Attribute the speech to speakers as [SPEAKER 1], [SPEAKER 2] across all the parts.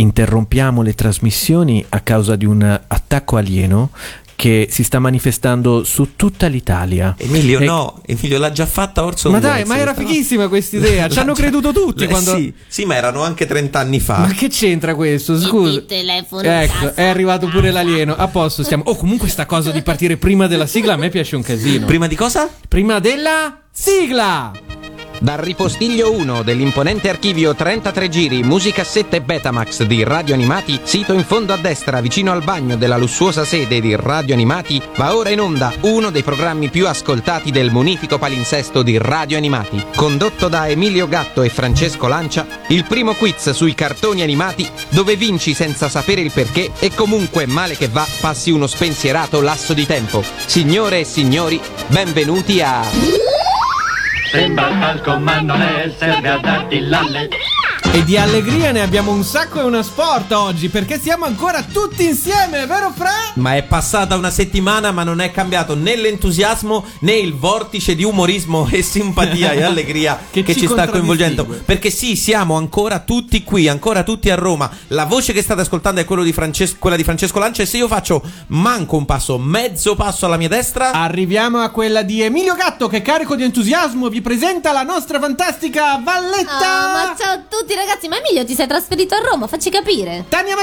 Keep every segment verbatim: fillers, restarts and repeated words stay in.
[SPEAKER 1] interrompiamo le trasmissioni a causa di un attacco alieno che si sta manifestando su tutta l'Italia.
[SPEAKER 2] Emilio,
[SPEAKER 1] e...
[SPEAKER 2] no, Emilio l'ha già fatta Orson
[SPEAKER 1] Ma
[SPEAKER 2] Welles.
[SPEAKER 1] dai, ma era fighissima questa idea, ci hanno creduto tutti.
[SPEAKER 2] Eh,
[SPEAKER 1] quando...
[SPEAKER 2] sì, sì, ma erano anche trent'anni fa.
[SPEAKER 1] Ma che c'entra questo? Scusa.
[SPEAKER 3] Il telefono.
[SPEAKER 1] Ecco, è arrivato pure l'alieno. A posto, stiamo. Oh, comunque sta cosa di partire prima della sigla a me piace un casino.
[SPEAKER 2] Prima di cosa?
[SPEAKER 1] Prima della sigla!
[SPEAKER 4] Dal ripostiglio uno dell'imponente archivio trentatré giri, musicassette Betamax di Radio Animati, sito in fondo a destra vicino al bagno della lussuosa sede di Radio Animati, va ora in onda uno dei programmi più ascoltati del munifico palinsesto di Radio Animati. Condotto da Emilio Gatto e Francesco Lancia, il primo quiz sui cartoni animati dove vinci senza sapere il perché e comunque male che va passi uno spensierato lasso di tempo. Signore e signori, benvenuti a...
[SPEAKER 5] Sembra talco ma non è, serve a darti l'alle.
[SPEAKER 1] E di allegria ne abbiamo un sacco e una sporta oggi, perché siamo ancora tutti insieme, vero Fra?
[SPEAKER 2] Ma è passata una settimana ma non è cambiato né l'entusiasmo né il vortice di umorismo e simpatia e allegria che, che ci, ci sta coinvolgendo. Perché sì, siamo ancora tutti qui, ancora tutti a Roma. La voce che state ascoltando è quello di Francesco, quella di Francesco Lancia, e se io faccio manco un passo, mezzo passo alla mia destra,
[SPEAKER 1] arriviamo a quella di Emilio Gatto, che carico di entusiasmo vi presenta la nostra fantastica Valletta.
[SPEAKER 3] Oh, ma ciao a tutti ragazzi, ma Emilio ti sei trasferito a Roma, facci capire.
[SPEAKER 1] Tania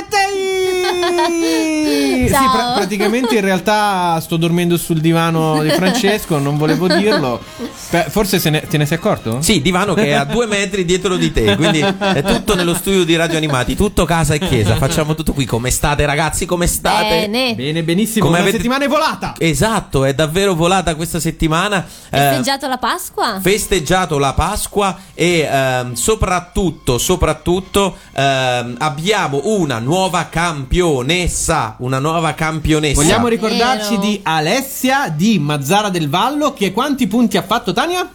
[SPEAKER 1] Mattei.
[SPEAKER 3] Ciao.
[SPEAKER 1] Sì, pra- praticamente in realtà sto dormendo sul divano di Francesco, non volevo dirlo. Beh, forse se ne, te ne sei accorto?
[SPEAKER 2] Sì, divano che è a due metri dietro di te, quindi è tutto nello studio di Radio Animati, tutto casa e chiesa, facciamo tutto qui. Come state ragazzi, come state?
[SPEAKER 3] Bene.
[SPEAKER 1] Bene, benissimo,
[SPEAKER 2] come
[SPEAKER 1] una
[SPEAKER 2] avete...
[SPEAKER 1] settimana è volata.
[SPEAKER 2] Esatto, è davvero volata questa settimana.
[SPEAKER 3] Festeggiato eh, la Pasqua?
[SPEAKER 2] Festeggiato la Pasqua e ehm, soprattutto, soprattutto ehm, abbiamo una nuova campionessa, una nuova campionessa.
[SPEAKER 1] Vogliamo ricordarci
[SPEAKER 3] Vero.
[SPEAKER 1] di Alessia di Mazzara del Vallo, che quanti punti ha fatto, Tania?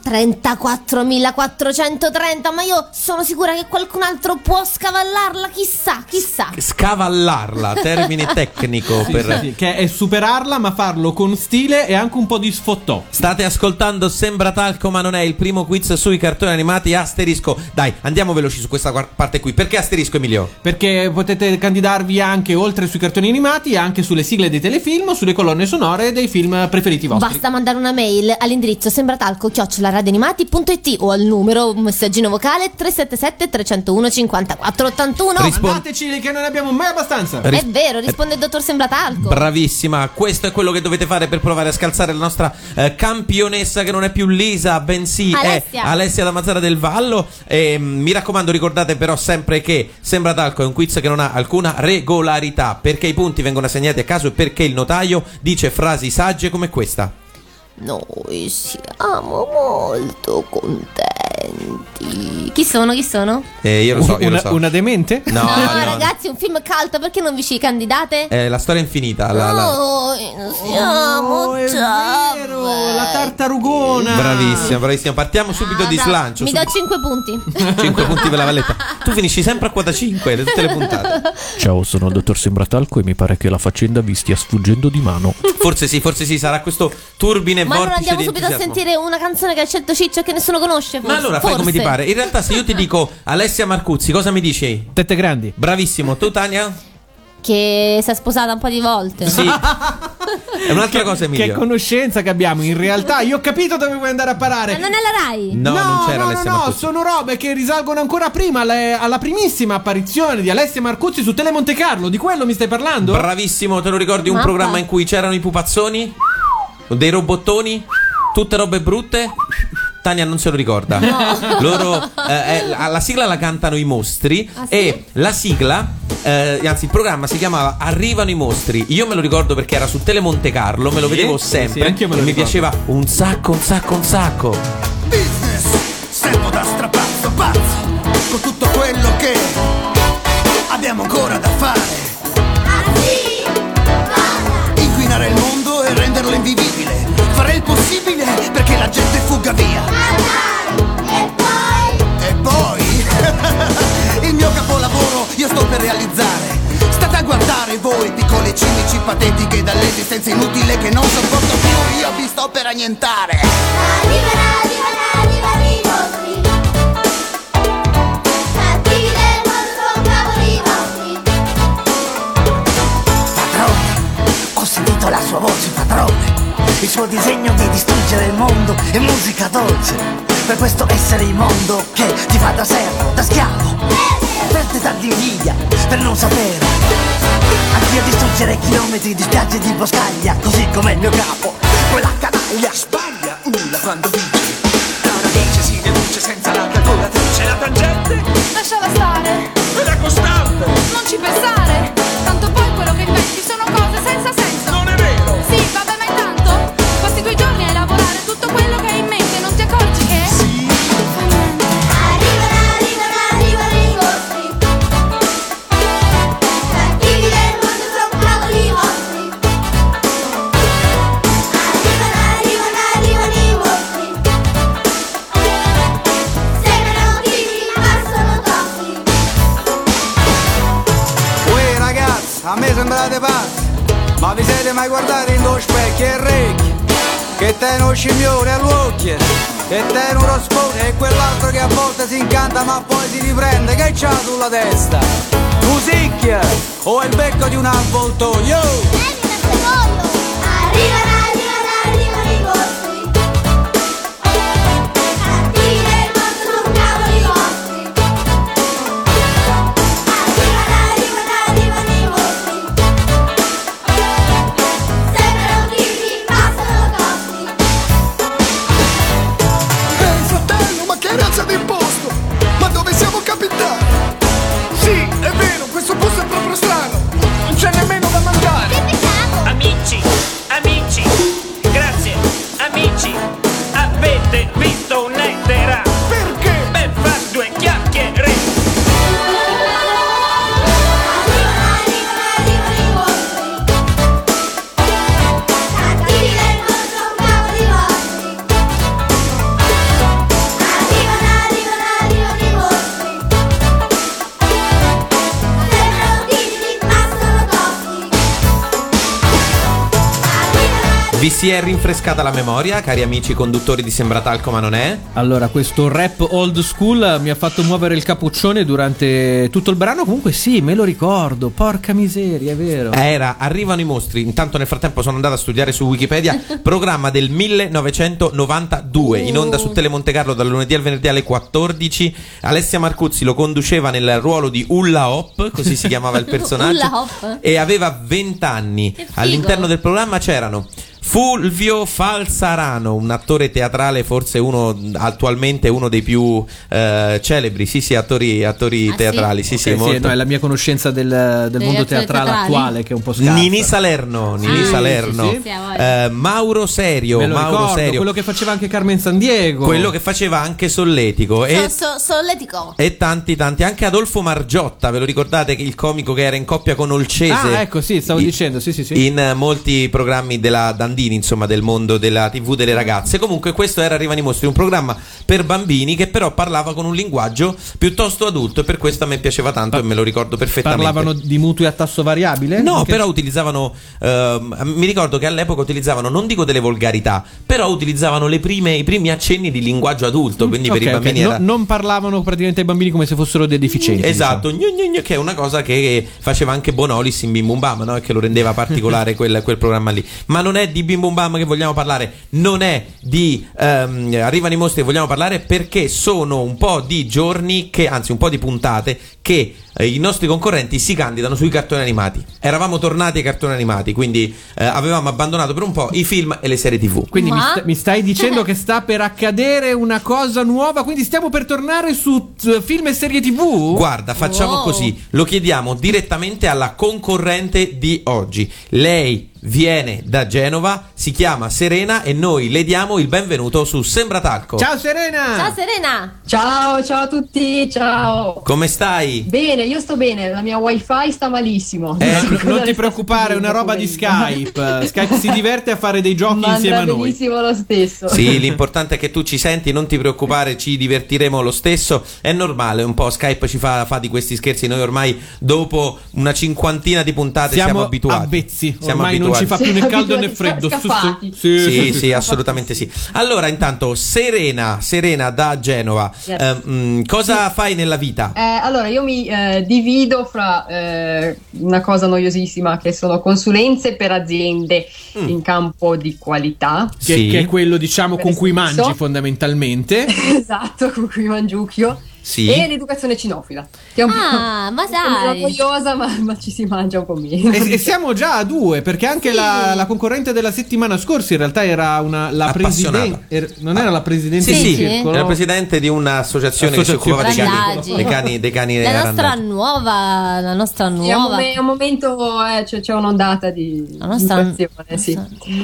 [SPEAKER 3] trentaquattromilaquattrocentotrenta, ma io sono sicura che qualcun altro può scavallarla, chissà, chissà.
[SPEAKER 2] Scavallarla, termine tecnico per...
[SPEAKER 1] Sì, sì, che è superarla ma farlo con stile e anche un po' di sfottò.
[SPEAKER 2] State ascoltando Sembra Talco ma non è, il primo quiz sui cartoni animati asterisco. Dai, andiamo veloci su questa parte qui. Perché asterisco, Emilio?
[SPEAKER 1] Perché potete candidarvi anche, oltre sui cartoni animati, anche sulle sigle dei telefilm o sulle colonne sonore dei film preferiti vostri.
[SPEAKER 3] Basta mandare una mail all'indirizzo sembratalco chiocciola radioanimati punto it o al numero messaggino vocale tre sette sette tre zero uno cinque quattro otto uno.
[SPEAKER 2] Rispon-
[SPEAKER 1] Mandateci che non ne abbiamo mai abbastanza.
[SPEAKER 2] Ris-
[SPEAKER 3] È vero, risponde il dottor Sembratalco.
[SPEAKER 2] Bravissima, questo è quello che dovete fare per provare a scalzare la nostra eh, campionessa, che non è più Lisa, bensì
[SPEAKER 3] Alessia.
[SPEAKER 2] è Alessia da Mazzara del Vallo. E, mm, mi raccomando, ricordate però sempre che Sembra Talco è un quiz che non ha alcuna regolarità, perché i punti vengono assegnati a caso e perché il notaio dice frasi sagge come questa.
[SPEAKER 3] Noi siamo molto contenti. Chi sono? Chi sono?
[SPEAKER 2] Eh, io lo so, io
[SPEAKER 1] una,
[SPEAKER 2] lo so.
[SPEAKER 1] una demente?
[SPEAKER 2] No,
[SPEAKER 3] No,
[SPEAKER 2] no,
[SPEAKER 3] ragazzi, un film cult, perché non vi ci candidate?
[SPEAKER 2] È la storia infinita. La, la...
[SPEAKER 3] Noi siamo
[SPEAKER 1] Oh, è
[SPEAKER 3] già
[SPEAKER 1] vero,
[SPEAKER 3] belli.
[SPEAKER 1] la tartarugona.
[SPEAKER 2] Bravissima, bravissima. Partiamo subito
[SPEAKER 3] Ah,
[SPEAKER 2] di
[SPEAKER 3] dai,
[SPEAKER 2] slancio.
[SPEAKER 3] Mi
[SPEAKER 2] subito.
[SPEAKER 3] do cinque punti.
[SPEAKER 2] cinque punti per la Valletta. Tu finisci sempre a quota cinque tutte le puntate.
[SPEAKER 1] Ciao, sono il dottor Sembratalco e mi pare che la faccenda vi stia sfuggendo di mano.
[SPEAKER 2] Forse sì, forse sì, sarà questo turbine
[SPEAKER 3] Ma allora
[SPEAKER 2] vortice
[SPEAKER 3] andiamo
[SPEAKER 2] di
[SPEAKER 3] subito a
[SPEAKER 2] entusiasmo.
[SPEAKER 3] sentire una canzone che ha scelto Ciccio e che nessuno conosce.
[SPEAKER 2] Ma allora fai come ti pare. In realtà se io ti dico Alessia Marcuzzi, cosa mi dici?
[SPEAKER 1] Tette grandi.
[SPEAKER 2] Bravissimo. Tu, Tania?
[SPEAKER 3] Che si è sposata un po' di volte.
[SPEAKER 2] Sì. È un'altra cosa, Emilio.
[SPEAKER 1] Che conoscenza che abbiamo. In realtà io ho capito dove vuoi andare a parare.
[SPEAKER 3] Ma non è la Rai?
[SPEAKER 2] No, non c'era
[SPEAKER 1] no,
[SPEAKER 2] Alessia
[SPEAKER 1] no, no,
[SPEAKER 2] Marcuzzi.
[SPEAKER 1] sono robe che risalgono ancora prima alle- alla primissima apparizione di Alessia Marcuzzi su Tele Monte Carlo. Di quello mi stai parlando?
[SPEAKER 2] Bravissimo, te lo ricordi un
[SPEAKER 3] Mappa.
[SPEAKER 2] programma in cui c'erano i pupazzoni? Dei robottoni? Tutte robe brutte? Tania non se lo ricorda.
[SPEAKER 3] No.
[SPEAKER 2] Loro eh, eh, la sigla la cantano i mostri.
[SPEAKER 3] Ah, sì?
[SPEAKER 2] E la sigla eh, anzi il programma si chiamava Arrivano i mostri. Io me lo ricordo perché era su Tele Monte Carlo. Me lo
[SPEAKER 1] Sì,
[SPEAKER 2] vedevo
[SPEAKER 1] sì,
[SPEAKER 2] sempre,
[SPEAKER 1] sì, anch'io me lo
[SPEAKER 2] e mi
[SPEAKER 1] ricordo.
[SPEAKER 2] piaceva un sacco, un sacco, un sacco.
[SPEAKER 6] Business, servo da strapazzo, pazzo, con tutto quello che abbiamo ancora da fare. Inquinare il mondo e renderlo invivibile, fare il possibile perché la gente fugga via.
[SPEAKER 7] E poi?
[SPEAKER 6] E poi il mio capolavoro io sto per realizzare. State a guardare voi, piccoli cinici patetiche dall'esistenza inutile che non sopporto più. Io vi sto per annientare.
[SPEAKER 7] Arriverà, arriverà, arriverà i vostri. Partire il vostro cavoli vostri.
[SPEAKER 6] suo disegno di distruggere il mondo è musica dolce. Per questo essere immondo che ti fa da servo, da schiavo, perdita dall'invidia, per non sapere. Anche a distruggere chilometri di spiagge di boscaglia, così come il mio capo, quella canaglia.
[SPEAKER 8] Sbaglia nulla quando vince. La radice si deduce senza la calcolatrice. La tangente
[SPEAKER 9] lasciala stare,
[SPEAKER 8] e la costante
[SPEAKER 9] non ci pensare. Tanto poi quello che inventi sono cose senza senso.
[SPEAKER 8] non è vero.
[SPEAKER 9] Sì, vabbè, ma intanto questi due giorni a elaborare tutto quello che hai in mente. Non ti accorgi che
[SPEAKER 8] Sì.
[SPEAKER 9] non fa niente.
[SPEAKER 7] Arrivano, arrivano, arrivano i mostri. Cattivi del mondo sono cavoli vostri. Arrivano, arrivano, arrivano i mostri. Sembrano tigri ma sono topi.
[SPEAKER 10] Uè ragazzi, a me sembrate pazzi, ma vi siete mai guardati in lo specchio e orecchie? Che te uno scimmione all'occhio, che te uno rospone e quell'altro che a volte si incanta ma poi si riprende. Che c'ha sulla testa? Musicchia o il becco di un avvoltoio?
[SPEAKER 7] Evita secondo. Arrivano, arrivano, arrivano i mostri. Cattivi del mondo sono cavoli vostri. Arrivano, arrivano, arrivano i mostri. Sembrano tigri ma sono topi.
[SPEAKER 8] Ehi fratello, ma che razza di imposto? Ma dove siamo capitati? Sì, è vero, questo posto è proprio strano. Non c'è nemmeno da mangiare.
[SPEAKER 7] Che peccato.
[SPEAKER 11] Amici, amici, grazie, amici, avete visto un'ettera?
[SPEAKER 8] Perché?
[SPEAKER 11] Per far due chiacchiere.
[SPEAKER 7] Arrivano, arrivano, arrivano i mostri. Cattivi del mondo sono cavoli vostri. Arrivano, arrivano, arrivano i mostri. Sembrano tigri ma sono topi. Arrivano.
[SPEAKER 2] Vi si è rinfrescata la memoria, cari amici conduttori di Sembratalco ma non è?
[SPEAKER 1] Allora, questo rap old school mi ha fatto muovere il cappuccione durante tutto il brano. Comunque sì, me lo ricordo, porca miseria, è vero.
[SPEAKER 2] Era Arrivano i mostri. Intanto nel frattempo sono andato a studiare su Wikipedia. Programma del millenovecentonovantadue, in onda su Telemonte Carlo dal lunedì al venerdì alle quattordici. Alessia Marcuzzi lo conduceva nel ruolo di Ulla Hop, così si chiamava il personaggio.
[SPEAKER 3] Ulla Hop?
[SPEAKER 2] E aveva venti anni.
[SPEAKER 3] Che figo.
[SPEAKER 2] All'interno del programma c'erano Fulvio Falsarano, un attore teatrale, forse uno attualmente uno dei più eh, celebri, sì sì, attori, attori
[SPEAKER 3] Ah,
[SPEAKER 2] teatrali,
[SPEAKER 3] sì?
[SPEAKER 2] sì sì,
[SPEAKER 1] Ok, sì,
[SPEAKER 2] molto.
[SPEAKER 1] no, è la mia conoscenza del, del
[SPEAKER 3] Degli
[SPEAKER 1] mondo
[SPEAKER 3] attori
[SPEAKER 1] teatrale
[SPEAKER 3] teatrali?
[SPEAKER 1] attuale che è un po' scarsa.
[SPEAKER 2] Nini Salerno, Nini
[SPEAKER 3] Ah,
[SPEAKER 2] Salerno,
[SPEAKER 1] sì, sì,
[SPEAKER 3] sì, ha voglia.
[SPEAKER 2] Eh, Mauro Serio,
[SPEAKER 1] Me lo
[SPEAKER 2] Mauro
[SPEAKER 1] ricordo,
[SPEAKER 2] Serio,
[SPEAKER 1] quello che faceva anche Carmen Sandiego.
[SPEAKER 2] quello che faceva anche Solletico e,
[SPEAKER 3] So- so- solletico.
[SPEAKER 2] e tanti tanti, anche Adolfo Margiotta, ve lo ricordate, che il comico che era in coppia con Olcese?
[SPEAKER 1] Ah, ecco, sì, stavo
[SPEAKER 2] I-
[SPEAKER 1] dicendo, sì, sì, sì.
[SPEAKER 2] in eh, molti programmi della Dandini, insomma, del mondo della tivù delle ragazze. Comunque questo era Arrivano i mostri, un programma per bambini che però parlava con un linguaggio piuttosto adulto, e per questo a me piaceva tanto e me lo ricordo perfettamente.
[SPEAKER 1] Parlavano di mutui a tasso variabile?
[SPEAKER 2] No,
[SPEAKER 1] Che-
[SPEAKER 2] però utilizzavano ehm, mi ricordo che all'epoca utilizzavano, non dico delle volgarità, però utilizzavano le prime, i primi accenni di linguaggio adulto, quindi
[SPEAKER 1] Ok,
[SPEAKER 2] per i
[SPEAKER 1] ok.
[SPEAKER 2] bambini
[SPEAKER 1] No-
[SPEAKER 2] era
[SPEAKER 1] non parlavano praticamente ai bambini come se fossero dei deficienti.
[SPEAKER 2] esatto, gnu gnu gnu, che è una cosa che faceva anche Bonolis in Bim Bum Bam, no? E che lo rendeva particolare quel, quel programma lì. Ma non è di Bim Bum Bam che vogliamo parlare, non è di ehm, Arrivano i mostri che vogliamo parlare, perché sono un po' di giorni che, anzi un po' di puntate che eh, i nostri concorrenti si candidano sui cartoni animati. Eravamo tornati ai cartoni animati, quindi eh, avevamo abbandonato per un po' i film e le serie tivù.
[SPEAKER 1] Quindi mi,
[SPEAKER 3] Ma?
[SPEAKER 1] sta- mi stai dicendo che sta per accadere una cosa nuova, quindi stiamo per tornare su t- film e serie tivù?
[SPEAKER 2] Guarda, facciamo
[SPEAKER 3] Wow.
[SPEAKER 2] così, lo chiediamo direttamente alla concorrente di oggi. Lei viene da Genova, si chiama Serena e noi le diamo il benvenuto su Sembratalco.
[SPEAKER 1] Ciao Serena!
[SPEAKER 3] Ciao Serena.
[SPEAKER 12] Ciao, ciao a tutti, ciao.
[SPEAKER 2] Come stai?
[SPEAKER 12] Bene, io sto bene, la mia wifi sta malissimo.
[SPEAKER 2] Eh,
[SPEAKER 12] Non so
[SPEAKER 1] Non
[SPEAKER 12] cosa
[SPEAKER 1] ti
[SPEAKER 12] le
[SPEAKER 1] preoccupare, è
[SPEAKER 12] sta
[SPEAKER 1] una roba di
[SPEAKER 12] succedendo.
[SPEAKER 1] Skype. Skype si diverte a fare dei giochi
[SPEAKER 12] Ma
[SPEAKER 1] insieme a
[SPEAKER 12] andrà
[SPEAKER 1] noi.
[SPEAKER 12] benissimo lo stesso.
[SPEAKER 2] Sì, l'importante è che tu ci senti, non ti preoccupare, ci divertiremo lo stesso. È normale, un po' Skype ci fa, fa di questi scherzi. Noi ormai dopo una cinquantina di puntate siamo,
[SPEAKER 1] Siamo
[SPEAKER 2] abituati.
[SPEAKER 1] avvezzi,
[SPEAKER 2] Siamo
[SPEAKER 1] ormai non non ci fa più né caldo né freddo.
[SPEAKER 2] Sì, sì, sì, sì, assolutamente sì. Allora, intanto, Serena, Serena da Genova,
[SPEAKER 12] Yes.
[SPEAKER 2] eh, mh, cosa fai nella vita?
[SPEAKER 12] Eh, allora, io mi eh, divido fra eh, una cosa noiosissima che sono consulenze per aziende
[SPEAKER 1] Mm.
[SPEAKER 12] in campo di qualità.
[SPEAKER 1] Che,
[SPEAKER 2] Sì.
[SPEAKER 1] che è quello, diciamo,
[SPEAKER 12] Per
[SPEAKER 1] con cui
[SPEAKER 12] esempio.
[SPEAKER 1] mangi fondamentalmente.
[SPEAKER 12] Esatto, con cui mangiucchio.
[SPEAKER 2] Sì.
[SPEAKER 12] E l'educazione cinofila, che è un
[SPEAKER 3] Ah,
[SPEAKER 12] po'
[SPEAKER 3] ma
[SPEAKER 12] un po'
[SPEAKER 3] dai.
[SPEAKER 12] noiosa, ma, ma ci si mangia un po' meno.
[SPEAKER 1] E, e siamo già a due, perché anche
[SPEAKER 3] Sì.
[SPEAKER 1] la, la concorrente della settimana scorsa in realtà era una la
[SPEAKER 2] Appassionata.
[SPEAKER 1] presidente. Non era la presidente
[SPEAKER 2] Sì,
[SPEAKER 1] del
[SPEAKER 2] sì,
[SPEAKER 1] circolo?
[SPEAKER 2] era presidente di un'associazione che si occupava dei cani,
[SPEAKER 3] Randaggi.
[SPEAKER 2] dei cani, dei cani
[SPEAKER 3] La nostra
[SPEAKER 2] randaggi.
[SPEAKER 3] nuova, la nostra
[SPEAKER 12] È un,
[SPEAKER 3] nuova.
[SPEAKER 12] momen- è un momento, eh, c'è, c'è un'ondata di
[SPEAKER 3] La nostra-
[SPEAKER 12] inflazione, sì.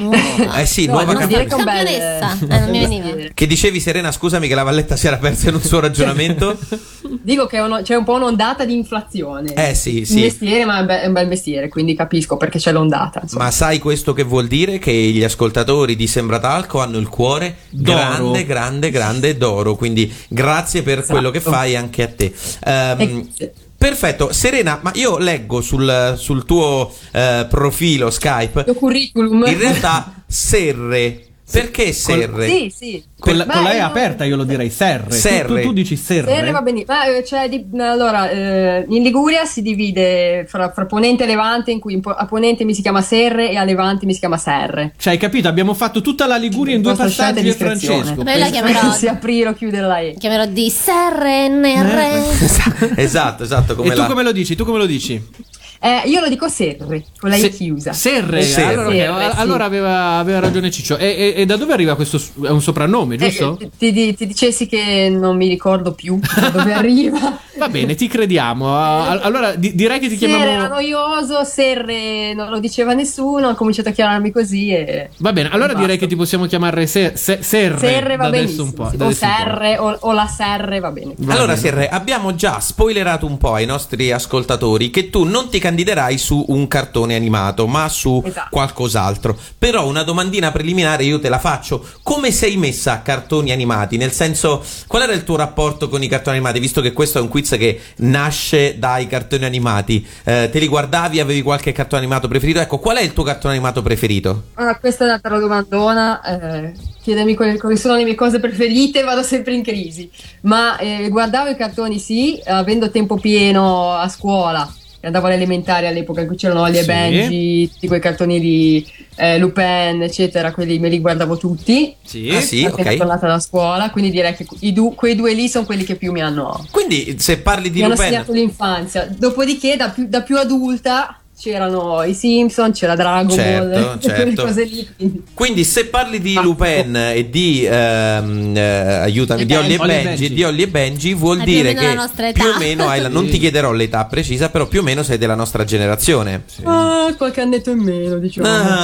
[SPEAKER 2] Eh sì,
[SPEAKER 12] No,
[SPEAKER 2] nuova
[SPEAKER 12] devo
[SPEAKER 2] campione.
[SPEAKER 12] dire che è un bel-
[SPEAKER 3] Campionessa. Eh, non mi veniva.
[SPEAKER 2] Che dicevi, Serena, scusami che la Valletta si era persa in un suo ragionamento.
[SPEAKER 12] Dico che è uno- c'è un po' un'ondata di inflazione.
[SPEAKER 2] Eh sì,
[SPEAKER 12] Il
[SPEAKER 2] sì.
[SPEAKER 12] mestiere, ma è, be- è un bel mestiere, quindi capisco perché c'è l'ondata. insomma.
[SPEAKER 2] Ma sai questo che vuol dire? Che gli ascoltatori di Sembratalco hanno il cuore
[SPEAKER 1] D'oro.
[SPEAKER 2] grande, grande, grande d'oro. Quindi grazie per
[SPEAKER 12] Esatto.
[SPEAKER 2] quello che fai anche a te. Ehm,
[SPEAKER 12] Eh, sì.
[SPEAKER 2] Perfetto, Serena, ma io leggo sul, sul tuo eh, profilo Skype
[SPEAKER 12] Il tuo curriculum.
[SPEAKER 2] in realtà Serre. Perché Serre?
[SPEAKER 12] Sì, sì.
[SPEAKER 1] Con la,
[SPEAKER 12] Beh,
[SPEAKER 1] con la E
[SPEAKER 12] io-
[SPEAKER 1] aperta io lo direi serre.
[SPEAKER 2] Serre.
[SPEAKER 1] Tu, tu, tu dici serre.
[SPEAKER 12] Serre va benissimo. Ma, eh, cioè, di- allora, eh, in Liguria si divide fra, fra Ponente e Levante, in cui in po- a Ponente mi si chiama Serre e a Levante mi si chiama Serre.
[SPEAKER 1] Cioè, hai capito? Abbiamo fatto tutta la Liguria in due
[SPEAKER 12] Vostra scelta
[SPEAKER 1] passaggi
[SPEAKER 12] e
[SPEAKER 1] e
[SPEAKER 12] discrezione.
[SPEAKER 1] Francesco.
[SPEAKER 3] Noi la
[SPEAKER 1] Pensa-
[SPEAKER 3] chiamerò,
[SPEAKER 12] Si aprire o chiudere la E.
[SPEAKER 3] chiamerò di S R N R.
[SPEAKER 2] Esatto, esatto. Come
[SPEAKER 1] E tu
[SPEAKER 2] la...
[SPEAKER 1] come lo dici? Tu come lo dici?
[SPEAKER 12] Eh, io lo dico Serre, con la E
[SPEAKER 1] Se-
[SPEAKER 12] chiusa.
[SPEAKER 1] Serre.
[SPEAKER 2] Serre.
[SPEAKER 1] Allora,
[SPEAKER 12] Serre, sì.
[SPEAKER 1] allora aveva, aveva ragione Ciccio. E, e- e da dove arriva questo? s- È un soprannome, giusto?
[SPEAKER 12] Eh, ti, ti- ti dicessi che non mi ricordo più da dove arriva.
[SPEAKER 1] Va bene, ti crediamo. Ah, Allora di- direi che ti
[SPEAKER 12] Serre era
[SPEAKER 1] chiamiamo.
[SPEAKER 12] noioso, Serre non lo diceva nessuno, ho cominciato a chiamarmi così e...
[SPEAKER 1] Va bene, allora
[SPEAKER 12] Basta.
[SPEAKER 1] direi che ti possiamo chiamare se- se- Serre.
[SPEAKER 12] Serre va
[SPEAKER 1] da adesso
[SPEAKER 12] benissimo,
[SPEAKER 1] un po'.
[SPEAKER 12] sì.
[SPEAKER 1] da
[SPEAKER 12] o
[SPEAKER 1] adesso un po'.
[SPEAKER 12] Serre o, o la Serre va bene.
[SPEAKER 1] Va
[SPEAKER 2] Allora,
[SPEAKER 1] bene.
[SPEAKER 2] Serre, abbiamo già spoilerato un po' ai nostri ascoltatori che tu non ti candiderai su un cartone animato, ma su
[SPEAKER 12] Esatto.
[SPEAKER 2] qualcos'altro. Però una domandina preliminare io te la faccio. Come sei messa a cartoni animati? Nel senso, qual era il tuo rapporto con i cartoni animati? Visto che questo è un quiz che nasce dai cartoni animati. Eh, te li guardavi? Avevi qualche cartone animato preferito? Ecco, qual è il tuo cartone animato preferito?
[SPEAKER 12] Ah, questa è un'altra domandona. Eh, chiedermi quali, quali sono le mie cose preferite, vado sempre in crisi. Ma eh, guardavo i cartoni, sì, avendo tempo pieno a scuola. Andavo alle elementari all'epoca in cui c'erano Holly
[SPEAKER 1] Sì.
[SPEAKER 12] e Benji, tutti quei cartoni di eh, Lupin, eccetera, quelli me li guardavo tutti.
[SPEAKER 1] Sì.
[SPEAKER 2] Ah, sì,
[SPEAKER 12] Appena
[SPEAKER 2] ok.
[SPEAKER 12] tornata da scuola, quindi direi che i du- quei due lì sono quelli che più mi hanno,
[SPEAKER 2] Quindi, se parli di
[SPEAKER 12] mi hanno
[SPEAKER 2] Lupin,
[SPEAKER 12] segnato l'infanzia. Dopodiché, da più, da più adulta, c'erano i Simpson, c'era Dragon
[SPEAKER 2] Certo,
[SPEAKER 12] Ball,
[SPEAKER 2] certo.
[SPEAKER 12] quelle cose lì. Quindi.
[SPEAKER 2] Quindi se parli di
[SPEAKER 12] Ah,
[SPEAKER 2] Lupin e di ehm, eh, aiutami,
[SPEAKER 12] E
[SPEAKER 2] di Holly e
[SPEAKER 1] Benji.
[SPEAKER 2] Benji, di Holly e Benji vuol
[SPEAKER 3] Hai più o
[SPEAKER 2] dire
[SPEAKER 3] meno la
[SPEAKER 2] che
[SPEAKER 3] nostra età.
[SPEAKER 2] più o meno hai la, non ti chiederò l'età precisa, però più o meno sei della nostra generazione.
[SPEAKER 12] Ah, qualche annetto in meno, diciamo.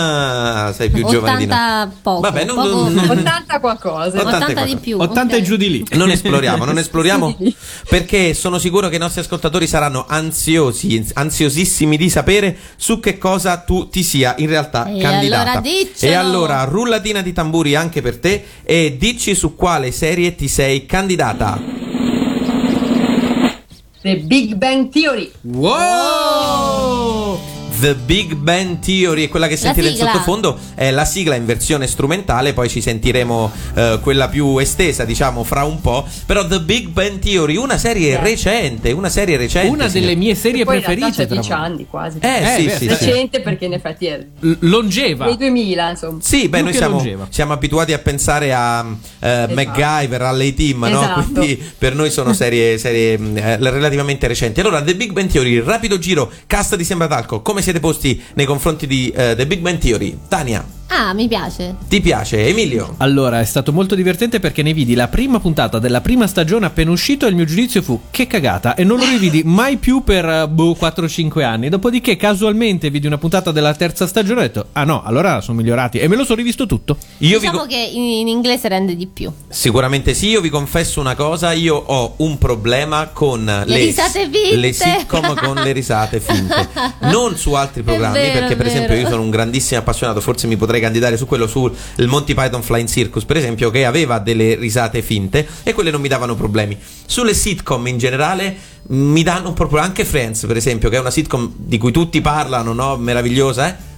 [SPEAKER 2] Ah, sei più giovane di noi.
[SPEAKER 3] ottanta poco.
[SPEAKER 2] Vabbè, non-
[SPEAKER 3] poco-
[SPEAKER 2] non-
[SPEAKER 12] ottanta qualcosa.
[SPEAKER 2] ottanta
[SPEAKER 3] ottanta di
[SPEAKER 2] qualcosa.
[SPEAKER 3] più.
[SPEAKER 1] ottanta
[SPEAKER 3] ok.
[SPEAKER 1] e giù di lì.
[SPEAKER 2] Non esploriamo, non esploriamo
[SPEAKER 12] Sì.
[SPEAKER 2] perché sono sicuro che i nostri ascoltatori saranno ansiosi, ansiosissimi di sapere su che cosa tu ti sia in realtà
[SPEAKER 3] E
[SPEAKER 2] candidata.
[SPEAKER 3] allora diccelo.
[SPEAKER 2] E allora, rullatina di tamburi anche per te e dici su quale serie ti sei candidata.
[SPEAKER 12] The Big Bang Theory.
[SPEAKER 1] Wow!
[SPEAKER 2] The Big Bang Theory è quella che sentite in
[SPEAKER 3] sigla.
[SPEAKER 2] sottofondo, è la sigla in versione strumentale, poi ci sentiremo eh, quella più estesa, diciamo, fra un po'. Però The Big Bang Theory, una serie
[SPEAKER 12] Sì.
[SPEAKER 2] recente, una serie recente.
[SPEAKER 1] Una delle
[SPEAKER 2] signor.
[SPEAKER 1] mie serie
[SPEAKER 12] Che poi in realtà
[SPEAKER 1] preferite.
[SPEAKER 12] c'ha
[SPEAKER 1] tra
[SPEAKER 12] dieci
[SPEAKER 1] l'altro.
[SPEAKER 12] anni quasi.
[SPEAKER 2] Eh,
[SPEAKER 1] Eh,
[SPEAKER 2] sì,
[SPEAKER 1] beh,
[SPEAKER 2] sì, sì.
[SPEAKER 12] Recente perché in effetti è
[SPEAKER 1] L- longeva.
[SPEAKER 12] dei duemila, insomma.
[SPEAKER 2] Sì, beh,
[SPEAKER 1] Più
[SPEAKER 2] noi
[SPEAKER 1] che
[SPEAKER 2] siamo,
[SPEAKER 1] longeva.
[SPEAKER 2] siamo abituati a pensare a eh, MacGyver, alle team, no?
[SPEAKER 12] Esatto.
[SPEAKER 2] Quindi per noi sono serie, serie mh, eh, relativamente recenti. Allora, The Big Bang Theory, rapido giro, cast di Sembratalco, come siete posti nei confronti di eh, The Big Bang Theory? Tania,
[SPEAKER 3] Ah, mi piace.
[SPEAKER 2] ti piace? Emilio?
[SPEAKER 1] Allora, è stato molto divertente perché ne vidi la prima puntata della prima stagione appena uscito e il mio giudizio fu che cagata e non lo rividi mai più per eh, boh, quattro cinque anni. Dopodiché casualmente vidi una puntata della terza stagione e ho detto ah no, allora sono migliorati e me lo sono rivisto tutto.
[SPEAKER 2] Io vi
[SPEAKER 3] Diciamo
[SPEAKER 2] co-
[SPEAKER 3] che in, in inglese rende di più.
[SPEAKER 2] Sicuramente sì, io vi confesso una cosa, io ho un problema con le,
[SPEAKER 3] risate finte.
[SPEAKER 2] le sitcom con le risate finte. Non su altri programmi,
[SPEAKER 3] vero,
[SPEAKER 2] perché
[SPEAKER 3] è
[SPEAKER 2] per esempio
[SPEAKER 3] vero.
[SPEAKER 2] io sono un grandissimo appassionato, forse mi potrei candidare su quello, sul il Monty Python Flying Circus, per esempio, che aveva delle risate finte e quelle non mi davano problemi. Sulle sitcom in generale mi danno un problema, anche Friends, per esempio, che è una sitcom di cui tutti parlano, no? Meravigliosa, eh?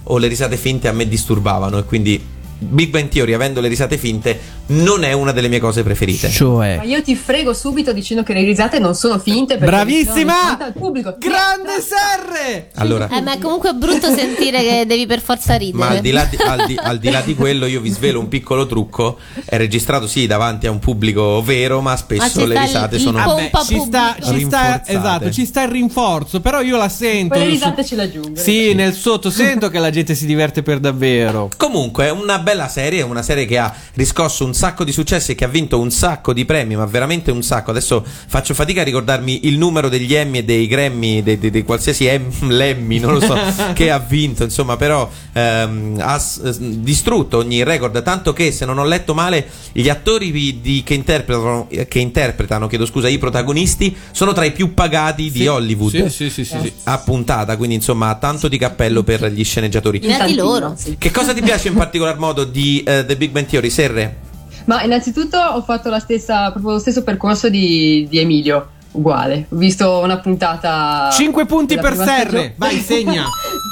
[SPEAKER 2] o le risate finte a me disturbavano, e quindi Big Bang Theory, avendo le risate finte, non è una delle mie cose preferite.
[SPEAKER 1] Cioè,
[SPEAKER 12] ma io ti frego subito dicendo che le risate non sono finte, perché
[SPEAKER 1] bravissima,
[SPEAKER 12] al pubblico.
[SPEAKER 1] grande Serre.
[SPEAKER 2] Allora,
[SPEAKER 3] eh, ma è comunque brutto sentire che devi per forza ridere.
[SPEAKER 2] ma al di, là di, al, di, al di là di quello, io vi svelo un piccolo trucco: è registrato sì davanti a un pubblico vero, ma spesso
[SPEAKER 3] ma
[SPEAKER 2] le risate
[SPEAKER 3] il,
[SPEAKER 2] sono
[SPEAKER 3] il
[SPEAKER 1] Vabbè, ci sta, ci sta, esatto, ci sta il rinforzo, però io la sento.
[SPEAKER 12] Poi le risate ce le aggiungo.
[SPEAKER 1] Sì, nel sotto sento che la gente si diverte per davvero.
[SPEAKER 2] Comunque è una bella serie, una serie che ha riscosso un sacco di successi e che ha vinto un sacco di premi, ma veramente un sacco. Adesso faccio fatica a ricordarmi il numero degli Emmy e dei Grammy, di, di, di qualsiasi Emmy, non lo so, che ha vinto, insomma, però ehm, ha s- distrutto ogni record, tanto che, se non ho letto male, gli attori di, di, che interpretano, che interpretano chiedo scusa, i protagonisti sono tra i più pagati di
[SPEAKER 1] sì,
[SPEAKER 2] Hollywood
[SPEAKER 1] sì, sì, sì, sì, sì.
[SPEAKER 2] a puntata, quindi insomma tanto di cappello per gli sceneggiatori.
[SPEAKER 3] Infatti loro.
[SPEAKER 2] Che cosa ti piace in particolar modo di uh, The Big Bang Theory, Serre?
[SPEAKER 12] Ma innanzitutto ho fatto la stessa, proprio lo stesso percorso di, di Emilio, uguale. Ho visto una puntata.
[SPEAKER 1] cinque punti
[SPEAKER 12] della
[SPEAKER 1] per
[SPEAKER 12] prima
[SPEAKER 1] Serre,
[SPEAKER 12] stagione.
[SPEAKER 1] vai, segna.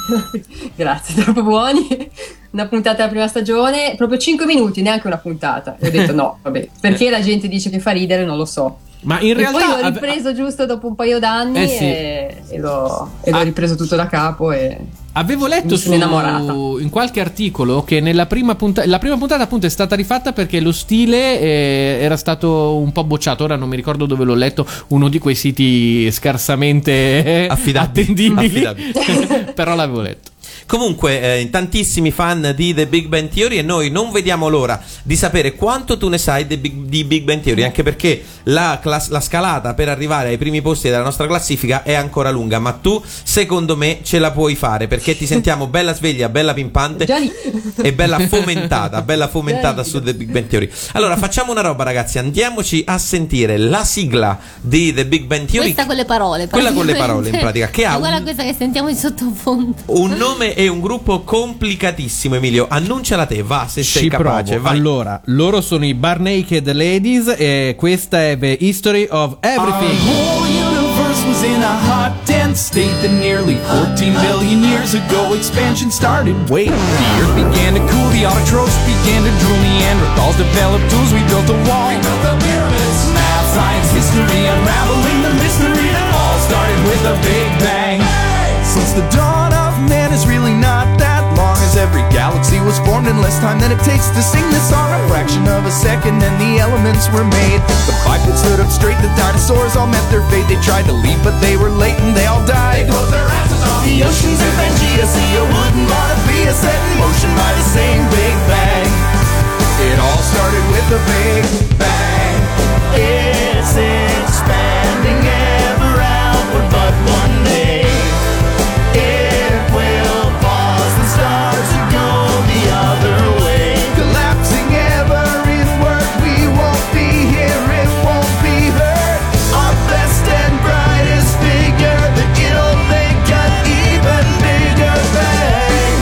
[SPEAKER 12] Grazie, troppo buoni. Una puntata della prima stagione, proprio cinque minuti, neanche una puntata. E ho detto no, vabbè, perché la gente dice che fa ridere, non lo so.
[SPEAKER 1] Ma in
[SPEAKER 12] e
[SPEAKER 1] realtà
[SPEAKER 12] poi l'ho ripreso giusto dopo un paio d'anni
[SPEAKER 1] eh sì.
[SPEAKER 12] e, e, l'ho, e l'ho
[SPEAKER 1] ah.
[SPEAKER 12] ripreso tutto da capo e
[SPEAKER 1] avevo letto
[SPEAKER 12] mi
[SPEAKER 1] su,
[SPEAKER 12] sono innamorata.
[SPEAKER 1] in qualche articolo che nella prima puntata, la prima puntata appunto è stata rifatta perché lo stile eh, era stato un po' bocciato. Ora non mi ricordo dove l'ho letto, uno di quei siti scarsamente eh,
[SPEAKER 2] affidabili,
[SPEAKER 1] attendibili,
[SPEAKER 2] affidabili.
[SPEAKER 1] però l'avevo letto.
[SPEAKER 2] Comunque, eh, tantissimi fan di The Big Bang Theory, e noi non vediamo l'ora di sapere quanto tu ne sai di Big, di Big Bang Theory, anche perché la, class- la scalata per arrivare ai primi posti della nostra classifica è ancora lunga, ma tu secondo me ce la puoi fare, perché ti sentiamo bella sveglia, bella pimpante e bella fomentata, bella fomentata su The Big Bang Theory. Allora facciamo una roba, ragazzi, andiamoci a sentire la sigla di The Big Bang Theory.
[SPEAKER 3] Questa con le parole,
[SPEAKER 2] quella con le parole in pratica, che ha
[SPEAKER 3] guarda
[SPEAKER 2] un,
[SPEAKER 3] questa che sentiamo in sottofondo,
[SPEAKER 2] un nome e un gruppo complicatissimo. Emilio, annunciala te, va, se sei
[SPEAKER 1] Ci
[SPEAKER 2] capace,
[SPEAKER 1] provo.
[SPEAKER 2] vai.
[SPEAKER 1] Allora, loro sono i Bar Naked Ladies e questa è The History of Everything.
[SPEAKER 13] Our whole universe was in a hot, dense state that nearly fourteen billion years ago expansion started. Wait, the earth began to cool, the autotrophs began to drool, Neanderthals developed tools, we built a wall. We built the pyramids. Math, science, history, unraveling the mystery that all started with a big bang. Since the dawn of man is really not that long, as every galaxy was formed in less time than it takes to sing this song. A fraction of a second and the elements were made. The bipeds stood up straight, the dinosaurs all met their fate. They tried to leave but they were late and they all died. They closed their asses off the oceans in Pangea. See a wooden Bonavia set in motion by the same Big Bang. It all started with a Big Bang. It's expanding ever outward, but one day it will pause and start to go the other way. Collapsing ever inward, we won't be here, it won't be heard. Our best and brightest figure, that it'll make an even bigger bang.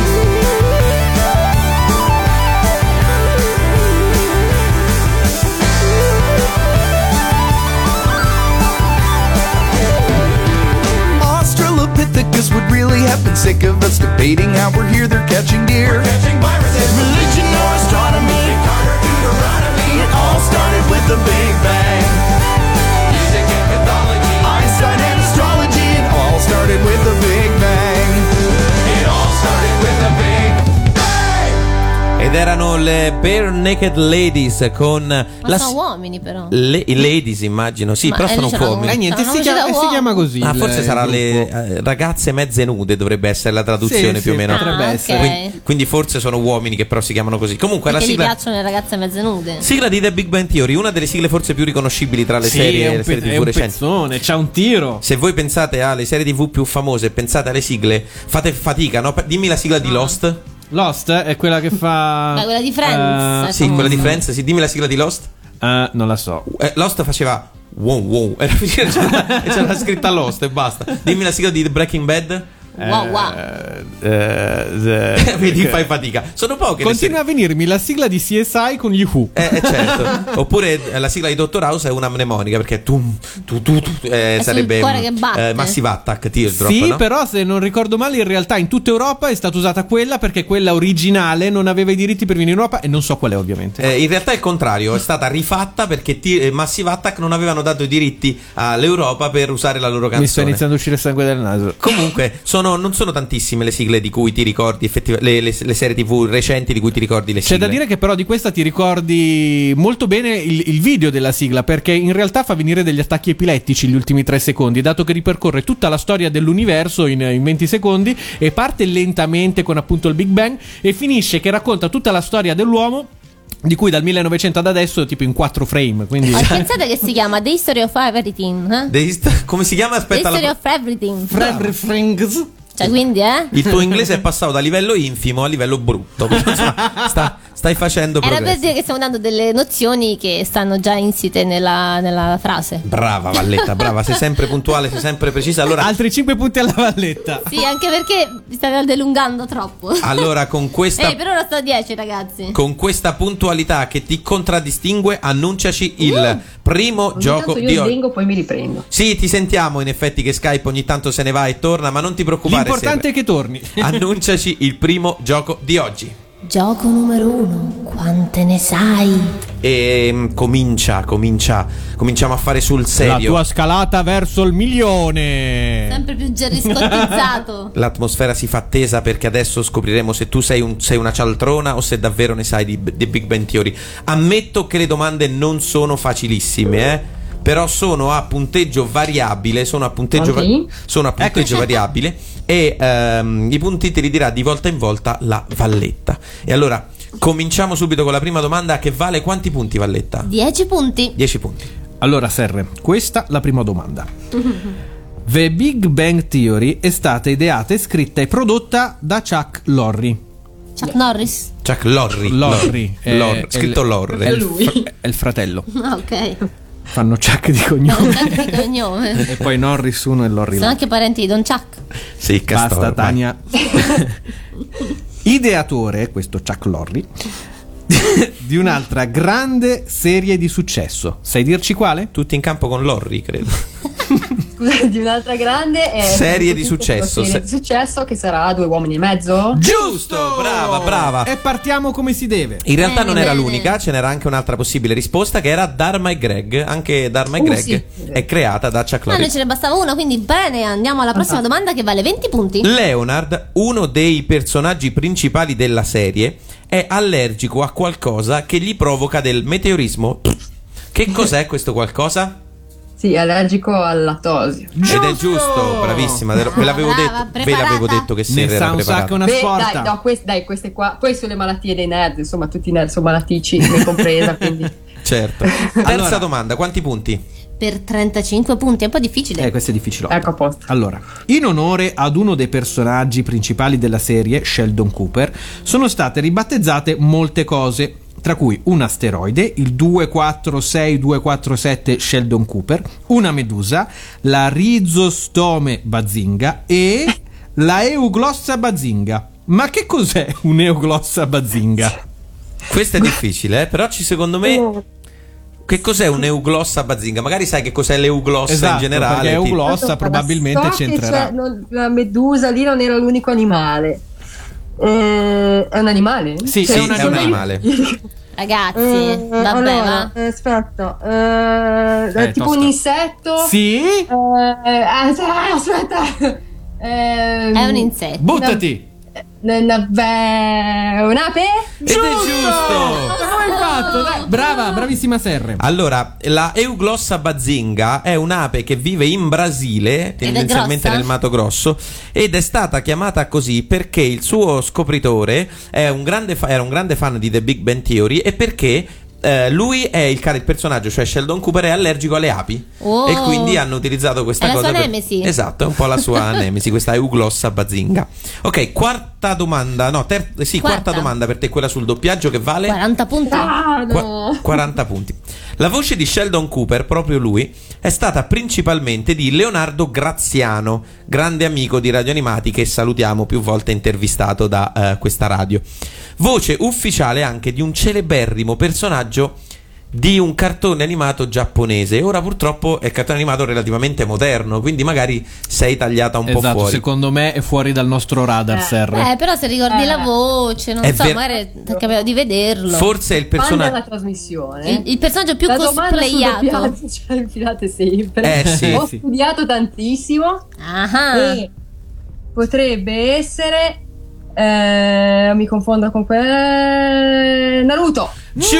[SPEAKER 13] Australopithecus would really have been sick of us debating how we're here, they're catching deer. We're catching viruses. Religion or astronomy, Carter, Deuteronomy. It all started with the Big Bang. Music and mythology, Einstein and astrology. It all started with the Big Bang. It all started with the Big Bang.
[SPEAKER 2] Ed erano le Bare Naked Ladies con
[SPEAKER 3] ma
[SPEAKER 2] la
[SPEAKER 3] sono uomini però.
[SPEAKER 2] le, i ladies, immagino, sì,
[SPEAKER 3] Ma
[SPEAKER 2] però
[SPEAKER 3] eh,
[SPEAKER 2] sono
[SPEAKER 3] c'erano-
[SPEAKER 2] uomini.
[SPEAKER 1] Eh, niente,
[SPEAKER 3] Saranno
[SPEAKER 1] si chiama,
[SPEAKER 3] voci da
[SPEAKER 1] si
[SPEAKER 3] uomo.
[SPEAKER 1] chiama così.
[SPEAKER 2] Ah,
[SPEAKER 1] il-
[SPEAKER 2] forse
[SPEAKER 1] il
[SPEAKER 2] sarà
[SPEAKER 1] gruppo.
[SPEAKER 2] le eh, ragazze mezze nude, dovrebbe essere la traduzione
[SPEAKER 1] Sì,
[SPEAKER 2] più o
[SPEAKER 1] sì,
[SPEAKER 2] meno.
[SPEAKER 1] potrebbe
[SPEAKER 3] Ah,
[SPEAKER 1] essere.
[SPEAKER 3] ok.
[SPEAKER 2] Quindi, quindi forse sono uomini che però si chiamano così. Comunque la
[SPEAKER 3] Perché gli
[SPEAKER 2] sigla,
[SPEAKER 3] piacciono le ragazze mezze nude.
[SPEAKER 2] sigla di The Big Bang Theory, una delle sigle forse più riconoscibili tra le
[SPEAKER 1] Sì,
[SPEAKER 2] serie,
[SPEAKER 1] è un,
[SPEAKER 2] le serie
[SPEAKER 1] pe- è
[SPEAKER 2] tivù
[SPEAKER 1] un
[SPEAKER 2] recenti.
[SPEAKER 1] pezzone, c'ha un tiro.
[SPEAKER 2] Se voi pensate alle serie tivù più famose, pensate alle sigle, fate fatica, no? Dimmi la sigla di Lost.
[SPEAKER 1] Lost è quella che fa.
[SPEAKER 3] Ma quella di Friends,
[SPEAKER 1] Eh,
[SPEAKER 3] è
[SPEAKER 2] Sì, quella di Friends, sì, dimmi la sigla di Lost.
[SPEAKER 1] eh, non la so.
[SPEAKER 2] Eh, Lost faceva wow wow, era- c'era, c'era scritta Lost e basta. Dimmi la sigla di The Breaking Bad.
[SPEAKER 3] Wow, wow.
[SPEAKER 2] Eh, eh, Vedi, fai fatica. Sono poche.
[SPEAKER 1] Continua a venirmi la sigla di C S I con gli Who.
[SPEAKER 2] Eh, eh, certo. Oppure la sigla di Doctor House è una mnemonica perché tu, tu, tu, tu eh, sarebbe eh, Massive Attack, Teardrop.
[SPEAKER 1] Sì,
[SPEAKER 2] no?
[SPEAKER 1] però se non ricordo male, in realtà in tutta Europa è stata usata quella perché quella originale non aveva i diritti per venire in Europa e non so qual è, ovviamente.
[SPEAKER 2] Eh, in realtà è il contrario, è stata rifatta perché T- Massive Attack non avevano dato i diritti all'Europa per usare la loro canzone.
[SPEAKER 1] Mi sta iniziando a uscire il sangue dal naso.
[SPEAKER 2] Comunque, sono non sono tantissime le sigle di cui ti ricordi effettivamente, le, le, le serie tivù recenti di cui ti ricordi le sigle.
[SPEAKER 1] C'è da dire che però di questa ti ricordi molto bene il, il video della sigla, perché in realtà fa venire degli attacchi epilettici gli ultimi tre secondi, dato che ripercorre tutta la storia dell'universo in, in venti secondi e parte lentamente con appunto il Big Bang e finisce che racconta tutta la storia dell'uomo, di cui dal millenovecento ad adesso tipo in quattro frame, quindi
[SPEAKER 3] oh, pensate che si chiama The History of Everything, eh?
[SPEAKER 2] The hist- come si chiama? Aspetta,
[SPEAKER 3] The History
[SPEAKER 2] la...
[SPEAKER 3] of Everything.
[SPEAKER 1] Everything.
[SPEAKER 3] Cioè, quindi, eh?
[SPEAKER 2] Il tuo inglese è passato da livello infimo a livello brutto. Sta, stai facendo
[SPEAKER 3] Era
[SPEAKER 2] progressi.
[SPEAKER 3] per dire che stiamo dando delle nozioni che stanno già insite nella, nella frase.
[SPEAKER 2] Brava Valletta, brava, sei sempre puntuale, sei sempre precisa. Allora,
[SPEAKER 1] altri cinque punti alla Valletta.
[SPEAKER 3] Sì, anche perché vi state delungando troppo.
[SPEAKER 2] Allora, con questa
[SPEAKER 3] Ehi, per ora sto a dieci, ragazzi.
[SPEAKER 2] Con questa puntualità che ti contraddistingue, annunciaci il uh, primo
[SPEAKER 12] ogni
[SPEAKER 2] gioco
[SPEAKER 12] tanto io
[SPEAKER 2] di oggi.
[SPEAKER 12] vengo, poi mi riprendo.
[SPEAKER 2] Sì, ti sentiamo in effetti che Skype ogni tanto se ne va e torna, ma non ti preoccupare.
[SPEAKER 1] L'importante
[SPEAKER 2] se...
[SPEAKER 1] è che torni.
[SPEAKER 2] Annunciaci il primo gioco di oggi.
[SPEAKER 3] Gioco numero uno, quante ne sai?
[SPEAKER 2] E um, comincia, comincia, cominciamo a fare sul serio.
[SPEAKER 1] La tua scalata verso il milione.
[SPEAKER 3] Sempre più gerriscottizzato.
[SPEAKER 2] L'atmosfera si fa tesa perché adesso scopriremo se tu sei, un, sei una cialtrona o se davvero ne sai di, di Big Bang Theory. Ammetto che le domande non sono facilissime, eh. Però sono a punteggio variabile, sono a punteggio,
[SPEAKER 12] okay.
[SPEAKER 2] va- sono a punteggio
[SPEAKER 12] Eccoci.
[SPEAKER 2] variabile e um, i punti te li dirà di volta in volta la Valletta. E allora cominciamo subito con la prima domanda che vale quanti punti, Valletta?
[SPEAKER 3] dieci punti.
[SPEAKER 2] dieci punti.
[SPEAKER 1] Allora Serre, questa la prima domanda. The Big Bang Theory è stata ideata e scritta e prodotta da Chuck Lorre.
[SPEAKER 3] Chuck Norris.
[SPEAKER 2] Chuck Lorre.
[SPEAKER 1] Lorre.
[SPEAKER 2] Lorre. Lorre. Scritto Lorre.
[SPEAKER 1] È il, fr- è il fratello.
[SPEAKER 3] Ah, ok.
[SPEAKER 1] Fanno Chuck di cognome.
[SPEAKER 3] Chuck di cognome.
[SPEAKER 1] E poi Norris uno e Lorre.
[SPEAKER 3] Sono anche parenti di Don Chuck.
[SPEAKER 2] Sì, Castoro.
[SPEAKER 1] Basta, Tania. Ideatore, questo Chuck Lorre, di un'altra grande serie di successo. Sai dirci quale?
[SPEAKER 2] Tutti in campo con Lorre, credo.
[SPEAKER 12] Scusate, di un'altra grande è
[SPEAKER 2] serie di successo.
[SPEAKER 12] Serie di successo che sarà Due uomini e mezzo.
[SPEAKER 2] Giusto, brava, brava.
[SPEAKER 1] E partiamo come si deve.
[SPEAKER 2] In realtà
[SPEAKER 3] Bene,
[SPEAKER 2] non era
[SPEAKER 3] bene.
[SPEAKER 2] l'unica, ce n'era anche un'altra possibile risposta che era Dharma e Greg. Anche Dharma e
[SPEAKER 12] Oh,
[SPEAKER 2] Greg
[SPEAKER 12] sì.
[SPEAKER 2] è creata da Chuck
[SPEAKER 3] Ma
[SPEAKER 2] Lorre.
[SPEAKER 3] noi ce ne bastava una, quindi bene, andiamo alla prossima domanda che vale venti punti.
[SPEAKER 2] Leonard, uno dei personaggi principali della serie, è allergico a qualcosa che gli provoca del meteorismo. Che cos'è questo qualcosa?
[SPEAKER 12] Sì, è allergico al lattosio.
[SPEAKER 2] Ed è giusto, bravissima. Ve l'avevo
[SPEAKER 3] Brava,
[SPEAKER 2] detto, ve
[SPEAKER 3] preparata.
[SPEAKER 2] l'avevo detto che
[SPEAKER 1] Ne
[SPEAKER 2] Serra
[SPEAKER 1] sa
[SPEAKER 2] era
[SPEAKER 1] un
[SPEAKER 2] preparata.
[SPEAKER 1] sacco una
[SPEAKER 12] Beh,
[SPEAKER 1] sporta.
[SPEAKER 12] dai, no, queste, dai, queste qua. Poi sono le malattie dei nerd, insomma, tutti i nerd sono malatici, me compresa, quindi.
[SPEAKER 2] Certo. Terza
[SPEAKER 1] Allora.
[SPEAKER 2] domanda, quanti punti?
[SPEAKER 3] Per trentacinque punti, è un po' difficile.
[SPEAKER 1] Eh, questo è difficile.
[SPEAKER 12] Ecco a posto.
[SPEAKER 1] Allora, in onore ad uno dei personaggi principali della serie, Sheldon Cooper, sono state ribattezzate molte cose, tra cui un asteroide, il due quattro sei due quattro sette Sheldon Cooper, una medusa, la Rhizostome Bazinga e la Euglossa Bazinga. Ma che cos'è un Euglossa Bazinga?
[SPEAKER 2] Questo è difficile, eh? Però ci secondo me. Che cos'è un Euglossa Bazinga? Magari sai che cos'è l'Euglossa
[SPEAKER 1] Esatto,
[SPEAKER 2] in generale.
[SPEAKER 1] perché
[SPEAKER 2] ti-
[SPEAKER 1] Euglossa
[SPEAKER 12] Allora,
[SPEAKER 1] probabilmente
[SPEAKER 12] so che
[SPEAKER 1] c'entrerà.
[SPEAKER 12] c'è- non- la medusa lì non era l'unico animale. Eh, è un animale?
[SPEAKER 1] Sì,
[SPEAKER 2] Sì,
[SPEAKER 1] è
[SPEAKER 2] è
[SPEAKER 1] un
[SPEAKER 2] un animale.
[SPEAKER 3] Ragazzi,
[SPEAKER 12] Eh,
[SPEAKER 3] vabbè,
[SPEAKER 12] allora,
[SPEAKER 3] va.
[SPEAKER 12] eh, aspetta, eh, è
[SPEAKER 1] Eh,
[SPEAKER 12] tipo
[SPEAKER 1] tosta.
[SPEAKER 12] un insetto.
[SPEAKER 1] Sì?
[SPEAKER 12] Eh, ah, aspetta, eh,
[SPEAKER 3] È un insetto.
[SPEAKER 1] Buttati!
[SPEAKER 12] una- una- beh, un'ape?
[SPEAKER 2] Ed è giusto!
[SPEAKER 1] Come hai fatto? Dai, brava, bravissima Serre.
[SPEAKER 2] Allora, la Euglossa Bazinga è un'ape che vive in Brasile, tendenzialmente
[SPEAKER 3] grossa?
[SPEAKER 2] nel Mato Grosso, ed è stata chiamata così perché il suo scopritore è un grande fa- era un grande fan di The Big Bang Theory e perché eh, lui è il, car- il personaggio, cioè Sheldon Cooper, è allergico alle api.
[SPEAKER 3] Oh.
[SPEAKER 2] E quindi hanno utilizzato questa
[SPEAKER 3] È la
[SPEAKER 2] cosa.
[SPEAKER 3] sua
[SPEAKER 2] per-
[SPEAKER 3] nemesi.
[SPEAKER 2] Esatto, è un po' la sua nemesi, questa Euglossa Bazinga. Ok, quarta domanda. No, ter- sì, quarta.
[SPEAKER 3] Quarta.
[SPEAKER 2] domanda per te, quella sul doppiaggio che vale
[SPEAKER 3] quaranta punti.
[SPEAKER 12] Ah,
[SPEAKER 2] Qua-
[SPEAKER 12] no.
[SPEAKER 2] quaranta punti. La voce di Sheldon Cooper, proprio lui, è stata principalmente di Leonardo Graziano, grande amico di Radio Animati che salutiamo, più volte intervistato da uh, questa radio. Voce ufficiale anche di un celeberrimo personaggio di un cartone animato giapponese. Ora purtroppo è il cartone animato relativamente moderno, quindi magari sei tagliata un
[SPEAKER 1] esatto,
[SPEAKER 2] po' fuori.
[SPEAKER 1] Secondo me è fuori dal nostro radar,
[SPEAKER 3] Eh,
[SPEAKER 1] Ser.
[SPEAKER 3] eh, però se ricordi
[SPEAKER 12] Eh.
[SPEAKER 3] la voce, non
[SPEAKER 2] È
[SPEAKER 3] so,
[SPEAKER 2] ver-
[SPEAKER 3] magari ti è capitato di vederlo.
[SPEAKER 2] Forse è il
[SPEAKER 12] Fan
[SPEAKER 2] personaggio.
[SPEAKER 12] della trasmissione.
[SPEAKER 3] Il, il personaggio più
[SPEAKER 12] La domanda sul
[SPEAKER 3] cosplayato.
[SPEAKER 12] doppiaggio ce la infilate sempre.
[SPEAKER 2] Eh, sì,
[SPEAKER 12] Ho
[SPEAKER 2] sì.
[SPEAKER 12] studiato tantissimo
[SPEAKER 3] Ah.
[SPEAKER 12] e potrebbe essere eh, mi confondo con que... Naruto.
[SPEAKER 2] Giusto!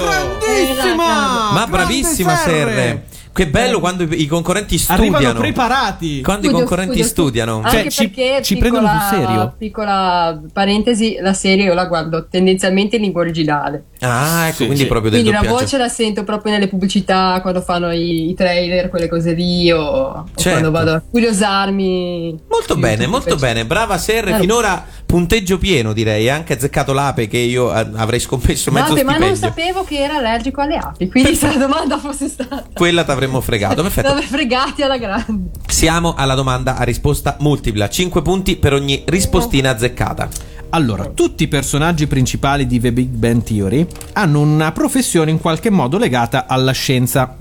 [SPEAKER 12] grandissima!
[SPEAKER 2] Ma bravissima Serre. Che bello quando i i concorrenti studiano.
[SPEAKER 1] Arrivano preparati.
[SPEAKER 2] Quando i
[SPEAKER 12] Studio,
[SPEAKER 2] concorrenti
[SPEAKER 12] studio,
[SPEAKER 2] studiano.
[SPEAKER 12] Anche
[SPEAKER 1] Cioè, ci-
[SPEAKER 12] perché
[SPEAKER 1] ci
[SPEAKER 12] piccola,
[SPEAKER 1] prendono sul serio?
[SPEAKER 12] Piccola parentesi, la serie io la guardo tendenzialmente in lingua originale.
[SPEAKER 2] Ah, ecco,
[SPEAKER 1] Sì,
[SPEAKER 2] quindi
[SPEAKER 1] sì.
[SPEAKER 2] proprio del
[SPEAKER 12] Quindi la
[SPEAKER 2] doppiaggio.
[SPEAKER 12] voce la sento proprio nelle pubblicità, quando fanno i, i trailer, quelle cose lì, o, o
[SPEAKER 2] Certo.
[SPEAKER 12] quando vado a curiosarmi.
[SPEAKER 2] Molto
[SPEAKER 12] su
[SPEAKER 2] bene,
[SPEAKER 12] YouTube,
[SPEAKER 2] molto
[SPEAKER 12] invece.
[SPEAKER 2] bene. Brava Serre,
[SPEAKER 12] Eh.
[SPEAKER 2] finora punteggio pieno, direi. Anche azzeccato l'ape che io eh, avrei scommesso mezzo
[SPEAKER 12] Vabbè, ma non
[SPEAKER 2] stipendio.
[SPEAKER 12] sapevo che era allergico alle api, quindi se la domanda fosse stata
[SPEAKER 2] Quella t'avremmo fregato. Perfetto.
[SPEAKER 12] dove fregati alla grande.
[SPEAKER 2] Siamo alla domanda a risposta multipla. cinque punti per ogni rispostina azzeccata.
[SPEAKER 1] Allora, tutti i personaggi principali di The Big Bang Theory hanno una professione in qualche modo legata alla scienza.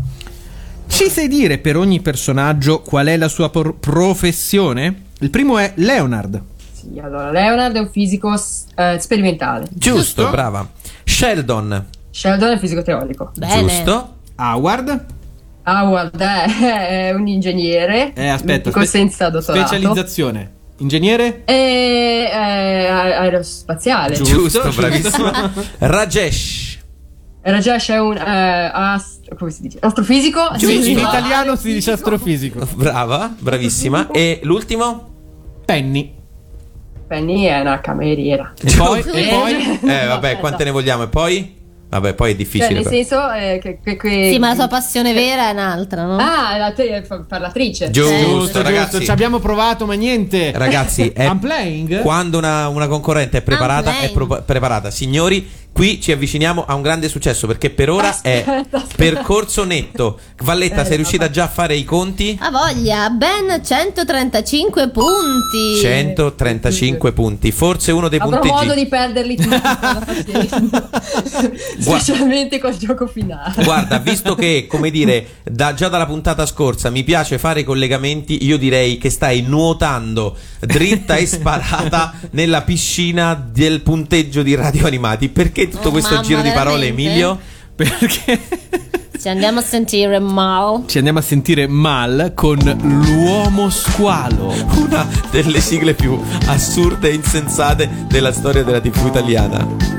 [SPEAKER 1] Ci sai dire per ogni personaggio qual è la sua por- professione? Il primo è Leonard.
[SPEAKER 12] Sì, allora, Leonard è un fisico s- eh, sperimentale.
[SPEAKER 2] Giusto,
[SPEAKER 1] Giusto.
[SPEAKER 2] brava. Sheldon.
[SPEAKER 12] Sheldon è un fisico teorico.
[SPEAKER 3] Bene.
[SPEAKER 2] Giusto.
[SPEAKER 1] Howard.
[SPEAKER 12] Howard è, è un ingegnere.
[SPEAKER 1] Eh, aspetta.
[SPEAKER 12] medico
[SPEAKER 1] spe-
[SPEAKER 12] senza dottorato.
[SPEAKER 1] Specializzazione. Ingegnere?
[SPEAKER 12] E è aerospaziale.
[SPEAKER 2] Giusto, bravissima. Rajesh.
[SPEAKER 12] Rajesh è un eh, ast- come si dice? Astrofisico?
[SPEAKER 1] Giusto.
[SPEAKER 12] Sì,
[SPEAKER 1] In
[SPEAKER 12] sì.
[SPEAKER 1] italiano si dice astrofisico.
[SPEAKER 2] Brava, bravissima. E l'ultimo?
[SPEAKER 1] Penny.
[SPEAKER 12] Penny è una cameriera.
[SPEAKER 1] E poi? E poi?
[SPEAKER 2] Eh, vabbè, quante ne vogliamo? E poi? Vabbè, poi è
[SPEAKER 12] Cioè,
[SPEAKER 2] difficile.
[SPEAKER 12] nel
[SPEAKER 2] però.
[SPEAKER 12] senso eh, che, che, che-
[SPEAKER 3] Sì, ma la sua passione vera è un'altra, no?
[SPEAKER 12] Ah, è la te- fa- parlatrice.
[SPEAKER 2] Giusto,
[SPEAKER 1] Giusto,
[SPEAKER 2] ragazzi.
[SPEAKER 1] giusto. Ci abbiamo provato, ma niente.
[SPEAKER 2] Ragazzi, è
[SPEAKER 1] I'm playing.
[SPEAKER 2] quando una, una concorrente è preparata,
[SPEAKER 3] I'm
[SPEAKER 2] è pro- preparata. Signori, qui ci avviciniamo a un grande successo perché per ora
[SPEAKER 12] Aspetta,
[SPEAKER 2] è
[SPEAKER 12] aspetta.
[SPEAKER 2] percorso netto. Valletta,
[SPEAKER 12] Eh,
[SPEAKER 2] sei riuscita già a fare i conti?
[SPEAKER 3] Ha voglia, ben centotrentacinque punti.
[SPEAKER 2] centotrentacinque punti. Forse uno dei
[SPEAKER 12] Avrò
[SPEAKER 2] punteggi.
[SPEAKER 12] modo di perderli tutti con la pazienza. Specialmente col gioco finale.
[SPEAKER 2] Guarda, visto che, come dire, da, già dalla puntata scorsa mi piace fare i collegamenti, io direi che stai nuotando dritta e sparata nella piscina del punteggio di Radio Animati. Perché tutto
[SPEAKER 3] Oh,
[SPEAKER 2] questo
[SPEAKER 3] mamma,
[SPEAKER 2] giro di parole,
[SPEAKER 3] veramente?
[SPEAKER 2] Emilio?
[SPEAKER 1] Perché
[SPEAKER 3] Ci andiamo a sentire mal.
[SPEAKER 1] ci andiamo a sentire mal con l'uomo squalo.
[SPEAKER 2] Una delle sigle più assurde e insensate della storia della tivù italiana.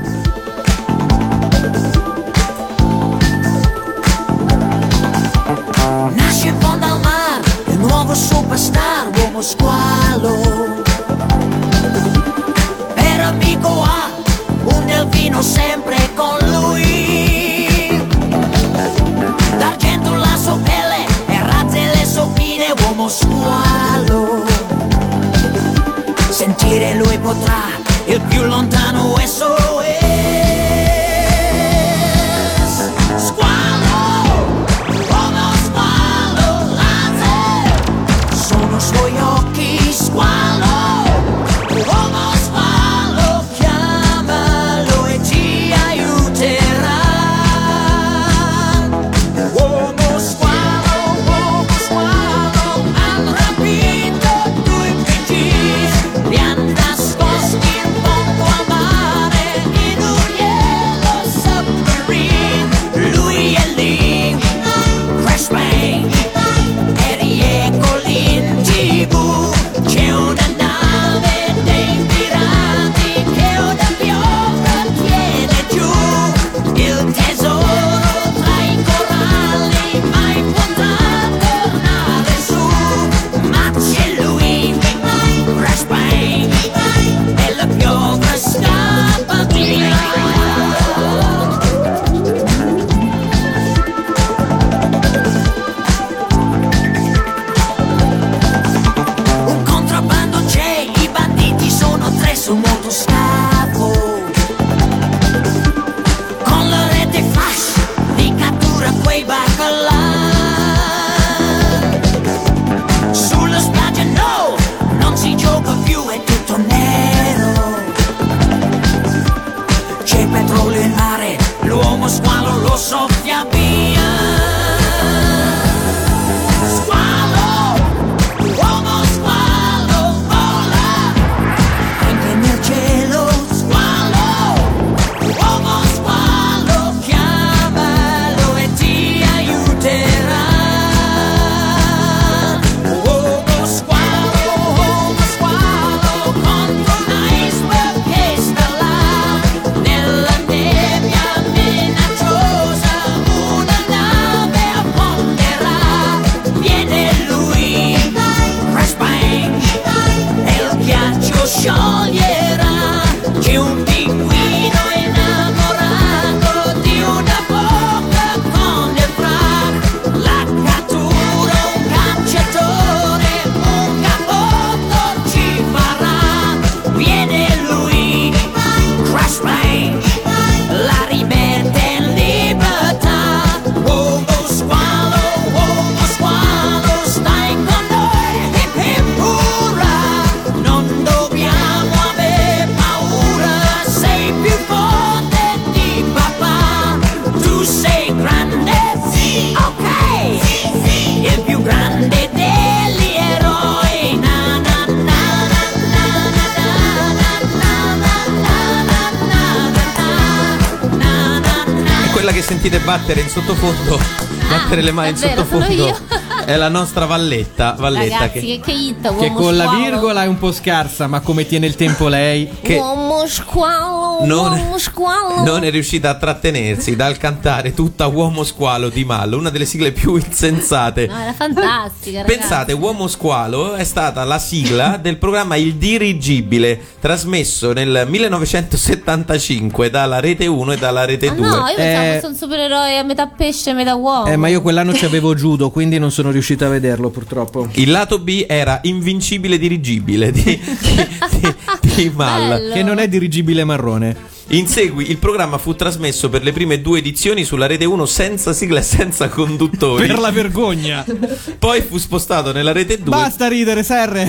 [SPEAKER 14] Nasce in fondo al mare, il nuovo superstar, uomo squalo. Per amico ha un delfino sempre con lui. D'argento la sua pelle e razze le sopine, uomo squalo. Sentire lui potrà, il più lontano è solo è. Suoi occhi squalo, uomo squalo, chiamalo e ci aiuterà. Uomo squalo, uomo squalo, hanno rapito due P G, li hanno nascosti in fondo al mare, in un lo scioglierà, che un pinguino innamorato di una bocca con il frac, la cattura un cacciatore, un capotto ci farà, viene lui, Crash Range, la rimette in libertà, uomo squalo, uomo squalo, stai con noi, hip hip hurra, non dobbiamo avere paura, sei più forte di papà, tu sei grande, sì, ok, sì, sì, il più grande degli eroi, na na na na na na na na na na.
[SPEAKER 2] E quella che sentite battere in sottofondo, battere le mani
[SPEAKER 3] è
[SPEAKER 2] in
[SPEAKER 3] vero, sono
[SPEAKER 2] sottofondo,
[SPEAKER 3] io.
[SPEAKER 2] è la nostra Valletta, Valletta
[SPEAKER 3] Ragazzi,
[SPEAKER 2] che,
[SPEAKER 3] che, che hit, uomo
[SPEAKER 1] Che con la
[SPEAKER 3] squalo.
[SPEAKER 1] virgola è un po' scarsa, ma come tiene il tempo lei.
[SPEAKER 2] che
[SPEAKER 3] Uomo squalo,
[SPEAKER 2] non,
[SPEAKER 3] uomo squalo.
[SPEAKER 2] non è riuscita a trattenersi dal cantare tutta Uomo Squalo di Mallo, una delle sigle più insensate.
[SPEAKER 3] No, era fantastica, ragazzi.
[SPEAKER 2] Pensate, Uomo Squalo è stata la sigla del programma Il Dirigibile, trasmesso nel millenovecentosettantacinque dalla Rete uno e dalla Rete
[SPEAKER 3] Ah
[SPEAKER 2] due.
[SPEAKER 3] no, io pensavo
[SPEAKER 1] Eh,
[SPEAKER 3] fosse un supereroe a metà pesce e metà uomo.
[SPEAKER 1] Eh, ma io quell'anno ci avevo judo, quindi non sono riuscito a vederlo purtroppo.
[SPEAKER 2] Il lato B era Invincibile Dirigibile di, di, di, di Mal.
[SPEAKER 3] Bello.
[SPEAKER 1] Che non è dirigibile marrone.
[SPEAKER 2] In segui il programma fu trasmesso per le prime due edizioni sulla Rete uno senza sigla e senza conduttori.
[SPEAKER 1] Per la vergogna.
[SPEAKER 2] Poi fu spostato nella Rete due.
[SPEAKER 1] Basta ridere, Serre.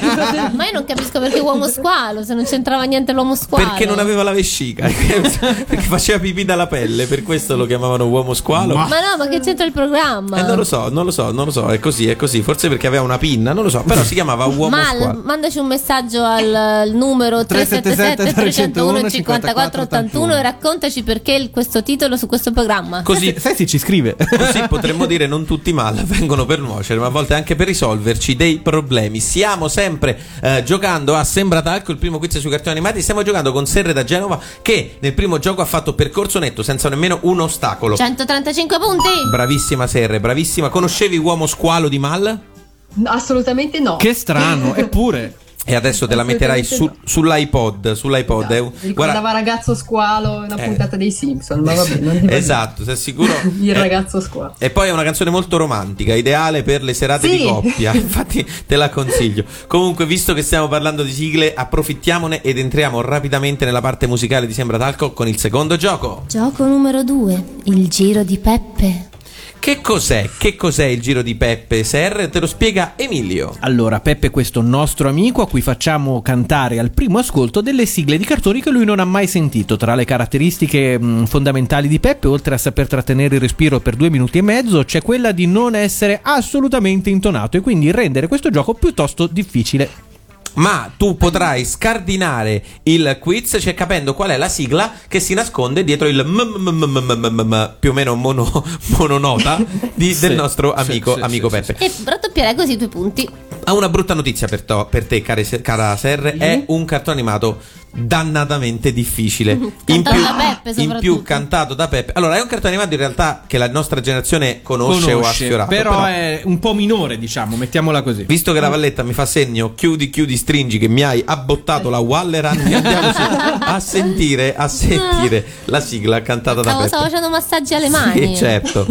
[SPEAKER 3] Ma io non capisco perché uomo squalo, se non c'entrava niente l'uomo squalo.
[SPEAKER 2] Perché non aveva la vescica, perché faceva pipì dalla pelle, per questo lo chiamavano Uomo Squalo.
[SPEAKER 3] Ma no, ma che c'entra il programma?
[SPEAKER 2] Eh, non lo so, non lo so, non lo so, è così, è così. Forse perché aveva una pinna, non lo so, però si chiamava Uomo
[SPEAKER 3] Mal,
[SPEAKER 2] Squalo.
[SPEAKER 3] mandaci un messaggio al, al numero tre sette sette tre zero uno cinque quattro otto uno e raccontaci perché il- questo titolo su questo programma.
[SPEAKER 2] Così,
[SPEAKER 1] Sai se ci scrive.
[SPEAKER 2] così potremmo dire non tutti mal vengono per nuocere, ma a volte anche per risolverci dei problemi. Stiamo sempre eh, giocando a Sembra Talco, il primo quiz sui cartoni animati. Stiamo giocando con Serre da Genova, che nel primo gioco ha fatto percorso netto senza nemmeno un ostacolo.
[SPEAKER 3] centotrentacinque punti.
[SPEAKER 2] Bravissima Serre, bravissima. Conoscevi Uomo Squalo di Mal?
[SPEAKER 12] Assolutamente no.
[SPEAKER 1] Che strano, eppure.
[SPEAKER 2] E adesso te la metterai su, sull'iPod, sull'iPod. È un-
[SPEAKER 12] Mi ricordava
[SPEAKER 2] guarda,
[SPEAKER 12] Ragazzo Squalo, una
[SPEAKER 2] Eh.
[SPEAKER 12] puntata dei Simpson, ma vabbè, non ti va
[SPEAKER 2] esatto, sei sicuro?
[SPEAKER 12] bene. Il
[SPEAKER 2] Eh,
[SPEAKER 12] Ragazzo Squalo.
[SPEAKER 2] E poi è una canzone molto romantica, ideale per le serate
[SPEAKER 12] Sì.
[SPEAKER 2] di coppia. Infatti te la consiglio. Comunque, visto che stiamo parlando di sigle, approfittiamone ed entriamo rapidamente nella parte musicale di Sembra Talco con il secondo gioco.
[SPEAKER 3] Gioco numero due, il giro di Peppe.
[SPEAKER 2] Che cos'è? Che cos'è il giro di Peppe Serre? Te lo spiega Emilio.
[SPEAKER 1] Allora, Peppe è questo nostro amico a cui facciamo cantare al primo ascolto delle sigle di cartoni che lui non ha mai sentito. Tra le caratteristiche mh, fondamentali di Peppe, oltre a saper trattenere il respiro per due minuti e mezzo, c'è quella di non essere assolutamente intonato e quindi rendere questo gioco piuttosto difficile.
[SPEAKER 2] Ma tu potrai scardinare il quiz, cioè capendo qual è la sigla che si nasconde dietro il m- m- m- m- m- m- più o meno mono, mononota di- del nostro amico,
[SPEAKER 1] sì,
[SPEAKER 2] amico
[SPEAKER 1] sì,
[SPEAKER 2] Peppe.
[SPEAKER 3] E raddoppierai così i tuoi punti.
[SPEAKER 2] Ha una brutta notizia per, to- per te, care- cara Serre, è un cartone animato dannatamente difficile. In
[SPEAKER 3] Cantato
[SPEAKER 2] più,
[SPEAKER 3] da Peppe,
[SPEAKER 2] in
[SPEAKER 3] soprattutto.
[SPEAKER 2] più cantato da Peppe. Allora, è un cartone animato in realtà che la nostra generazione conosce, o ha sfiorato.
[SPEAKER 1] però, è un po' minore, diciamo, mettiamola così.
[SPEAKER 2] Visto che la Valletta mi fa segno chiudi, chiudi, stringi, che mi hai abbottato la Walleran, andiamoci a sentire, a sentire la sigla cantata da
[SPEAKER 3] Stavo,
[SPEAKER 2] Peppe.
[SPEAKER 3] stavo facendo massaggi alle mani.
[SPEAKER 2] Sì, certo.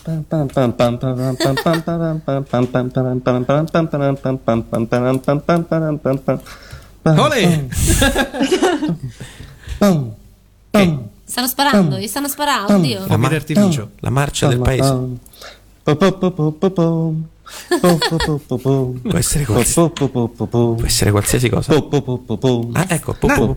[SPEAKER 1] Olè!
[SPEAKER 3] Stanno sparando, gli stanno sparando, oddio.
[SPEAKER 2] La, mar- la marcia del paese. Può essere qualsiasi, può essere qualsiasi cosa. Ah, ecco. po- po-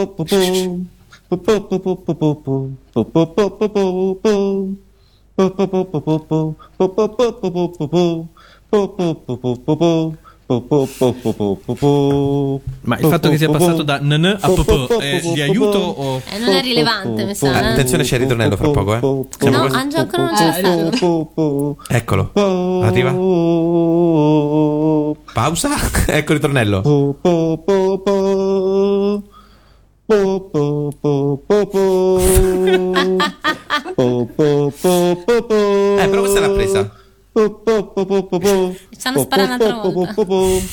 [SPEAKER 1] Ma il fatto che sia passato da n a p p è di aiuto o...
[SPEAKER 3] Eh, non è rilevante, mi sa.
[SPEAKER 2] Ah,
[SPEAKER 3] eh.
[SPEAKER 2] attenzione, c'è il ritornello fra poco, eh. Siamo
[SPEAKER 3] No,
[SPEAKER 2] quasi-
[SPEAKER 3] Angelo ancora non c'è stato.
[SPEAKER 2] Eccolo. Arriva. Pausa. Ecco il ritornello. Eh, però questa è la presa.
[SPEAKER 3] Stanno sparando un'altra volta.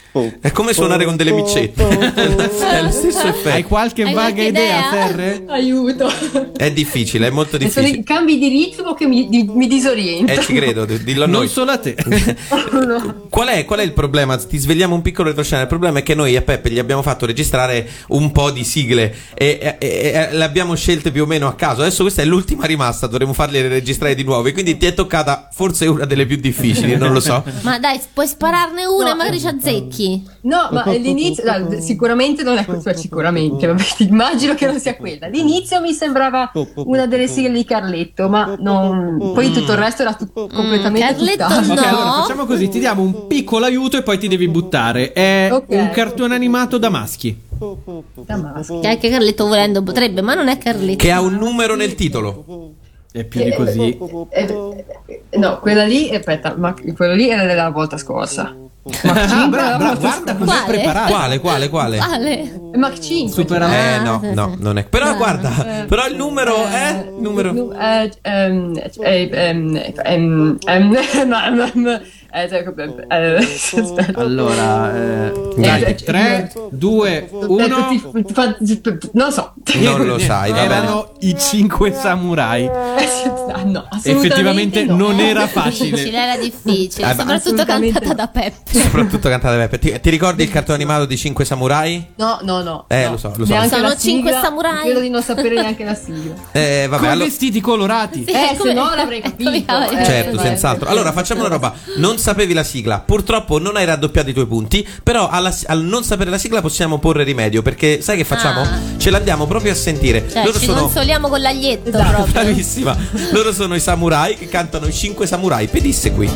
[SPEAKER 2] È come suonare con delle micette. È lo stesso effetto.
[SPEAKER 1] Hai qualche
[SPEAKER 3] Hai
[SPEAKER 1] vaga
[SPEAKER 3] qualche
[SPEAKER 1] idea,
[SPEAKER 3] idea?
[SPEAKER 1] Ferre?
[SPEAKER 12] Aiuto.
[SPEAKER 2] È difficile, è molto
[SPEAKER 12] E sono
[SPEAKER 2] difficile.
[SPEAKER 12] i cambi di ritmo che mi, di- mi disorientano.
[SPEAKER 2] Eh, ci credo, d- dillo a
[SPEAKER 1] Non
[SPEAKER 2] noi.
[SPEAKER 1] solo a te.
[SPEAKER 2] Qual è, qual è il problema? Ti svegliamo un piccolo retroscena. Il problema è che noi a Peppe gli abbiamo fatto registrare un po' di sigle e, e- e- e le abbiamo scelte più o meno a caso. Adesso questa è l'ultima rimasta, dovremo farle registrare di nuovo. E quindi ti è toccata forse una delle più difficili, non lo so.
[SPEAKER 3] Ma dai, puoi spararne una,
[SPEAKER 12] No,
[SPEAKER 3] magari ci azzecchi.
[SPEAKER 12] No, ma l'inizio no, sicuramente non è cioè, sicuramente, vabbè, immagino che non sia quella. L'inizio mi sembrava una delle sigle di Carletto, ma non... poi tutto il resto era tut- completamente
[SPEAKER 3] Carletto
[SPEAKER 12] tutt'altro.
[SPEAKER 1] Ok,
[SPEAKER 3] No.
[SPEAKER 1] allora facciamo così, ti diamo un piccolo aiuto e poi ti devi buttare. È
[SPEAKER 12] Ok.
[SPEAKER 1] un cartone animato da maschi.
[SPEAKER 12] Da maschio.
[SPEAKER 3] Che anche Carletto volendo potrebbe, ma non è Carletto.
[SPEAKER 2] Che ha un numero nel titolo.
[SPEAKER 1] È più di così.
[SPEAKER 12] Eh, eh, no, quella lì, aspetta, ma quello lì era della volta scorsa.
[SPEAKER 1] Ah, brava, brava, guarda come sei
[SPEAKER 3] Quale?
[SPEAKER 1] preparato.
[SPEAKER 2] Quale, quale, quale?
[SPEAKER 3] Vale.
[SPEAKER 12] Mach cinque.
[SPEAKER 1] Supera me.
[SPEAKER 2] Eh no, no, non è. Però guarda, però il numero è numero.
[SPEAKER 12] Nu- eh, ehm, eh, ehm, ehm, ehm, eh, eh, aspetta.
[SPEAKER 1] Allora, eh,
[SPEAKER 12] Eh,
[SPEAKER 1] dai,
[SPEAKER 12] eh,
[SPEAKER 1] tre, due, uno.
[SPEAKER 12] Ti- ti fa- non so.
[SPEAKER 2] Non lo sai, va bene.
[SPEAKER 1] Erano i cinque samurai.
[SPEAKER 12] Ah, no, assolutamente
[SPEAKER 1] Effettivamente
[SPEAKER 12] no.
[SPEAKER 1] non era
[SPEAKER 3] Difficile,
[SPEAKER 1] facile.
[SPEAKER 3] era difficile,
[SPEAKER 2] Eh, ma-
[SPEAKER 3] soprattutto
[SPEAKER 12] assolutamente
[SPEAKER 3] cantata
[SPEAKER 12] no.
[SPEAKER 3] da Peppe.
[SPEAKER 2] Soprattutto cantata da Peppe. Ti, ti ricordi il cartone animato di Cinque Samurai?
[SPEAKER 12] No, no, no.
[SPEAKER 2] Eh,
[SPEAKER 12] no.
[SPEAKER 2] lo so, lo so.
[SPEAKER 12] Neanche
[SPEAKER 3] Sono
[SPEAKER 12] la
[SPEAKER 3] cinque
[SPEAKER 12] sigla,
[SPEAKER 3] samurai.
[SPEAKER 12] Credo di non sapere neanche la sigla.
[SPEAKER 2] Eh, vabbè,
[SPEAKER 1] Con
[SPEAKER 2] allora.
[SPEAKER 1] vestiti colorati.
[SPEAKER 3] Sì,
[SPEAKER 12] Eh,
[SPEAKER 3] come-
[SPEAKER 12] se no l'avrei capito.
[SPEAKER 3] come cavolo.
[SPEAKER 12] Eh,
[SPEAKER 2] Certo,
[SPEAKER 12] vai.
[SPEAKER 2] senz'altro. Allora facciamo una roba. Non sapevi la sigla, purtroppo non hai raddoppiato i tuoi punti. Però alla- al non sapere la sigla possiamo porre rimedio. Perché sai che facciamo?
[SPEAKER 3] Ah.
[SPEAKER 2] Ce l'andiamo proprio a sentire.
[SPEAKER 3] Cioè,
[SPEAKER 2] Loro
[SPEAKER 3] ci
[SPEAKER 2] sono.
[SPEAKER 3] consoliamo con l'aglietto
[SPEAKER 12] Esatto.
[SPEAKER 3] proprio.
[SPEAKER 2] Bravissima. Loro sono i samurai che cantano i cinque samurai pedissequi.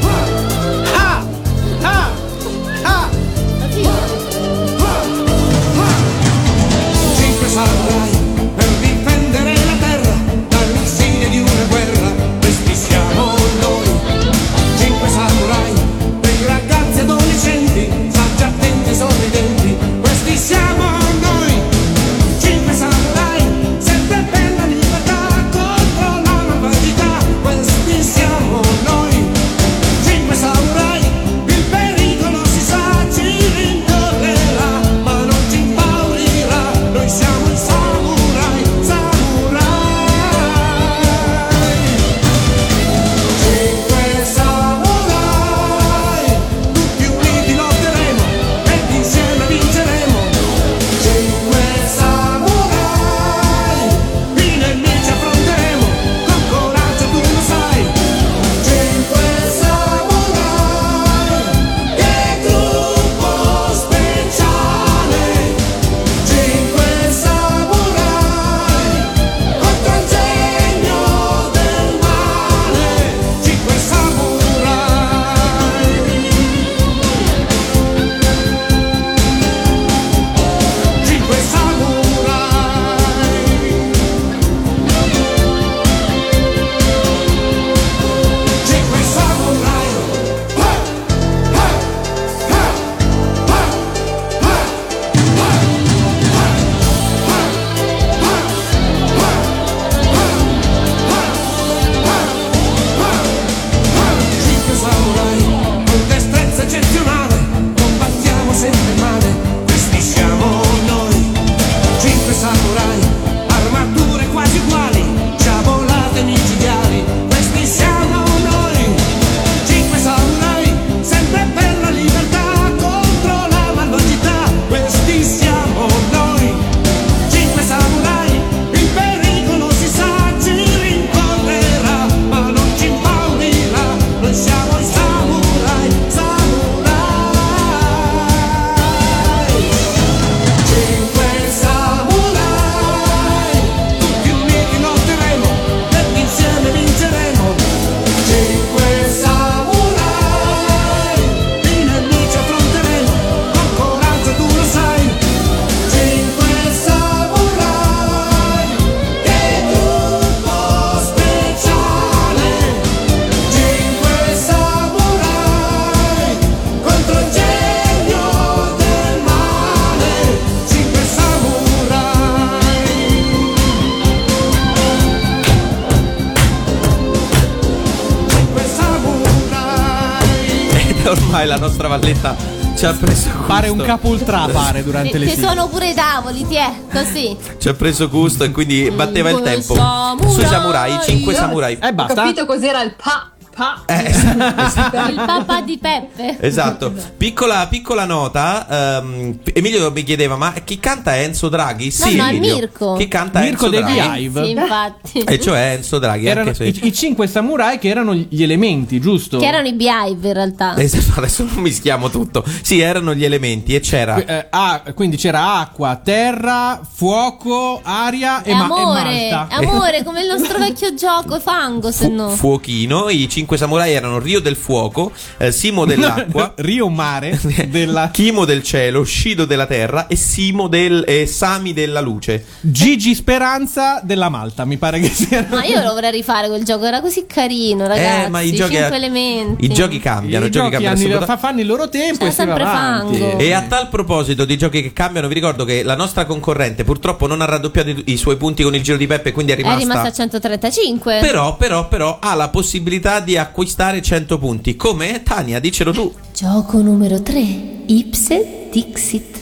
[SPEAKER 8] Cinque samurai per difendere la terra dall'insidia di una guerra. Questi siamo noi. Cinque samurai, dei ragazzi adolescenti, saggi, attenti e sorridenti. Questi siamo noi. Cinque samurai, sempre per la libertà contro la malvagità. Questi siamo noi. Cinque samurai, il pericolo si sa, ci rincorrerà, ma non ci impaurirà. Noi siamo i samurai, samurai. Cinque samurai, tutti uniti lotteremo ed insieme vinceremo. Cinque samurai, i nemici affronteremo con coraggio, tu lo sai. Cinque samurai, che gruppo speciale. Cinque samurai, contro il genio del male. Cinque samurai. Cinque samurai. Cinque samurai. Ah! Ah! Ah! Ah! Ah! Cinque samurai, con destrezza eccezionale, combattiamo sempre male, questi siamo noi. Cinque samurai, armature quasi uguali, sciabolate micidiali, questi siamo noi. Cinque samurai, sempre per la libertà, contro la malvagità, questi siamo noi. Cinque samurai, il pericolo si sa, ci rincorrerà, ma non ci impaurirà. Noi siamo i samurai, samurai. Cinque samurai, tutti uniti lotteremo ed insieme vinceremo. Cinque samurai, i nemici affronteremo con coraggio, tu lo sai. Cinque samurai, che gruppo speciale. Cinque samurai, contro il genio del male. Cinque samurai. Cinque samurai.
[SPEAKER 2] Ed è ormai la nostra valletta Ci ha preso gusto.
[SPEAKER 1] Pare un capo ultra, pare durante
[SPEAKER 3] Ci
[SPEAKER 1] le
[SPEAKER 3] ci
[SPEAKER 1] sigle.
[SPEAKER 3] sono pure i tavoli, ti è così.
[SPEAKER 2] Ci ha preso gusto e quindi batteva il tempo.
[SPEAKER 3] samurai.
[SPEAKER 2] Sui samurai, i cinque samurai.
[SPEAKER 1] Eh,
[SPEAKER 12] Ho
[SPEAKER 1] basta.
[SPEAKER 12] capito cos'era il pa. Pa.
[SPEAKER 3] Il papà di Peppe.
[SPEAKER 2] Esatto. Piccola, piccola nota. ehm, Emilio mi chiedeva: ma chi canta Enzo Draghi? Sì,
[SPEAKER 3] no, è
[SPEAKER 2] Emilio.
[SPEAKER 3] Mirko.
[SPEAKER 2] Chi canta
[SPEAKER 1] Mirko
[SPEAKER 2] Enzo
[SPEAKER 1] dei
[SPEAKER 2] Draghi?
[SPEAKER 1] Beehive.
[SPEAKER 3] Sì, infatti.
[SPEAKER 2] E cioè Enzo Draghi.
[SPEAKER 1] Erano
[SPEAKER 2] Anche se...
[SPEAKER 1] i, i cinque samurai che erano gli elementi, giusto?
[SPEAKER 3] Che erano i Beehive in realtà.
[SPEAKER 2] Esatto, adesso non mischiamo tutto. Sì, erano gli elementi e c'era.
[SPEAKER 1] Que- eh, ah, quindi c'era acqua, terra, fuoco, aria e,
[SPEAKER 3] È
[SPEAKER 1] ma-
[SPEAKER 3] amore,
[SPEAKER 1] e Malta.
[SPEAKER 3] amore, come il nostro vecchio gioco, fango se no.
[SPEAKER 2] Fuochino. I cinque samurai erano Rio del fuoco, eh, Simo dell'acqua,
[SPEAKER 1] Rio mare della
[SPEAKER 2] Chimo del cielo, Shido della terra e Simo del e Sami della luce.
[SPEAKER 1] Gigi Speranza della Malta, mi pare che sia.
[SPEAKER 3] Ma io lo vorrei rifare quel gioco, era così carino, ragazzi.
[SPEAKER 2] Eh, ma i giochi
[SPEAKER 3] cinque elementi.
[SPEAKER 2] I giochi cambiano,
[SPEAKER 1] I
[SPEAKER 2] i giochi
[SPEAKER 1] giochi
[SPEAKER 2] cambiano.
[SPEAKER 1] hanno,
[SPEAKER 2] sempre-
[SPEAKER 1] fa- fanno il loro tempo
[SPEAKER 3] C'è
[SPEAKER 1] e si va
[SPEAKER 3] sempre
[SPEAKER 1] avanti.
[SPEAKER 3] fango.
[SPEAKER 2] E a tal proposito di giochi che cambiano, vi ricordo che la nostra concorrente purtroppo non ha raddoppiato i, i suoi punti con il giro di Peppe, quindi è
[SPEAKER 3] È
[SPEAKER 2] rimasta.
[SPEAKER 3] rimasta a centotrentacinque.
[SPEAKER 2] Però, però, però ha la possibilità di acquistare cento punti. Come? Tania, dicelo tu.
[SPEAKER 3] Gioco numero tre, Ipse Dixit.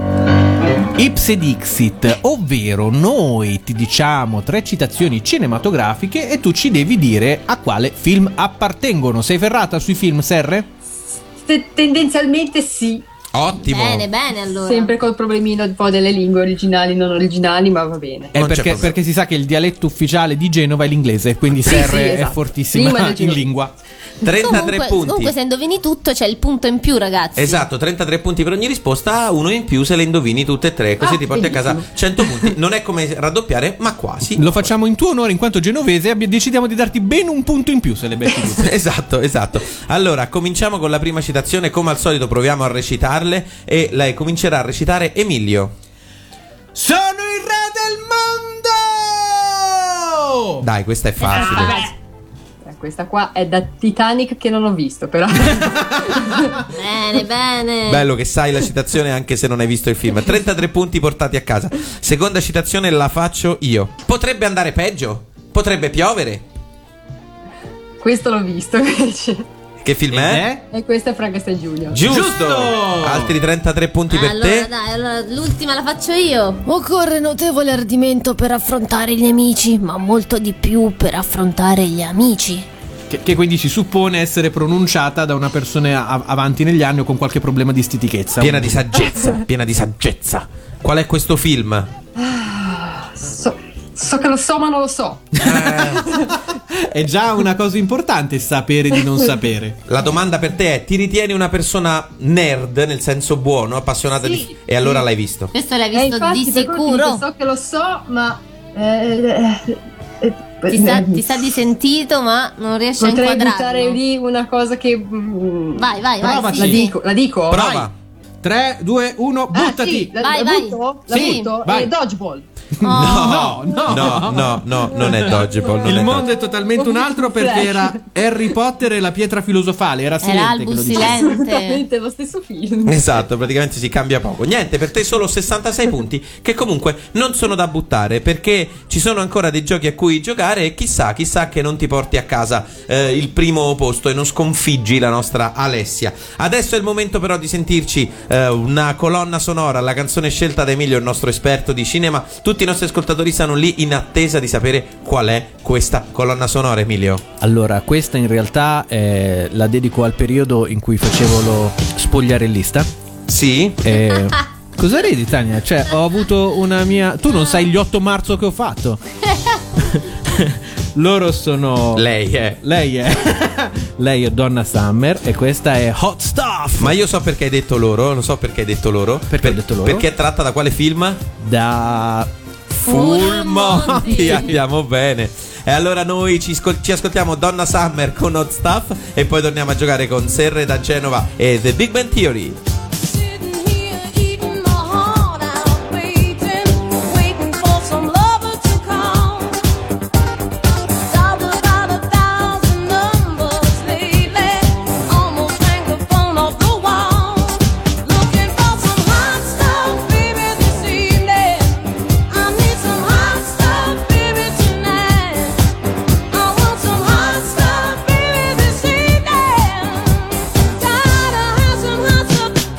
[SPEAKER 1] Ipse Dixit, ovvero noi ti diciamo tre citazioni cinematografiche e tu ci devi dire a quale film appartengono. Sei ferrata sui film, Serre?
[SPEAKER 12] Te- tendenzialmente sì.
[SPEAKER 2] Ottimo.
[SPEAKER 3] Bene, bene allora.
[SPEAKER 12] Sempre col problemino un po' delle lingue originali, non originali, ma va bene.
[SPEAKER 1] È
[SPEAKER 2] Non c'è
[SPEAKER 1] perché,
[SPEAKER 2] problema.
[SPEAKER 1] perché si sa che il dialetto ufficiale di Genova è l'inglese, quindi
[SPEAKER 12] Sì,
[SPEAKER 1] Serre
[SPEAKER 12] sì,
[SPEAKER 1] è
[SPEAKER 12] esatto.
[SPEAKER 1] fortissima
[SPEAKER 12] Lingua del
[SPEAKER 1] in
[SPEAKER 12] Genova.
[SPEAKER 1] lingua.
[SPEAKER 2] trentatré
[SPEAKER 3] comunque,
[SPEAKER 2] punti.
[SPEAKER 3] comunque se indovini tutto c'è il punto in più, ragazzi.
[SPEAKER 2] Esatto, trentatré punti per ogni risposta, uno in più se le indovini tutte e tre, così
[SPEAKER 12] Ah,
[SPEAKER 2] ti porti a casa
[SPEAKER 12] benissimo.
[SPEAKER 2] cento punti. Non è come raddoppiare, ma quasi.
[SPEAKER 1] Lo facciamo in tuo onore in quanto genovese e abbi- decidiamo di darti ben un punto in più se le becchi tutte.
[SPEAKER 2] Esatto, esatto. Allora, cominciamo con la prima citazione. Come al solito proviamo a recitarle e lei comincerà a recitare Emilio.
[SPEAKER 1] Sono il re del mondo!
[SPEAKER 2] Dai, questa è facile.
[SPEAKER 12] Eh, Questa qua è da Titanic che non ho visto, però.
[SPEAKER 3] Bene, bene.
[SPEAKER 2] Bello che sai la citazione anche se non hai visto il film. trentatré punti portati a casa. Seconda citazione la faccio io. Potrebbe andare peggio? Potrebbe piovere?
[SPEAKER 12] Questo l'ho visto invece.
[SPEAKER 2] Che film è?
[SPEAKER 12] E questo è Frankenstein Junior.
[SPEAKER 2] Giusto!
[SPEAKER 1] Giusto!
[SPEAKER 2] Altri trentatré punti per
[SPEAKER 3] allora,
[SPEAKER 2] te.
[SPEAKER 3] dai, allora l'ultima la faccio io. Occorre notevole ardimento per affrontare i nemici, ma molto di più per affrontare gli amici.
[SPEAKER 1] Che, che quindi si suppone essere pronunciata da una persona a- avanti negli anni o con qualche problema di stitichezza.
[SPEAKER 2] Piena di saggezza, piena di saggezza. Qual è questo film?
[SPEAKER 12] So, so che lo so, ma non lo so.
[SPEAKER 1] È già una cosa importante sapere di non sapere.
[SPEAKER 2] La domanda per te è: ti ritieni una persona nerd nel senso buono, appassionata
[SPEAKER 12] Sì,
[SPEAKER 2] di... E allora l'hai visto?
[SPEAKER 3] Questo l'hai
[SPEAKER 12] Eh,
[SPEAKER 3] visto
[SPEAKER 12] infatti,
[SPEAKER 3] di
[SPEAKER 12] per quello ti
[SPEAKER 3] sicuro.
[SPEAKER 12] dico, so che lo so, ma. eh, eh, eh,
[SPEAKER 3] Ti sa,
[SPEAKER 12] eh,
[SPEAKER 3] ti sa di sentito, ma non riesci a
[SPEAKER 12] Potrei buttare
[SPEAKER 3] inquadrarlo.
[SPEAKER 12] lì una cosa che. mm,
[SPEAKER 3] Vai, vai, vai.
[SPEAKER 1] Provaci.
[SPEAKER 3] sì,
[SPEAKER 12] La
[SPEAKER 3] sì.
[SPEAKER 12] dico, la dico?
[SPEAKER 2] Prova.
[SPEAKER 1] tre, due, uno,
[SPEAKER 12] Ah,
[SPEAKER 1] buttati!
[SPEAKER 12] sì, la,
[SPEAKER 3] Vai,
[SPEAKER 12] la
[SPEAKER 3] vai.
[SPEAKER 12] butto? La
[SPEAKER 1] Sì,
[SPEAKER 12] butto?
[SPEAKER 1] vai.
[SPEAKER 12] Eh, Dodgeball.
[SPEAKER 3] Oh.
[SPEAKER 1] No, no,
[SPEAKER 2] No, no, no, non è Dodgeball. Non
[SPEAKER 1] Il
[SPEAKER 2] è
[SPEAKER 1] mondo è totalmente un altro perché era Harry Potter e la pietra filosofale. Era Silente che
[SPEAKER 3] Albus
[SPEAKER 1] lo diceva.
[SPEAKER 3] Silente.
[SPEAKER 12] Assolutamente lo stesso film.
[SPEAKER 2] Esatto, praticamente si cambia poco. Niente, per te solo sessantasei punti che comunque non sono da buttare perché ci sono ancora dei giochi a cui giocare e chissà, chissà che non ti porti a casa eh, il primo posto e non sconfiggi la nostra Alessia. Adesso è il momento però di sentirci eh, una colonna sonora, la canzone scelta da Emilio, il nostro esperto di cinema. Tutti i nostri ascoltatori stanno lì in attesa di sapere qual è questa colonna sonora, Emilio.
[SPEAKER 1] Allora, questa in realtà eh, la dedico al periodo in cui facevo lo spogliarellista.
[SPEAKER 2] Sì?
[SPEAKER 1] Eh, cosa ridi, Tania? Cioè, ho avuto una mia... Tu non sai gli otto marzo che ho fatto? Loro sono...
[SPEAKER 2] Lei è.
[SPEAKER 1] Lei è... Lei è Donna Summer e questa è Hot Stuff.
[SPEAKER 2] Ma io so perché hai detto loro, non so perché hai detto loro.
[SPEAKER 1] Perché ho detto loro?
[SPEAKER 2] Perché è tratta da quale film?
[SPEAKER 1] Da...
[SPEAKER 2] Full Monty. Andiamo bene. E allora noi ci, scol- ci ascoltiamo Donna Summer con Hot Stuff e poi torniamo a giocare con Serre da Genova e The Big Bang Theory.
[SPEAKER 15] Gotta have some hot stuff.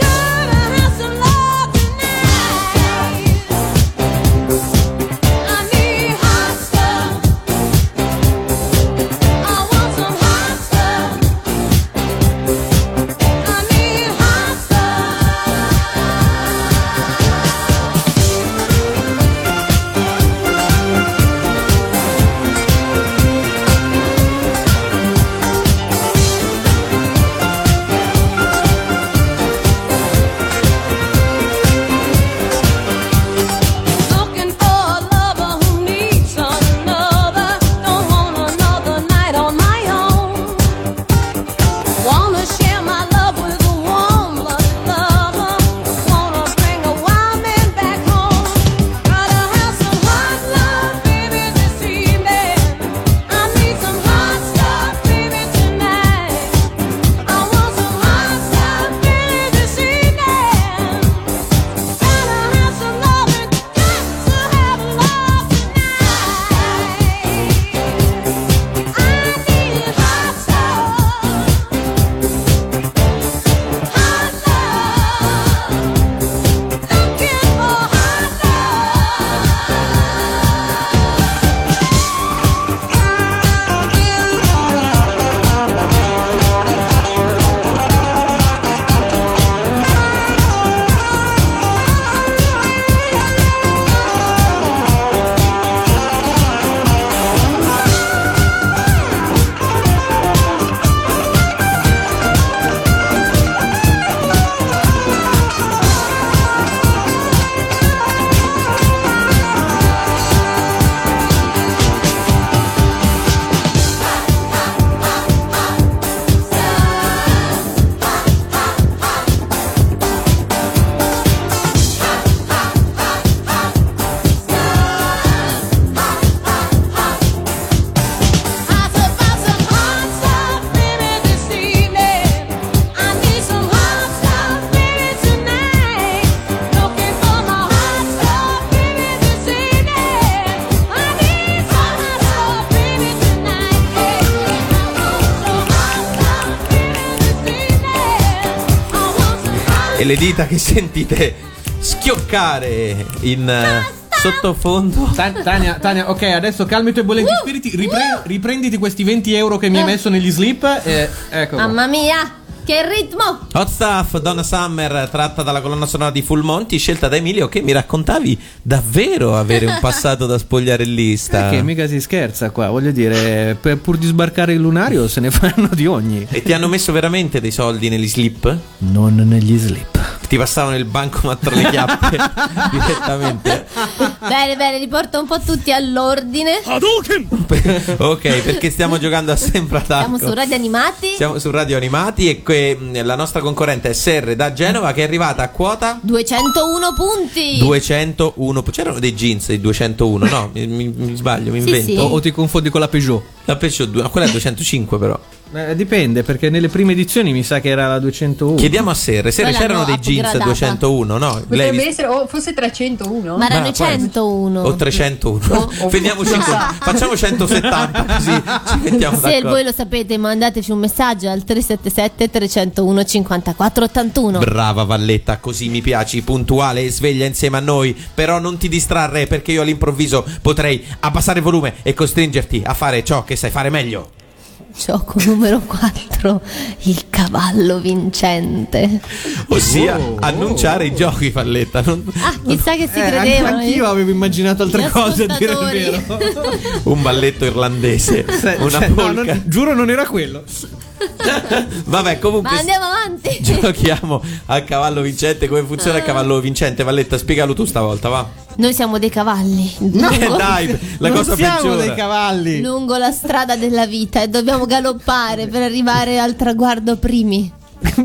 [SPEAKER 2] e le dita che sentite schioccare in uh, sottofondo.
[SPEAKER 1] Tania, Tania, ok, adesso calmi i tuoi bollenti spiriti, ripre- riprenditi questi venti euro che mi hai messo negli slip e ecco.
[SPEAKER 3] Mamma mia, che ritmo!
[SPEAKER 2] Hot Stuff, Donna Summer, tratta dalla colonna sonora di Full Monty, scelta da Emilio, che mi raccontavi davvero avere un passato da spogliarellista.
[SPEAKER 1] Che mica si scherza qua, voglio dire, per, pur di sbarcare il lunario se ne fanno di ogni.
[SPEAKER 2] E ti hanno messo veramente dei soldi negli slip?
[SPEAKER 1] Non negli slip.
[SPEAKER 2] Ti passavano il bancomat tra le chiappe direttamente.
[SPEAKER 3] Bene, bene, li porto un po' tutti all'ordine.
[SPEAKER 2] Ok, perché stiamo giocando a Sembra Talco.
[SPEAKER 3] Siamo su Radio Animati.
[SPEAKER 2] Siamo su Radio Animati e que- la nostra concorrente è Serre da Genova, che è arrivata a quota
[SPEAKER 3] duecentouno punti.
[SPEAKER 2] duecentouno. C'erano dei jeans di duecentouno, no? Mi, mi, mi sbaglio, mi
[SPEAKER 3] Sì,
[SPEAKER 2] invento.
[SPEAKER 3] sì.
[SPEAKER 1] O, o ti confondi con la Peugeot?
[SPEAKER 2] La Peugeot due, no, quella è duecentocinque però.
[SPEAKER 1] Eh, dipende, perché nelle prime edizioni mi sa che era la duecentouno.
[SPEAKER 2] Chiediamo a Serre, Serre,
[SPEAKER 3] Quella
[SPEAKER 2] c'erano
[SPEAKER 3] no,
[SPEAKER 2] dei jeans
[SPEAKER 3] upgradata.
[SPEAKER 2] duecentouno, no? Lei
[SPEAKER 12] Potrebbe
[SPEAKER 2] vis-
[SPEAKER 12] essere, o forse trecentouno.
[SPEAKER 3] Ma erano
[SPEAKER 2] Ma
[SPEAKER 3] i centouno.
[SPEAKER 2] o trecentouno. Fermiamoci con, facciamo centosettanta così ci mettiamo
[SPEAKER 3] Se
[SPEAKER 2] d'accordo.
[SPEAKER 3] voi lo sapete, mandateci un messaggio al tre sette sette tre zero uno cinque quattro otto uno.
[SPEAKER 2] Brava Valletta, così mi piaci, puntuale e sveglia insieme a noi. Però non ti distrarre, perché io all'improvviso potrei abbassare il volume e costringerti a fare ciò che sai fare meglio.
[SPEAKER 3] Gioco numero quattro, il cavallo vincente.
[SPEAKER 2] Ossia
[SPEAKER 1] Oh,
[SPEAKER 2] annunciare i giochi, Valletta. Non...
[SPEAKER 3] Ah, chissà che si
[SPEAKER 1] Eh,
[SPEAKER 3] credevano.
[SPEAKER 1] anche anch'io avevo immaginato altre
[SPEAKER 3] Gli
[SPEAKER 1] cose, a dire il
[SPEAKER 3] ascoltatori.
[SPEAKER 1] vero.
[SPEAKER 2] Un balletto irlandese,
[SPEAKER 1] Se-
[SPEAKER 2] una
[SPEAKER 1] cioè, no,
[SPEAKER 2] polka.
[SPEAKER 1] non- giuro non era quello.
[SPEAKER 2] Vabbè, comunque
[SPEAKER 3] Ma andiamo avanti.
[SPEAKER 2] giochiamo a cavallo vincente. Come funziona il cavallo vincente, Valletta? Spiegalo tu stavolta, va.
[SPEAKER 3] Noi siamo dei cavalli.
[SPEAKER 2] Eh,
[SPEAKER 3] Lungo,
[SPEAKER 2] dai, la
[SPEAKER 1] non
[SPEAKER 2] cosa
[SPEAKER 1] siamo
[SPEAKER 2] peggiore.
[SPEAKER 1] dei cavalli.
[SPEAKER 3] lungo la strada della vita e dobbiamo galoppare per arrivare al traguardo primi.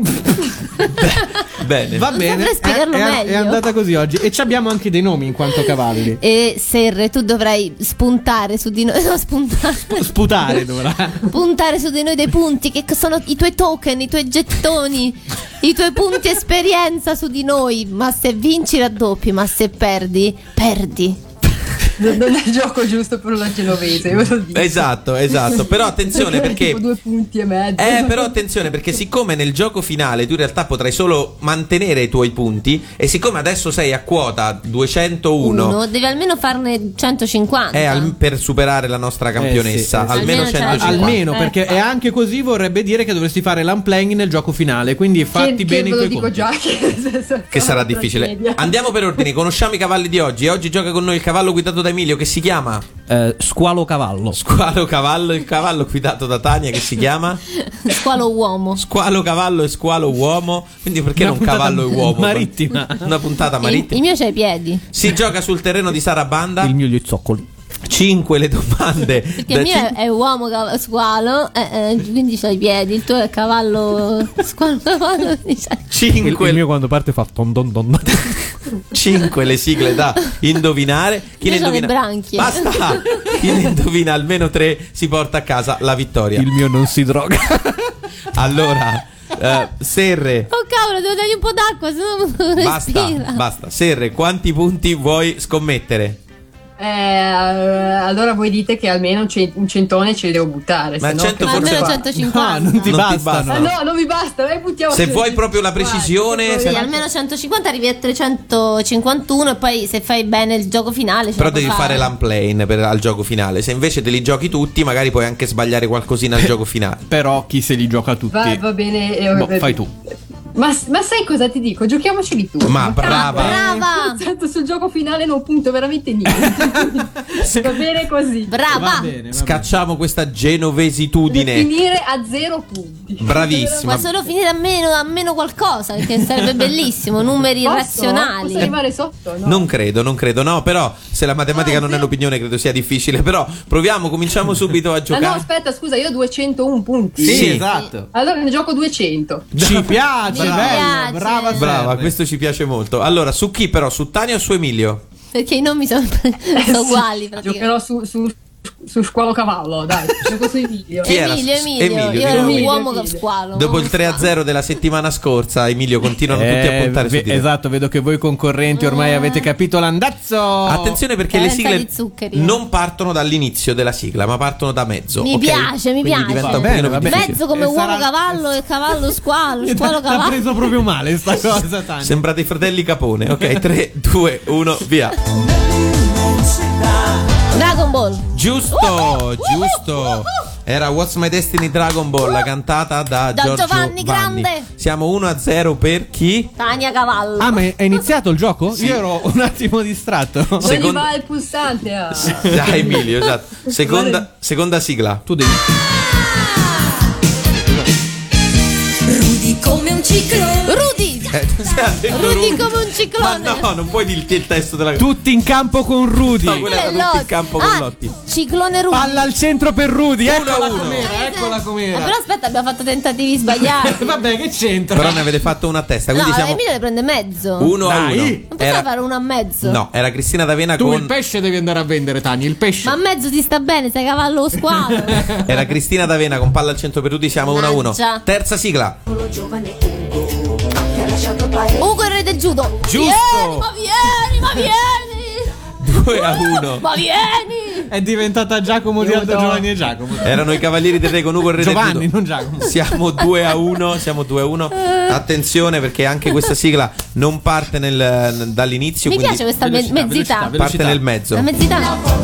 [SPEAKER 2] Bene.
[SPEAKER 1] Va
[SPEAKER 3] Non
[SPEAKER 1] bene,
[SPEAKER 3] saprei spiegarlo
[SPEAKER 1] è, è-
[SPEAKER 3] meglio.
[SPEAKER 1] è andata così oggi. E ci abbiamo anche dei nomi in quanto cavalli.
[SPEAKER 3] E Serre, tu dovrai spuntare su di noi. No, spuntare.
[SPEAKER 1] Sputare dovrà.
[SPEAKER 3] Puntare su di noi dei punti che sono i tuoi token, i tuoi gettoni, i tuoi punti esperienza su di noi. Ma se vinci raddoppi, ma se perdi, perdi.
[SPEAKER 12] Non è il gioco giusto per una genovese, ve lo dico.
[SPEAKER 2] Esatto, esatto. Però attenzione perché
[SPEAKER 12] tipo due punti e mezzo.
[SPEAKER 2] Eh, però attenzione, perché siccome nel gioco finale tu in realtà potrai solo mantenere i tuoi punti, e siccome adesso sei a quota duecentouno,
[SPEAKER 3] Uno, devi almeno farne centocinquanta.
[SPEAKER 2] è al- per superare la nostra campionessa,
[SPEAKER 1] Eh sì, eh sì.
[SPEAKER 2] almeno
[SPEAKER 3] Almeno
[SPEAKER 2] centocinquanta.
[SPEAKER 1] Almeno,
[SPEAKER 3] Eh,
[SPEAKER 1] perché
[SPEAKER 3] eh.
[SPEAKER 1] è anche così vorrebbe dire che dovresti fare l'unplaying nel gioco finale. Quindi fatti
[SPEAKER 12] che,
[SPEAKER 1] bene
[SPEAKER 12] che
[SPEAKER 1] i
[SPEAKER 12] ve lo
[SPEAKER 1] tuoi
[SPEAKER 12] dico
[SPEAKER 1] conti.
[SPEAKER 12] già che, nel senso,
[SPEAKER 2] Che sarà
[SPEAKER 12] una
[SPEAKER 2] difficile.
[SPEAKER 12] tragedia.
[SPEAKER 2] Andiamo per ordine, conosciamo i cavalli di oggi. E oggi gioca con noi il cavallo guidato da Emilio, che si chiama
[SPEAKER 1] Eh, squalo cavallo.
[SPEAKER 2] Squalo Cavallo, il cavallo guidato da Tania, che si chiama
[SPEAKER 3] Squalo uomo.
[SPEAKER 2] Squalo Cavallo e Squalo Uomo. Quindi perché
[SPEAKER 1] Una
[SPEAKER 2] non
[SPEAKER 1] puntata
[SPEAKER 2] cavallo e uomo?
[SPEAKER 1] marittima.
[SPEAKER 2] Una puntata
[SPEAKER 3] Il,
[SPEAKER 2] marittima.
[SPEAKER 3] il mio c'ha i piedi.
[SPEAKER 2] Si gioca sul terreno di Sarabanda.
[SPEAKER 1] Il mio gli zoccoli.
[SPEAKER 2] Cinque le domande.
[SPEAKER 3] Perché
[SPEAKER 2] da
[SPEAKER 3] il mio
[SPEAKER 2] cin-
[SPEAKER 3] è, è uomo cav- squalo, eh, eh, quindi c'ha i piedi. Il tuo è cavallo squalo cavallo. quindi c'ha-
[SPEAKER 1] Il,
[SPEAKER 2] Cinque,
[SPEAKER 1] il mio quando parte fa ton don don.
[SPEAKER 2] cinque le sigle da indovinare. Chi ne
[SPEAKER 3] Io c'ho le
[SPEAKER 2] indovina?
[SPEAKER 3] branchie.
[SPEAKER 2] Basta! Chi ne indovina almeno tre si porta a casa la vittoria.
[SPEAKER 1] Il mio non si droga.
[SPEAKER 2] Allora, eh, Serre,
[SPEAKER 3] Oh cavolo, devo dargli un po' d'acqua, se no non
[SPEAKER 2] basta,
[SPEAKER 3] respira.
[SPEAKER 2] basta. Serre, quanti punti vuoi scommettere?
[SPEAKER 12] Eh, allora voi dite che almeno un, cent- un centone ce li devo buttare.
[SPEAKER 2] Ma
[SPEAKER 12] se no
[SPEAKER 2] cento
[SPEAKER 12] che-
[SPEAKER 2] forse
[SPEAKER 3] almeno
[SPEAKER 2] va.
[SPEAKER 3] centocinquanta.
[SPEAKER 1] No, non ti
[SPEAKER 2] Non ti
[SPEAKER 1] bastano.
[SPEAKER 2] basta.
[SPEAKER 12] Ah, no, non mi basta, dai, buttiamo
[SPEAKER 2] Se
[SPEAKER 12] su-
[SPEAKER 2] vuoi proprio la precisione,
[SPEAKER 12] Guarda,
[SPEAKER 2] se-
[SPEAKER 3] Sì, almeno centocinquanta, arrivi a trecentocinquantuno e poi se fai bene il gioco finale ce
[SPEAKER 2] Però
[SPEAKER 3] la puoi
[SPEAKER 2] devi fare l'unplane per, al gioco finale. Se invece te li giochi tutti, magari puoi anche sbagliare qualcosina al gioco finale.
[SPEAKER 1] Però chi se li gioca tutti?
[SPEAKER 12] Va, va bene. eh,
[SPEAKER 1] Boh,
[SPEAKER 12] eh,
[SPEAKER 1] fai tu.
[SPEAKER 12] Ma, ma sai cosa ti dico? Giochiamoceli tu.
[SPEAKER 2] Ma brava.
[SPEAKER 3] Brava!
[SPEAKER 12] Tanto sul gioco finale non punto veramente niente. Va bene così.
[SPEAKER 3] Brava!
[SPEAKER 1] Va bene, va bene.
[SPEAKER 2] Scacciamo questa
[SPEAKER 12] Deve
[SPEAKER 2] genovesitudine.
[SPEAKER 12] finire a zero punti.
[SPEAKER 2] Bravissima.
[SPEAKER 3] Puoi solo finire a meno, a meno qualcosa, che sarebbe bellissimo, numeri
[SPEAKER 12] Posso?
[SPEAKER 3] irrazionali.
[SPEAKER 12] Posso arrivare sotto? No.
[SPEAKER 2] Non credo, non credo, no, però se la matematica non è l'opinione credo sia difficile, però proviamo, cominciamo subito a
[SPEAKER 12] Ah, no,
[SPEAKER 2] giocare.
[SPEAKER 12] aspetta, scusa, io ho duecentouno punti.
[SPEAKER 1] Sì,
[SPEAKER 2] Sì.
[SPEAKER 1] esatto.
[SPEAKER 12] Allora ne gioco duecento.
[SPEAKER 1] Ci piace,
[SPEAKER 3] Mi
[SPEAKER 1] bello,
[SPEAKER 3] piace.
[SPEAKER 1] brava
[SPEAKER 2] Brava,
[SPEAKER 1] Serre.
[SPEAKER 2] questo ci piace molto. Allora, su chi però? Su Tania o su Emilio?
[SPEAKER 3] Perché i nomi sono, sono uguali praticamente.
[SPEAKER 12] Giocherò su, su su Squalo Cavallo, dai, su questo Emilio.
[SPEAKER 2] Chi era?
[SPEAKER 3] Emilio, Emilio,
[SPEAKER 2] Emilio,
[SPEAKER 3] io ero un
[SPEAKER 2] Emilio.
[SPEAKER 3] uomo con squalo.
[SPEAKER 2] Dopo il tre a zero della settimana scorsa, Emilio, continuano
[SPEAKER 1] Eh,
[SPEAKER 2] tutti a puntare
[SPEAKER 1] ve-
[SPEAKER 2] su di te.
[SPEAKER 1] Esatto, vedo che voi concorrenti ormai avete capito l'andazzo.
[SPEAKER 2] Attenzione perché le
[SPEAKER 3] Carenza
[SPEAKER 2] sigle
[SPEAKER 3] di zuccheri.
[SPEAKER 2] non partono dall'inizio della sigla, ma partono da mezzo.
[SPEAKER 3] Mi
[SPEAKER 2] ok?
[SPEAKER 3] piace, mi
[SPEAKER 2] Quindi
[SPEAKER 3] piace.
[SPEAKER 2] diventa un
[SPEAKER 1] Va bene,
[SPEAKER 2] pochino
[SPEAKER 1] va
[SPEAKER 2] più
[SPEAKER 1] bene.
[SPEAKER 2] difficile.
[SPEAKER 3] Mezzo come
[SPEAKER 1] E
[SPEAKER 3] uomo
[SPEAKER 1] sarà-
[SPEAKER 3] cavallo e cavallo squalo, squalo
[SPEAKER 1] L'ha
[SPEAKER 3] cavallo.
[SPEAKER 1] preso proprio male sta cosa, Tania.
[SPEAKER 2] Sembrate i fratelli Capone. Ok, tre, due, uno, via.
[SPEAKER 3] Dragon Ball.
[SPEAKER 2] Giusto, giusto. Era What's My Destiny Dragon Ball, la cantata da,
[SPEAKER 3] Da
[SPEAKER 2] Giorgio
[SPEAKER 3] Giovanni Grande.
[SPEAKER 2] Siamo uno a zero per chi?
[SPEAKER 3] Tania Cavallo.
[SPEAKER 1] Ah, ma è è iniziato il gioco? Io ero un attimo distratto.
[SPEAKER 12] Non gli
[SPEAKER 2] Secondo-
[SPEAKER 12] va il pulsante ah.
[SPEAKER 2] Dai Emilio, esatto. Seconda, seconda sigla.
[SPEAKER 1] Tu devi.
[SPEAKER 7] Rudy come un ciclone.
[SPEAKER 3] Rudy.
[SPEAKER 2] Eh, tu stai detto
[SPEAKER 3] Rudy
[SPEAKER 2] Rudy.
[SPEAKER 3] come un ciclone.
[SPEAKER 2] Ma no, non puoi dirti il testo della
[SPEAKER 1] Tutti in campo con Rudy.
[SPEAKER 2] No, quello era
[SPEAKER 3] Eh,
[SPEAKER 2] tutti
[SPEAKER 3] Lotti.
[SPEAKER 2] in campo con
[SPEAKER 3] Ah,
[SPEAKER 2] Lotti.
[SPEAKER 3] Ciclone Rudy.
[SPEAKER 1] Palla al centro per Rudy.
[SPEAKER 2] Uno
[SPEAKER 1] Eccola
[SPEAKER 2] a uno.
[SPEAKER 1] com'era, eccola
[SPEAKER 3] Eh,
[SPEAKER 1] com'era.
[SPEAKER 3] però aspetta, abbiamo fatto tentativi sbagliati.
[SPEAKER 1] Vabbè, che c'entra?
[SPEAKER 2] Però ne avete fatto una a testa,
[SPEAKER 3] No,
[SPEAKER 2] quindi siamo
[SPEAKER 3] Emilio le prende mezzo.
[SPEAKER 2] uno a
[SPEAKER 1] Dai.
[SPEAKER 2] uno.
[SPEAKER 3] Non poteva
[SPEAKER 2] Era,
[SPEAKER 3] fare uno a mezzo.
[SPEAKER 2] no, era Cristina D'Avena
[SPEAKER 1] Tu il
[SPEAKER 2] con
[SPEAKER 1] pesce devi andare a vendere, Tania, il pesce.
[SPEAKER 3] Ma a mezzo ti sta bene, sei cavallo o squalo.
[SPEAKER 2] Era Cristina D'Avena con palla al centro per tutti, siamo uno a uno.
[SPEAKER 3] Mannaggia.
[SPEAKER 2] Terza sigla.
[SPEAKER 3] Ugo il re del judo.
[SPEAKER 2] Giusto.
[SPEAKER 3] Vieni, ma vieni, ma vieni.
[SPEAKER 2] due a uno.
[SPEAKER 3] Ma vieni.
[SPEAKER 1] È diventata Giacomo di Aldo Giovanni e Giacomo.
[SPEAKER 2] Erano i Cavalieri del Re con Ugo il Re del
[SPEAKER 1] Giovanni,
[SPEAKER 2] Judo.
[SPEAKER 1] non Giacomo.
[SPEAKER 2] Siamo due a uno, siamo due a uno. Attenzione perché anche questa sigla non parte nel- dall'inizio,
[SPEAKER 3] Mi
[SPEAKER 2] quindi
[SPEAKER 3] piace questa me-
[SPEAKER 1] velocità,
[SPEAKER 3] mezzità.
[SPEAKER 1] velocità,
[SPEAKER 2] parte nel mezzo.
[SPEAKER 3] La mezzità.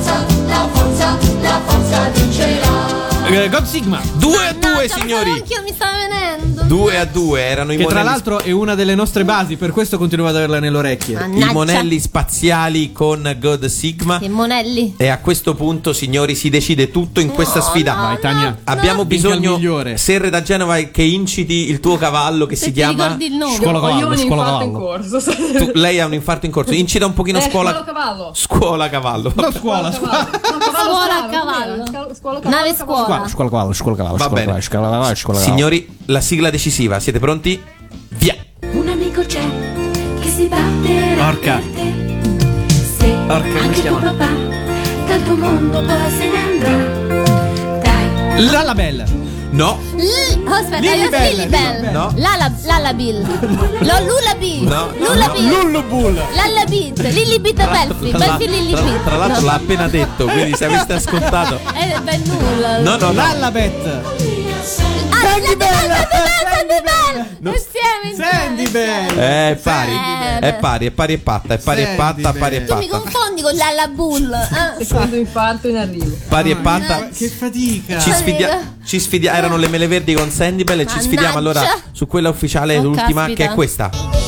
[SPEAKER 1] Eh, God Sigma.
[SPEAKER 2] due a due,
[SPEAKER 3] Mannaggia,
[SPEAKER 2] signori.
[SPEAKER 3] Anch'io mi stava venendo.
[SPEAKER 2] due a due erano i
[SPEAKER 1] Che tra
[SPEAKER 2] monelli,
[SPEAKER 1] l'altro è una delle nostre basi, per questo continuiamo ad averla nelle orecchie.
[SPEAKER 3] Mannaggia.
[SPEAKER 2] i monelli spaziali con God Sigma.
[SPEAKER 3] Che monelli.
[SPEAKER 2] E a questo punto, signori, si decide tutto in questa
[SPEAKER 3] No,
[SPEAKER 2] sfida.
[SPEAKER 3] no,
[SPEAKER 1] Vai, Tania.
[SPEAKER 3] no,
[SPEAKER 2] Abbiamo
[SPEAKER 3] no.
[SPEAKER 1] Vinca il
[SPEAKER 2] bisogno,
[SPEAKER 1] migliore.
[SPEAKER 2] Serre da Genova, che inciti il tuo cavallo che
[SPEAKER 3] Se
[SPEAKER 2] si
[SPEAKER 3] ti
[SPEAKER 2] chiama.
[SPEAKER 3] ricordi il nome.
[SPEAKER 1] Scuola
[SPEAKER 12] Io ho
[SPEAKER 1] cavallo,
[SPEAKER 12] un
[SPEAKER 1] scuola
[SPEAKER 12] infarto in
[SPEAKER 1] cavallo.
[SPEAKER 12] corso.
[SPEAKER 2] Tu- lei ha un infarto in corso. Incita un pochino
[SPEAKER 12] Eh,
[SPEAKER 2] scuola.
[SPEAKER 12] scuola cavallo.
[SPEAKER 2] Scuola cavallo.
[SPEAKER 1] No, scuola, scuola.
[SPEAKER 3] Scuola a cavallo.
[SPEAKER 12] Scuola
[SPEAKER 3] Nave scuola.
[SPEAKER 1] Scuola, scuola cavallo, scuola cavallo,
[SPEAKER 2] Va
[SPEAKER 1] scuola
[SPEAKER 2] bene.
[SPEAKER 1] cavallo, scuola cavallo, scuola cavallo.
[SPEAKER 2] Signori, la sigla decisiva. Siete pronti? Via.
[SPEAKER 7] Un amico c'è che si batterà
[SPEAKER 1] Porca.
[SPEAKER 7] per te. Se
[SPEAKER 1] Porca, come
[SPEAKER 7] anche
[SPEAKER 1] si
[SPEAKER 7] tuo
[SPEAKER 1] chiama?
[SPEAKER 7] papà dal tuo mondo poi se ne andrà. Dai,
[SPEAKER 1] Lalla Bella.
[SPEAKER 2] No.
[SPEAKER 3] L- oh, aspetta,
[SPEAKER 1] Lily
[SPEAKER 3] io
[SPEAKER 1] Bell,
[SPEAKER 3] Lily
[SPEAKER 1] Lily
[SPEAKER 3] Bell.
[SPEAKER 1] Bell.
[SPEAKER 2] No.
[SPEAKER 3] Lala, Lala Bill. Lo Lulabi.
[SPEAKER 2] No.
[SPEAKER 3] Lulabi.
[SPEAKER 1] Lullubul.
[SPEAKER 3] Lalla Beat. Lily Beat e Belfi.
[SPEAKER 2] Tra,
[SPEAKER 3] Belfi Lily
[SPEAKER 2] tra-
[SPEAKER 3] Beat.
[SPEAKER 2] tra l'altro
[SPEAKER 3] No.
[SPEAKER 2] l'ha appena detto, quindi se aveste ascoltato.
[SPEAKER 3] Eh, ben nulla.
[SPEAKER 2] No, no, no.
[SPEAKER 1] Lalla Bet.
[SPEAKER 3] Ah,
[SPEAKER 1] Sandy Bell.
[SPEAKER 3] Sandy Bell, Sandy Bell.
[SPEAKER 2] No.
[SPEAKER 3] Insieme, insieme.
[SPEAKER 1] Sandy Bell.
[SPEAKER 2] Eh, È pari.
[SPEAKER 3] Bell.
[SPEAKER 2] È pari, è pari e patta. È pari e
[SPEAKER 1] Sandy
[SPEAKER 2] patta,
[SPEAKER 1] Bell.
[SPEAKER 2] pari e
[SPEAKER 3] Tu mi
[SPEAKER 2] patta.
[SPEAKER 3] confondi con Lalla Bull. Ah.
[SPEAKER 12] Secondo infarto in arrivo.
[SPEAKER 2] Pari e patta.
[SPEAKER 1] Che fatica.
[SPEAKER 2] Ci sfidia- ci sfidia- erano le mele verdi con Sandy Bell e ci sfidiamo allora
[SPEAKER 3] Mannaggia.
[SPEAKER 2] su quella ufficiale,
[SPEAKER 3] Oh,
[SPEAKER 2] l'ultima,
[SPEAKER 3] caspita.
[SPEAKER 2] che è questa.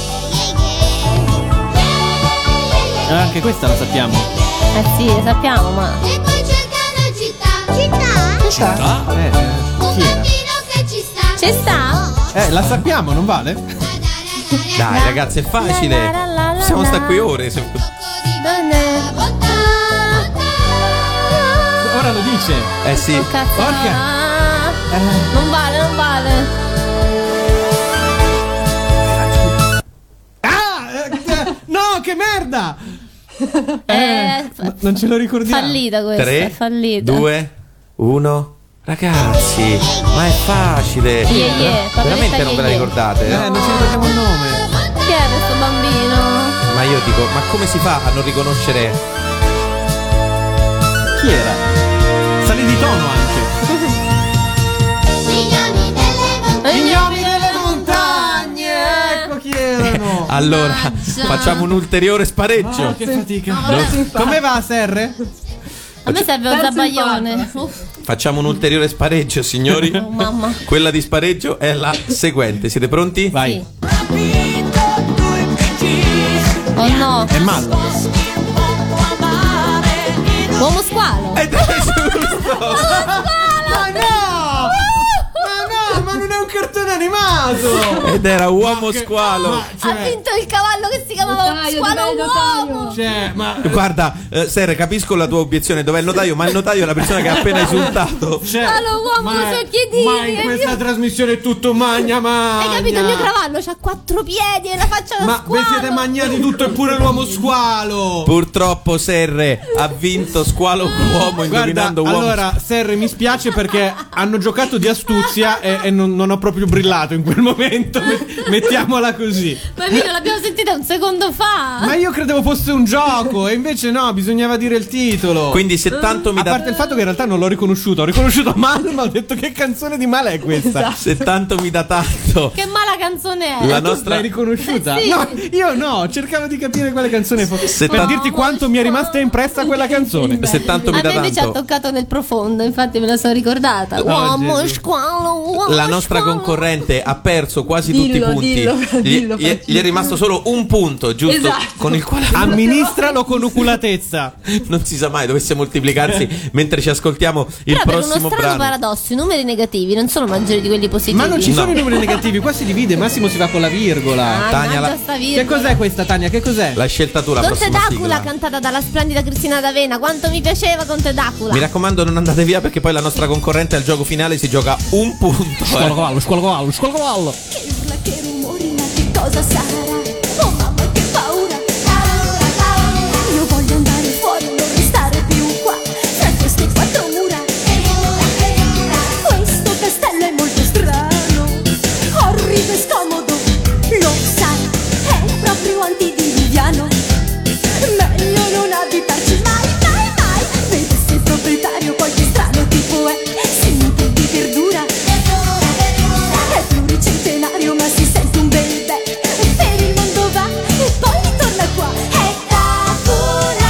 [SPEAKER 1] Ah, anche questa la sappiamo.
[SPEAKER 3] Eh sì, lo sappiamo, ma.
[SPEAKER 7] e poi c'è cane città. Città?
[SPEAKER 3] Che sta?
[SPEAKER 1] Ah, eh,
[SPEAKER 7] Un
[SPEAKER 1] chi era?
[SPEAKER 7] bambino che ci sta.
[SPEAKER 3] Ci sta?
[SPEAKER 1] Eh, la sappiamo, non vale?
[SPEAKER 2] Dai, ragazzi, è facile. Possiamo stare qui ore. se-
[SPEAKER 1] Ora lo dice.
[SPEAKER 2] Eh sì.
[SPEAKER 3] Oh, cazzo.
[SPEAKER 1] Porca.
[SPEAKER 3] Ah. Non vale, non vale.
[SPEAKER 1] Ah! eh, no, che merda!
[SPEAKER 3] Eh,
[SPEAKER 1] n- non ce lo ricordiamo.
[SPEAKER 3] Fallita questa, è
[SPEAKER 2] tre,
[SPEAKER 3] fallita.
[SPEAKER 2] due, uno. Ragazzi, ma è facile.
[SPEAKER 3] Yeah, yeah,
[SPEAKER 2] Ver- Veramente
[SPEAKER 3] paperetta
[SPEAKER 2] non ve la
[SPEAKER 3] yeah, yeah.
[SPEAKER 2] ricordate?
[SPEAKER 1] Eh, non ci ricordiamo il nome.
[SPEAKER 3] Chi è questo bambino?
[SPEAKER 2] Ma io dico, ma come si fa a non riconoscere?
[SPEAKER 1] Chi era? Sali di tono anche.
[SPEAKER 3] I
[SPEAKER 1] gnomi delle montagne. Ecco chi erano.
[SPEAKER 2] Allora,
[SPEAKER 3] Mannaggia.
[SPEAKER 2] facciamo un ulteriore spareggio.
[SPEAKER 1] Oh, che fatica.
[SPEAKER 12] No.
[SPEAKER 1] Come va, Serre?
[SPEAKER 3] A me serve un
[SPEAKER 12] Terzo
[SPEAKER 3] zabaglione.
[SPEAKER 12] infarto.
[SPEAKER 3] Uff,
[SPEAKER 2] Facciamo un ulteriore spareggio, signori.
[SPEAKER 3] oh, mamma.
[SPEAKER 2] Quella di spareggio è la seguente. Siete pronti?
[SPEAKER 1] Vai.
[SPEAKER 3] Oh no.
[SPEAKER 1] È Mallo.
[SPEAKER 3] Uomo squalo.
[SPEAKER 2] Ed è giusto.
[SPEAKER 1] Ma no! Ma no, ma non è un cartone animato! naso.
[SPEAKER 2] Ed era Uomo
[SPEAKER 1] che,
[SPEAKER 2] Squalo.
[SPEAKER 1] Ma, cioè,
[SPEAKER 3] ha vinto il cavallo che si chiamava
[SPEAKER 12] Notaio,
[SPEAKER 3] Squalo
[SPEAKER 12] dov'è il
[SPEAKER 3] Uomo.
[SPEAKER 1] Cioè, ma
[SPEAKER 2] Guarda, eh, Serre, capisco la tua obiezione. Dov'è il notaio? Ma il notaio è la persona che ha appena esultato.
[SPEAKER 1] cioè,
[SPEAKER 3] Squalo Uomo con i suoi piedini.
[SPEAKER 1] ma in questa
[SPEAKER 3] Io-
[SPEAKER 1] trasmissione è tutto magna magna.
[SPEAKER 3] Hai capito? Il mio cavallo c'ha quattro piedi e la faccia da
[SPEAKER 1] Ma
[SPEAKER 3] squalo.
[SPEAKER 1] vi siete magnati tutto e pure l'uomo squalo.
[SPEAKER 2] Purtroppo Serre ha vinto Squalo Uomo indovinando
[SPEAKER 1] Guarda,
[SPEAKER 2] Uomo.
[SPEAKER 1] allora, Serre, mi spiace perché hanno giocato di astuzia e, e non, non ho proprio brillato in quel momento. Met- Mettiamola così.
[SPEAKER 3] Ma mica l'abbiamo sentita un secondo fa.
[SPEAKER 1] Ma io credevo fosse un gioco e invece no, bisognava dire il titolo.
[SPEAKER 2] Quindi se tanto mi
[SPEAKER 1] A
[SPEAKER 2] dà
[SPEAKER 1] parte il fatto che in realtà non l'ho riconosciuto, ho riconosciuto Mal, ma ho detto che canzone di Mal è questa?
[SPEAKER 2] Se tanto mi dà tanto.
[SPEAKER 3] Che mala canzone è.
[SPEAKER 2] La
[SPEAKER 1] Tu
[SPEAKER 2] nostra
[SPEAKER 1] l'hai riconosciuta?
[SPEAKER 3] Eh sì.
[SPEAKER 1] No, io no, cercavo di capire quale canzone fosse.
[SPEAKER 2] Se
[SPEAKER 1] Per
[SPEAKER 2] ta-
[SPEAKER 1] dirti quanto mi è rimasta impressa quella canzone.
[SPEAKER 2] Se tanto mi
[SPEAKER 3] A
[SPEAKER 2] dà
[SPEAKER 3] me invece ha
[SPEAKER 2] tanto.
[SPEAKER 3] toccato nel profondo, infatti me la sono ricordata. Uomo
[SPEAKER 1] Gesù.
[SPEAKER 3] squalo, uomo
[SPEAKER 2] La nostra
[SPEAKER 3] squalo.
[SPEAKER 2] concorrente ha perso quasi tutti
[SPEAKER 12] Dillo,
[SPEAKER 2] i punti.
[SPEAKER 12] dillo,
[SPEAKER 2] Gli-
[SPEAKER 12] dillo,
[SPEAKER 2] gli, è-
[SPEAKER 12] Francesco.
[SPEAKER 2] gli è rimasto solo un punto, giusto?
[SPEAKER 12] Esatto.
[SPEAKER 2] Con il quale
[SPEAKER 1] Amministralo con oculatezza.
[SPEAKER 2] non si sa mai, dovesse moltiplicarsi mentre ci ascoltiamo il
[SPEAKER 3] Però per uno
[SPEAKER 2] prossimo
[SPEAKER 3] strano
[SPEAKER 2] brano.
[SPEAKER 3] paradosso, i numeri negativi non sono maggiori di quelli positivi.
[SPEAKER 1] Ma non ci sono
[SPEAKER 2] No.
[SPEAKER 1] i numeri negativi, qua si divide, Massimo si va con la virgola.
[SPEAKER 3] Ah,
[SPEAKER 2] Tania,
[SPEAKER 3] mannaggia
[SPEAKER 2] la-
[SPEAKER 3] sta
[SPEAKER 1] Che
[SPEAKER 3] virgola.
[SPEAKER 1] cos'è questa, Tania? Che cos'è?
[SPEAKER 2] L'hai scelta tu la
[SPEAKER 3] Conte
[SPEAKER 2] prossima
[SPEAKER 3] d'Acula
[SPEAKER 2] sigla.
[SPEAKER 3] cantata dalla splendida Cristina D'Avena. Quanto mi piaceva Conte d'Acula.
[SPEAKER 2] Mi raccomando, non andate via perché poi la nostra concorrente al gioco finale si gioca un punto.
[SPEAKER 1] Scuola
[SPEAKER 2] Eh.
[SPEAKER 1] cavallo, scuola cavallo, scuola cavallo.
[SPEAKER 7] Che urla, che rumori, ma che cosa sarà? Oh mamma, che paura! Paura, paura! Io voglio andare fuori, non restare più qua, tra queste quattro mura. Questo castello è molto strano, orribile e scomodo, lo sai, è proprio antidiluviano. Meglio non abitarci mai, mai, mai. Vedi se il proprietario qualche strano tipo è, si nutre di verdura. È pluricentenario ma si sente un bel bel. Per il mondo va e poi ritorna qua. È D'Acula.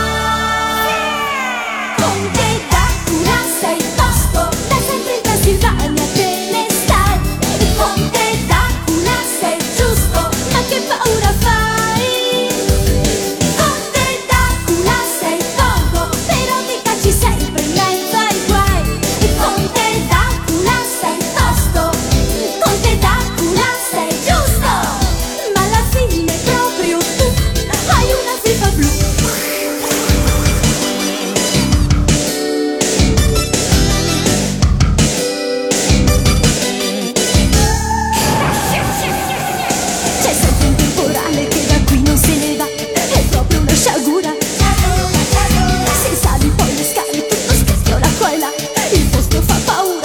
[SPEAKER 7] Conte d'Acula sei tosto, da sempre in Transilvania te ne stai. Conte d'Acula sei giusto, ma che paura fai? Conte d'Acula sei poco, però ti cacci sempre in mezzo ai guai. Conte d'Acula sei tosto, Conte d'Acula sei giusto, ma alla fine proprio tu hai una fifa blu. C'è sempre un temporale che da qui non se ne va, è proprio una sciagura. Se sali poi le scale tutto scricchiola qua e là, il posto fa paura.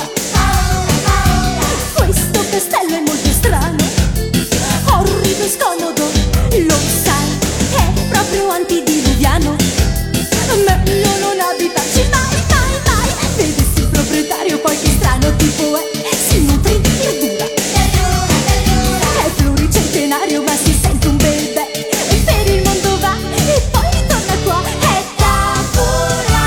[SPEAKER 7] Questo castello è molto strano, orribile e scomodo, lo sai, è proprio antidiluviano. Meglio non abitarci mai, mai, mai. Vedi se il proprietario poi che strano tipo è, si nutre di verdura. È pluricentenario ma si sente un bel bel. E per il mondo va e poi ritorna qua. È D'Acula.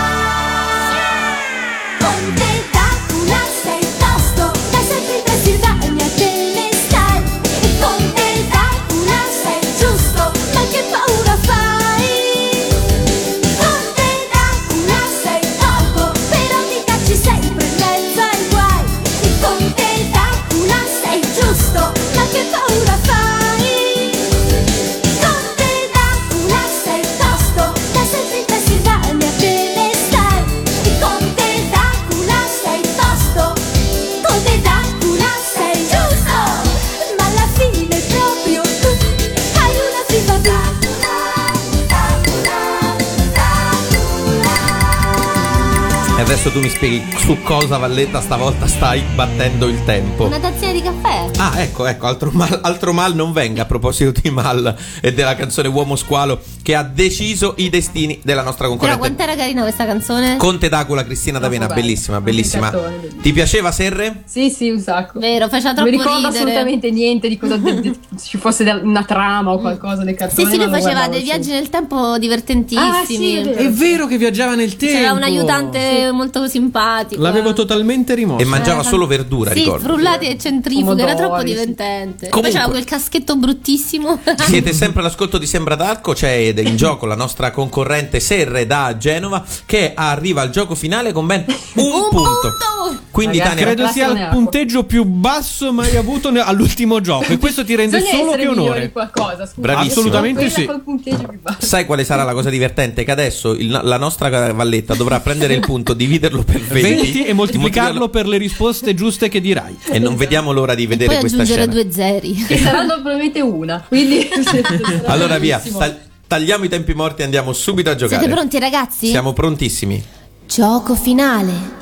[SPEAKER 7] Conte d'Acula sei tosto, da sempre in Transilvania te ne stai. Conte d'Acula sei giusto, ma che paura fai? Conte d'Acula sei poco, però ti cacci sempre in mezzo ai guai. Conte d'Acula sei giusto, ma che paura fai? Conte d'Acula sei tosto, da sempre in Transilvania te ne stai. Conte d'Acula sei tosto, Conte d'Acula sei giusto, ma alla fine proprio tu hai una fifa blu.
[SPEAKER 2] E adesso tu mi spieghi su cosa, Valletta, stavolta stai battendo il tempo.
[SPEAKER 3] Una tazzina di caffè.
[SPEAKER 2] Ah, ecco, ecco, altro mal, altro mal non venga a proposito di Mal e della canzone Uomo Squalo che ha deciso i destini della nostra
[SPEAKER 3] Però
[SPEAKER 2] concorrente.
[SPEAKER 3] quant'era carina questa canzone?
[SPEAKER 2] Conte d'Acula, Cristina D'Avena,
[SPEAKER 12] Troppo
[SPEAKER 2] bellissima,
[SPEAKER 12] bello.
[SPEAKER 2] bellissima.
[SPEAKER 12] Un cartone, bellissimo.
[SPEAKER 2] Ti piaceva, Serre?
[SPEAKER 12] Sì, sì, un sacco.
[SPEAKER 3] Vero, faceva
[SPEAKER 12] Non mi
[SPEAKER 3] troppo
[SPEAKER 12] ricordo
[SPEAKER 3] ridere.
[SPEAKER 12] assolutamente niente di cosa de- de- ci fosse de- una trama o qualcosa del cartone.
[SPEAKER 3] Sì, sì, lui
[SPEAKER 12] ma lo
[SPEAKER 3] faceva
[SPEAKER 12] guardavo
[SPEAKER 3] dei viaggi
[SPEAKER 12] sempre.
[SPEAKER 3] nel tempo divertentissimi.
[SPEAKER 12] Ah, sì, è vero.
[SPEAKER 1] È vero che viaggiava nel tempo.
[SPEAKER 3] C'era un aiutante molto simpatico.
[SPEAKER 1] L'avevo
[SPEAKER 3] eh.
[SPEAKER 1] totalmente rimosso.
[SPEAKER 2] E mangiava
[SPEAKER 3] Eh,
[SPEAKER 2] solo verdura,
[SPEAKER 3] Sì,
[SPEAKER 2] ricordo.
[SPEAKER 3] frullati e centrifughe, era troppo
[SPEAKER 12] Pomodori, sì.
[SPEAKER 3] divertente.
[SPEAKER 2] Comunque-
[SPEAKER 3] Poi c'era quel caschetto bruttissimo.
[SPEAKER 2] Siete sempre all'ascolto di Sembra d'Arco, c'è in gioco la nostra concorrente Serre da Genova che arriva al gioco finale con ben un,
[SPEAKER 3] Un
[SPEAKER 2] punto.
[SPEAKER 3] punto!
[SPEAKER 2] Quindi
[SPEAKER 12] Ragazzi,
[SPEAKER 2] Tania,
[SPEAKER 1] Credo sia il punteggio più basso mai avuto ne- all'ultimo gioco. E questo ti rende
[SPEAKER 12] Bisogna
[SPEAKER 1] solo
[SPEAKER 12] essere
[SPEAKER 1] che
[SPEAKER 12] migliori
[SPEAKER 1] onore.
[SPEAKER 12] in qualcosa, scusa.
[SPEAKER 2] Bravissimo.
[SPEAKER 1] Assolutamente
[SPEAKER 12] Quella
[SPEAKER 1] sì.
[SPEAKER 12] col punteggio più basso.
[SPEAKER 2] sai quale sarà la cosa divertente? Che adesso il- la nostra Valletta dovrà prendere il punto, dividerlo per venti,
[SPEAKER 1] venti e moltiplicarlo per le risposte giuste che dirai.
[SPEAKER 2] E non vediamo l'ora di vedere
[SPEAKER 3] Poi
[SPEAKER 2] questa
[SPEAKER 3] aggiungere
[SPEAKER 2] scena.
[SPEAKER 3] due zeri.
[SPEAKER 12] Che saranno probabilmente una. Quindi
[SPEAKER 2] Allora via,
[SPEAKER 12] bravissimo.
[SPEAKER 2] tag- tagliamo i tempi morti e andiamo subito a giocare.
[SPEAKER 3] Siete pronti, ragazzi?
[SPEAKER 2] Siamo prontissimi.
[SPEAKER 3] Gioco finale.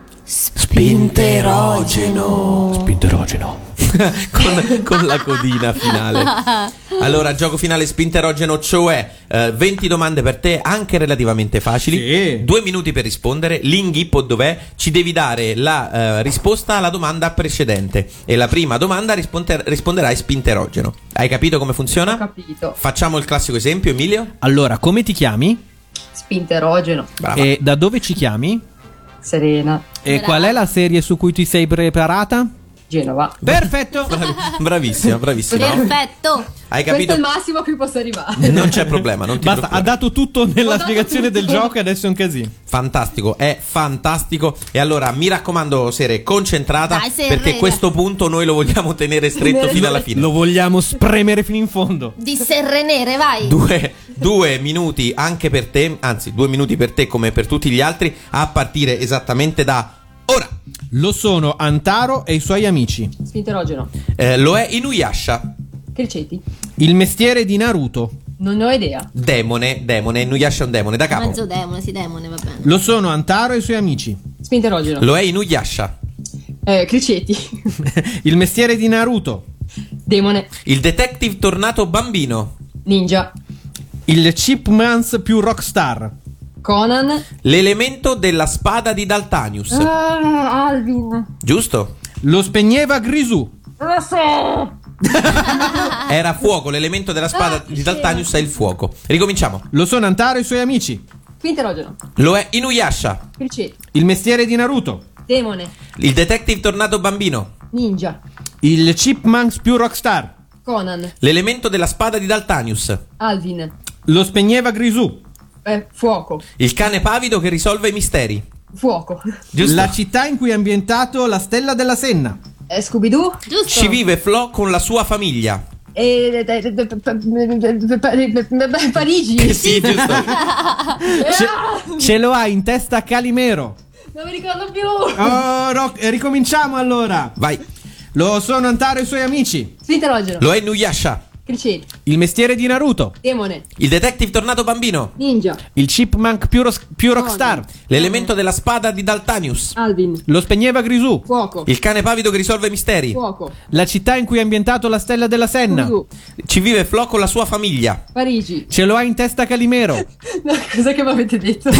[SPEAKER 1] Spinterogeno. Spinterogeno.
[SPEAKER 2] con, con la codina finale. Allora, gioco finale spinterogeno, cioè eh, venti domande per te, anche relativamente facili.
[SPEAKER 1] Sì.
[SPEAKER 2] Due minuti per rispondere. L'inghippo dov'è? Ci devi dare la eh, risposta alla domanda precedente. E la prima domanda risponde- risponderai spinterogeno. Hai capito come funziona?
[SPEAKER 12] Ho capito.
[SPEAKER 2] Facciamo il classico esempio, Emilio.
[SPEAKER 1] Allora, come ti chiami?
[SPEAKER 12] Spinterogeno.
[SPEAKER 2] Brava.
[SPEAKER 1] E da dove ci chiami?
[SPEAKER 12] Serena.
[SPEAKER 1] E
[SPEAKER 3] Brava.
[SPEAKER 1] qual è la serie su cui ti sei preparata?
[SPEAKER 12] Genova.
[SPEAKER 1] Perfetto.
[SPEAKER 2] Bravi- bravissima, bravissima.
[SPEAKER 3] Perfetto.
[SPEAKER 2] Hai
[SPEAKER 12] Questo
[SPEAKER 2] capito?
[SPEAKER 12] è il massimo a cui posso arrivare.
[SPEAKER 2] Non c'è problema, non ti
[SPEAKER 1] Basta, ha
[SPEAKER 2] preoccupare.
[SPEAKER 1] dato tutto nella
[SPEAKER 12] Ho dato
[SPEAKER 1] spiegazione del
[SPEAKER 12] tutto.
[SPEAKER 1] gioco e adesso è un casino.
[SPEAKER 2] Fantastico, è fantastico. E allora mi raccomando, Sere, concentrata,
[SPEAKER 3] Dai, Sere.
[SPEAKER 2] perché questo punto noi lo vogliamo tenere stretto fino alla fine.
[SPEAKER 1] Lo vogliamo spremere fino in fondo.
[SPEAKER 3] Di serre nere, vai.
[SPEAKER 2] Due, due minuti anche per te, anzi due minuti per te come per tutti gli altri, a partire esattamente da ora.
[SPEAKER 1] Lo sono Antaro e i suoi amici.
[SPEAKER 12] Spinterogeno.
[SPEAKER 2] Eh, lo è Inuyasha,
[SPEAKER 12] Criceti.
[SPEAKER 1] Il mestiere di Naruto.
[SPEAKER 12] Non ne ho idea.
[SPEAKER 2] demone, demone, Inuyasha è un demone, da capo.
[SPEAKER 3] Mezzo demone, sì, demone, va bene.
[SPEAKER 1] Lo sono Antaro e i suoi amici.
[SPEAKER 12] Spinterogeno.
[SPEAKER 2] Lo è Inuyasha,
[SPEAKER 12] Eh, Criceti.
[SPEAKER 1] Il mestiere di Naruto.
[SPEAKER 12] Demone.
[SPEAKER 2] il detective tornato bambino,
[SPEAKER 12] Ninja.
[SPEAKER 1] Il Chipmunks più rockstar.
[SPEAKER 12] Conan.
[SPEAKER 2] l'elemento della spada di Daltanius,
[SPEAKER 12] Ah, Alvin.
[SPEAKER 2] giusto?
[SPEAKER 1] Lo spegneva Grisù.
[SPEAKER 12] Lo so.
[SPEAKER 2] Era fuoco, l'elemento della spada
[SPEAKER 12] Ah,
[SPEAKER 2] di Daltanius è il fuoco. Ricominciamo.
[SPEAKER 1] Lo sono Antaro e i suoi amici.
[SPEAKER 12] Spinterogeno.
[SPEAKER 2] Lo è Inuyasha,
[SPEAKER 12] Criceti.
[SPEAKER 1] Il mestiere di Naruto.
[SPEAKER 12] Demone.
[SPEAKER 2] il detective tornato bambino,
[SPEAKER 12] Ninja.
[SPEAKER 1] Il Chipmunks più rockstar.
[SPEAKER 12] Conan.
[SPEAKER 2] l'elemento della spada di Daltanius,
[SPEAKER 12] Alvin.
[SPEAKER 1] Lo spegneva Grisù.
[SPEAKER 12] Eh, fuoco.
[SPEAKER 2] il cane pavido che risolve i misteri,
[SPEAKER 12] Fuoco.
[SPEAKER 2] giusto?
[SPEAKER 1] La città in cui è ambientato la stella della Senna.
[SPEAKER 12] Eh, Scooby-Doo.
[SPEAKER 3] Giusto.
[SPEAKER 2] Ci vive Flo con la sua famiglia.
[SPEAKER 12] E Parigi.
[SPEAKER 2] Sì, giusto.
[SPEAKER 1] Ce, ce lo ha in testa Calimero.
[SPEAKER 12] Non mi ricordo più.
[SPEAKER 1] Oh, ro- eh, ricominciamo allora.
[SPEAKER 2] Vai.
[SPEAKER 1] Lo sono Antaro e i suoi amici.
[SPEAKER 12] Spinterogeno.
[SPEAKER 2] Lo è Inuyasha,
[SPEAKER 12] Criceti.
[SPEAKER 1] Il mestiere di Naruto.
[SPEAKER 12] Demone.
[SPEAKER 2] il detective tornato bambino,
[SPEAKER 12] Ninja.
[SPEAKER 1] Il Chipmunk più, ros- più rockstar.
[SPEAKER 2] l'elemento della spada di Daltanius,
[SPEAKER 12] Alvin.
[SPEAKER 1] Lo spegneva Grisù.
[SPEAKER 12] Fuoco.
[SPEAKER 2] il cane pavido che risolve i misteri.
[SPEAKER 12] Fuoco.
[SPEAKER 1] La città in cui è ambientato la stella della Senna.
[SPEAKER 12] Scooby-Doo.
[SPEAKER 2] Ci vive Flo con la sua famiglia.
[SPEAKER 12] Parigi.
[SPEAKER 1] Ce lo ha in testa Calimero.
[SPEAKER 12] No, cosa che mi avete detto?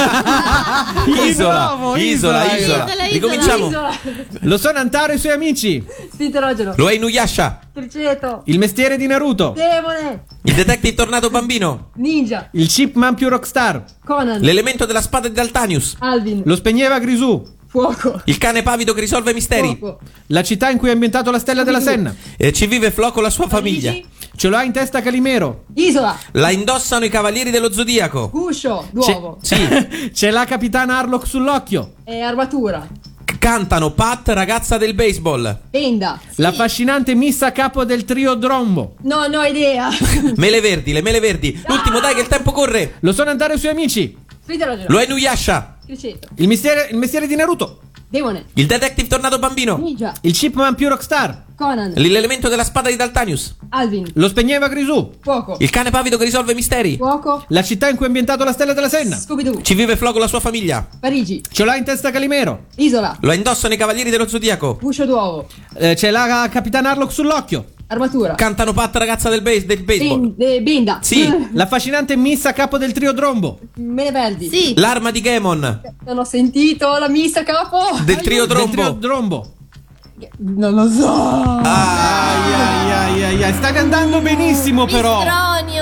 [SPEAKER 2] Isola,
[SPEAKER 1] nuovo,
[SPEAKER 2] isola,
[SPEAKER 1] isola.
[SPEAKER 2] isola.
[SPEAKER 3] Isola,
[SPEAKER 2] Ricominciamo.
[SPEAKER 12] Isola.
[SPEAKER 1] Lo sono Antaro e i suoi amici.
[SPEAKER 12] Spinterogeno.
[SPEAKER 2] Lo è Inuyasha,
[SPEAKER 12] Criceto.
[SPEAKER 1] Il mestiere di Naruto.
[SPEAKER 12] Demone.
[SPEAKER 2] il detective tornato bambino,
[SPEAKER 12] Ninja.
[SPEAKER 1] Il Chipmunk più rockstar.
[SPEAKER 12] Conan.
[SPEAKER 2] l'elemento della spada di Daltanius,
[SPEAKER 12] Alvin.
[SPEAKER 1] Lo spegneva Grisù.
[SPEAKER 12] Fuoco.
[SPEAKER 2] il cane pavido che risolve i misteri.
[SPEAKER 12] Fuoco.
[SPEAKER 1] La città in cui è ambientato la stella della Senna.
[SPEAKER 2] E ci vive Flo con la sua famiglia.
[SPEAKER 12] Parigi.
[SPEAKER 1] Ce lo ha in testa Calimero.
[SPEAKER 12] Isola.
[SPEAKER 2] La indossano i cavalieri dello zodiaco.
[SPEAKER 12] Guscio.
[SPEAKER 1] Ce-
[SPEAKER 12] D'uovo.
[SPEAKER 2] Sì.
[SPEAKER 1] C'è la capitana Harlock sull'occhio.
[SPEAKER 12] E armatura.
[SPEAKER 2] C- Cantano Pat, ragazza del baseball.
[SPEAKER 12] Benda.
[SPEAKER 1] L'affascinante miss a capo del trio Drombo.
[SPEAKER 12] No, no idea.
[SPEAKER 2] Mele verdi, le mele verdi. L'ultimo, dai, che il tempo corre.
[SPEAKER 1] Lo sono Antaro e i suoi amici.
[SPEAKER 12] Spinterogeno.
[SPEAKER 2] Lo è Inuyasha,
[SPEAKER 12] Criceto.
[SPEAKER 1] Il mestiere, il mestiere di Naruto.
[SPEAKER 12] Demone.
[SPEAKER 2] il detective tornato bambino,
[SPEAKER 12] Ninja.
[SPEAKER 1] Il Chipmunk più rockstar.
[SPEAKER 12] Conan.
[SPEAKER 2] l'elemento della spada di Daltanius,
[SPEAKER 12] Alvin.
[SPEAKER 1] Lo spegneva Grisù.
[SPEAKER 12] Fuoco.
[SPEAKER 2] il cane pavido che risolve i misteri.
[SPEAKER 12] Fuoco.
[SPEAKER 1] La città in cui è ambientato la stella della Senna.
[SPEAKER 12] Scooby-Doo.
[SPEAKER 2] Ci vive Flo con la sua famiglia.
[SPEAKER 12] Parigi.
[SPEAKER 1] Ce l'ha in testa Calimero.
[SPEAKER 12] Isola.
[SPEAKER 2] Lo indossano i cavalieri dello zodiaco.
[SPEAKER 12] Guscio d'uovo.
[SPEAKER 1] Eh, c'è la capitana Harlock sull'occhio.
[SPEAKER 12] Armatura.
[SPEAKER 2] Cantano Pat, ragazza del, base- del baseball.
[SPEAKER 12] Ben- eh, Benda.
[SPEAKER 2] Sì.
[SPEAKER 1] L'affascinante miss a capo del trio Drombo.
[SPEAKER 12] Mele verdi.
[SPEAKER 3] Sì.
[SPEAKER 2] L'arma di Gamon
[SPEAKER 12] Non ho sentito la missa capo.
[SPEAKER 2] del trio
[SPEAKER 1] Del trio
[SPEAKER 2] Drombo.
[SPEAKER 1] Drombo.
[SPEAKER 12] Non lo so.
[SPEAKER 2] Ah,
[SPEAKER 1] Ai, ai, ai, ai, ai. Stai andando benissimo però.
[SPEAKER 3] Mistronio, mannaggia.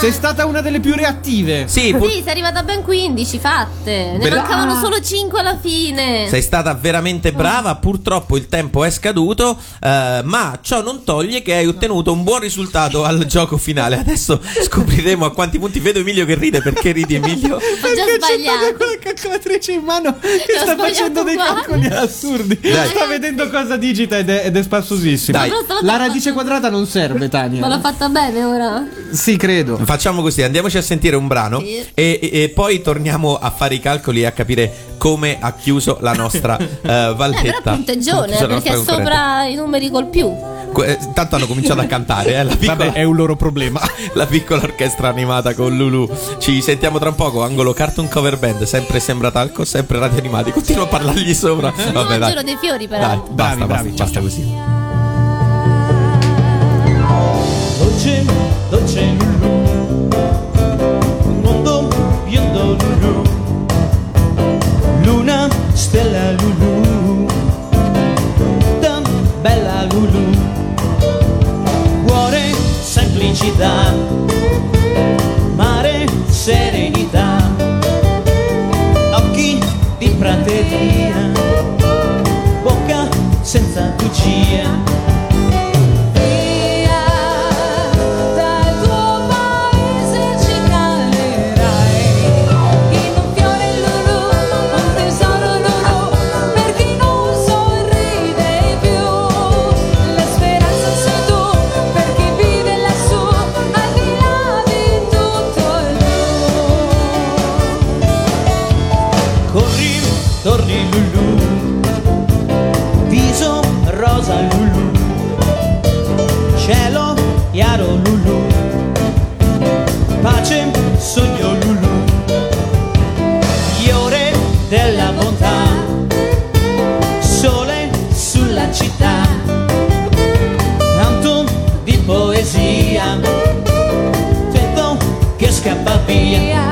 [SPEAKER 1] Sei stata una delle più reattive.
[SPEAKER 2] Sì, pur-
[SPEAKER 3] Sì, sei arrivata ben quindici fatte. Ne
[SPEAKER 2] Beh,
[SPEAKER 3] mancavano solo cinque alla fine.
[SPEAKER 2] sei stata veramente brava. Purtroppo il tempo è scaduto, eh, ma ciò non toglie che hai ottenuto un buon risultato al gioco finale. Adesso scopriremo a quanti punti. Vedo Emilio che ride. Perché ridi, Emilio?
[SPEAKER 3] Ho già sbagliato.
[SPEAKER 1] Con la calcolatrice in mano che
[SPEAKER 3] L'ho
[SPEAKER 1] sta
[SPEAKER 3] sbagliato
[SPEAKER 1] facendo dei
[SPEAKER 3] uguale.
[SPEAKER 1] calcoli assurdi.
[SPEAKER 2] Dai.
[SPEAKER 1] Sta vedendo cosa digita ed è, ed è spassosissimo.
[SPEAKER 2] Dai.
[SPEAKER 1] La radice quadrata non serve, Tania.
[SPEAKER 3] Ma l'ho fatta bene ora?
[SPEAKER 1] Sì, credo.
[SPEAKER 2] Facciamo così, andiamoci a sentire un brano
[SPEAKER 3] Sì.
[SPEAKER 2] e, e- e poi torniamo a fare i calcoli e a capire come ha chiuso la nostra eh,
[SPEAKER 3] Eh, però
[SPEAKER 2] Valletta.
[SPEAKER 3] punteggione,
[SPEAKER 2] Chiuso la
[SPEAKER 3] perché è
[SPEAKER 2] nostra
[SPEAKER 3] sopra i numeri col più.
[SPEAKER 2] concorrente. Que- eh, Tanto hanno cominciato a cantare, eh, la piccola,
[SPEAKER 1] Vabbè, è un loro problema.
[SPEAKER 2] la piccola orchestra animata con Lulu. Ci sentiamo tra un poco, angolo Cartoon Cover Band. Sempre Sembra Talco, sempre Radio Animati. Continuo a parlargli sopra. Vabbè,
[SPEAKER 3] No,
[SPEAKER 2] dai.
[SPEAKER 3] Giro dei fiori,
[SPEAKER 2] Dai,
[SPEAKER 3] però.
[SPEAKER 2] basta,
[SPEAKER 1] Bravi,
[SPEAKER 2] basta,
[SPEAKER 1] bravi,
[SPEAKER 2] basta così.
[SPEAKER 15] Dolce, dolce Lulu, un mondo viendo Lulu, luna, stella Lulu, da bella Lulu, cuore, semplicità, mare, serenità, occhi di prateria, bocca senza bugia.
[SPEAKER 9] Dal tuo paese ci calerai in un fiore Lulu, un tesoro Lulu, per chi non sorride più. La speranza sei tu, per chi vive lassù, al di là di tutto il blu.
[SPEAKER 15] Corri, torni Lulu, viso rosa Lulu, cielo chiaro Lulu, pace, sogno Lulu, fiore della bontà, sole sulla città, canto di poesia, vento che scappa via.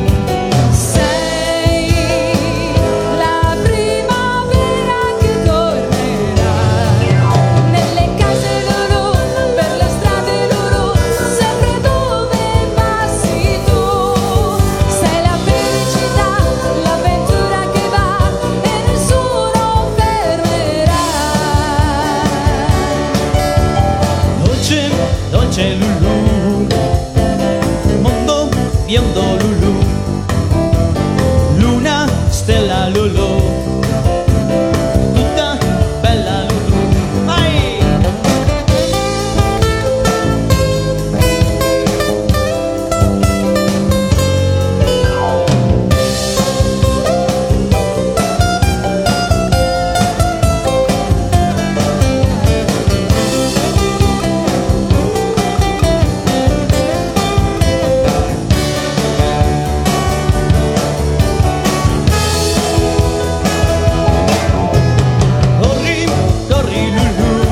[SPEAKER 9] Sei la primavera che tornerà nelle case Lulu, per le strade Lulu, sempre dove passi tu. Sei la felicità, l'avventura che va e nessuno fermerà.
[SPEAKER 15] Dolce, dolce Lulu, mondo biondo Lulu, luna, stella Lulu, tutta bella Lulu. Vai! Corri, corri Lulu,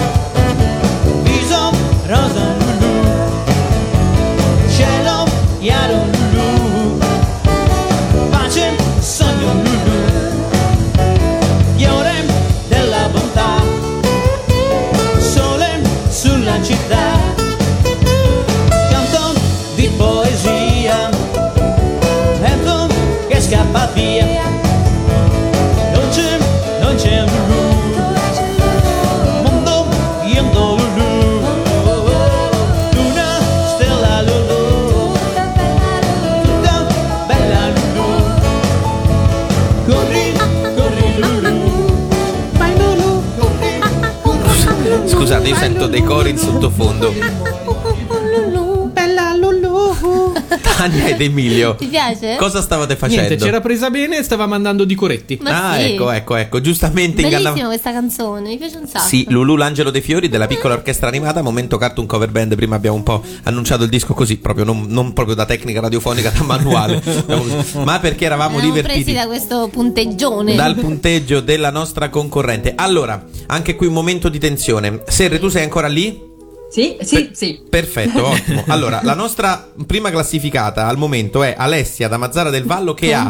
[SPEAKER 15] viso rosa Lulu, cielo chiaro Lulu, pace, sogno Lulu, fiore della bontà, sole sulla città, canto di poesia, vento che scappa via. Non c'è, non c'è Lulu, mondo viendo Lulu, luna, stella Lulu, tutta bella Lulu. Corri, corri Lulu, vai Lulu, corri.
[SPEAKER 2] Scusate, io sento dei cori in sottofondo.
[SPEAKER 1] Bella Lulu.
[SPEAKER 2] Tania ed Emilio,
[SPEAKER 3] Ti piace?
[SPEAKER 2] cosa stavate facendo?
[SPEAKER 1] Niente, c'era presa bene e stava mandando di coretti.
[SPEAKER 3] Ma
[SPEAKER 2] Ah,
[SPEAKER 3] sì.
[SPEAKER 2] ecco, ecco, ecco. Giustamente
[SPEAKER 3] Bellissima
[SPEAKER 2] ingannava.
[SPEAKER 3] questa canzone, mi piace un sacco.
[SPEAKER 2] Sì, Lulu l'angelo dei fiori della piccola orchestra animata, momento Cartoon Cover Band. Prima abbiamo un po' annunciato il disco così, proprio non, non proprio da tecnica radiofonica, da manuale, ma perché eravamo
[SPEAKER 3] Eravamo presi
[SPEAKER 2] divertiti
[SPEAKER 3] da questo punteggione.
[SPEAKER 2] dal punteggio della nostra concorrente. Allora, anche qui un momento di tensione. Serre, tu sei ancora lì?
[SPEAKER 12] Sì, sì, sì.
[SPEAKER 2] Perfetto, ottimo. Allora, la nostra prima classificata al momento è Alessia da Mazzara del Vallo che
[SPEAKER 3] Con
[SPEAKER 2] ha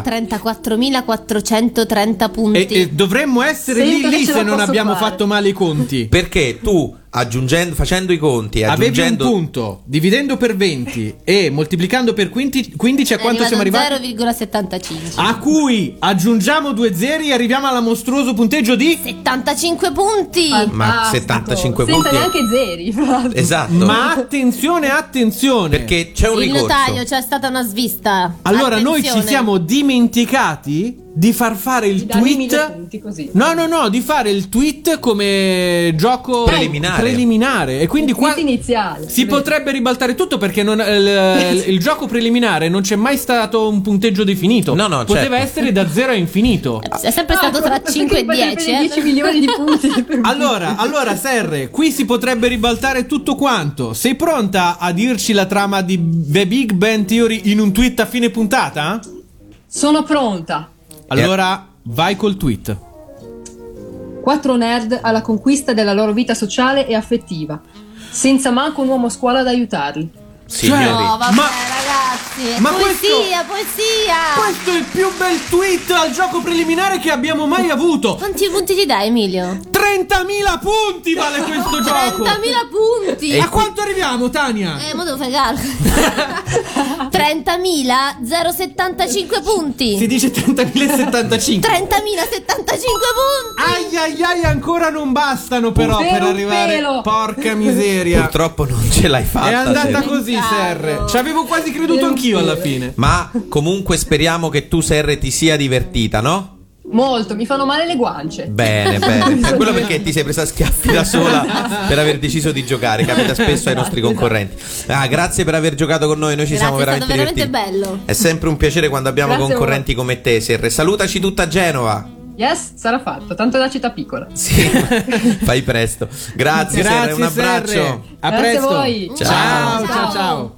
[SPEAKER 3] trentaquattromilaquattrocentotrenta punti.
[SPEAKER 1] E, e dovremmo essere
[SPEAKER 12] Sento
[SPEAKER 1] lì
[SPEAKER 12] che
[SPEAKER 1] lì
[SPEAKER 12] ce
[SPEAKER 1] se
[SPEAKER 12] la
[SPEAKER 1] non
[SPEAKER 12] posso
[SPEAKER 1] abbiamo
[SPEAKER 12] fare.
[SPEAKER 1] fatto male i conti.
[SPEAKER 2] perché tu aggiungendo, facendo i conti, aggiungendo...
[SPEAKER 1] Avevi un punto, dividendo per venti e moltiplicando per quindici, quindici a quanto siamo arrivati?
[SPEAKER 3] zero virgola settantacinque.
[SPEAKER 1] A cui aggiungiamo due zeri e arriviamo al mostruoso punteggio di
[SPEAKER 3] settantacinque punti.
[SPEAKER 2] Ma settantacinque
[SPEAKER 12] Senza
[SPEAKER 2] punti è-
[SPEAKER 12] neanche zeri.
[SPEAKER 2] Esatto.
[SPEAKER 1] Ma attenzione, attenzione,
[SPEAKER 2] perché c'è un
[SPEAKER 3] Il
[SPEAKER 2] ricorso.
[SPEAKER 3] notaio, c'è stata una svista.
[SPEAKER 1] Allora noi ci
[SPEAKER 3] Attenzione.
[SPEAKER 1] siamo dimenticati di far fare il
[SPEAKER 12] Dammi mille
[SPEAKER 1] tweet.
[SPEAKER 12] punti così.
[SPEAKER 1] No, no, no, di fare il tweet come gioco
[SPEAKER 2] Preliminare.
[SPEAKER 1] preliminare. E quindi qua
[SPEAKER 12] Tweet iniziale.
[SPEAKER 1] si potrebbe ribaltare tutto perché non- il, il gioco preliminare non c'è mai stato un punteggio definito.
[SPEAKER 2] No, no,
[SPEAKER 1] poteva
[SPEAKER 2] certo.
[SPEAKER 1] essere da zero a infinito.
[SPEAKER 3] È sempre stato tra cinque e dieci. eh.
[SPEAKER 12] dieci milioni di punti.
[SPEAKER 1] Allora, allora Serre, qui si potrebbe ribaltare tutto quanto. Sei pronta a dirci la trama di The Big Bang Theory in un tweet a fine puntata?
[SPEAKER 12] Sono pronta.
[SPEAKER 1] Allora, vai col tweet.
[SPEAKER 12] Quattro nerd alla conquista della loro vita sociale e affettiva, senza manco un uomo a scuola ad aiutarli.
[SPEAKER 2] Signori.
[SPEAKER 3] No, vabbè,
[SPEAKER 1] Ma-
[SPEAKER 3] ragazzi.
[SPEAKER 1] ma
[SPEAKER 3] poesia, poesia.
[SPEAKER 1] Questo è il più bel tweet al gioco preliminare che abbiamo mai avuto.
[SPEAKER 3] Quanti punti ti dai, Emilio?
[SPEAKER 1] trentamila punti vale questo gioco.
[SPEAKER 3] trentamila punti.
[SPEAKER 1] A quanto arriviamo, Tania?
[SPEAKER 3] Eh, mo devo fregare. trentamila settantacinque punti.
[SPEAKER 1] Si dice trentamila settantacinque.
[SPEAKER 3] trentamila settantacinque punti.
[SPEAKER 1] Ai ai ai, ancora non bastano però
[SPEAKER 12] Per
[SPEAKER 1] per
[SPEAKER 12] un
[SPEAKER 1] arrivare.
[SPEAKER 12] pelo.
[SPEAKER 1] Porca miseria.
[SPEAKER 2] Purtroppo non ce l'hai fatta.
[SPEAKER 1] È andata
[SPEAKER 2] Serre.
[SPEAKER 1] così, Serre. Ci avevo quasi creduto anch'io alla fine.
[SPEAKER 2] Ma comunque speriamo che tu, Serre, ti sia divertita, no?
[SPEAKER 12] Molto, mi fanno male le guance.
[SPEAKER 2] Bene, bene. Per quello perché ti sei presa a schiaffi da sola per aver deciso di giocare. Capita spesso ai nostri concorrenti. Ah, grazie per aver giocato con noi. Noi ci
[SPEAKER 3] Grazie,
[SPEAKER 2] siamo
[SPEAKER 3] è stato
[SPEAKER 2] veramente
[SPEAKER 3] veramente
[SPEAKER 2] divertiti.
[SPEAKER 3] bello.
[SPEAKER 2] È sempre un piacere quando abbiamo
[SPEAKER 12] Grazie a
[SPEAKER 2] concorrenti come te, Serre. Salutaci tutta Genova.
[SPEAKER 12] Yes, sarà fatto, tanto è una città piccola.
[SPEAKER 2] Sì, fai presto. Grazie, Serre. Un abbraccio.
[SPEAKER 1] Serre. A
[SPEAKER 12] Grazie
[SPEAKER 1] presto.
[SPEAKER 12] a voi.
[SPEAKER 2] Ciao.
[SPEAKER 1] Ciao, ciao, ciao.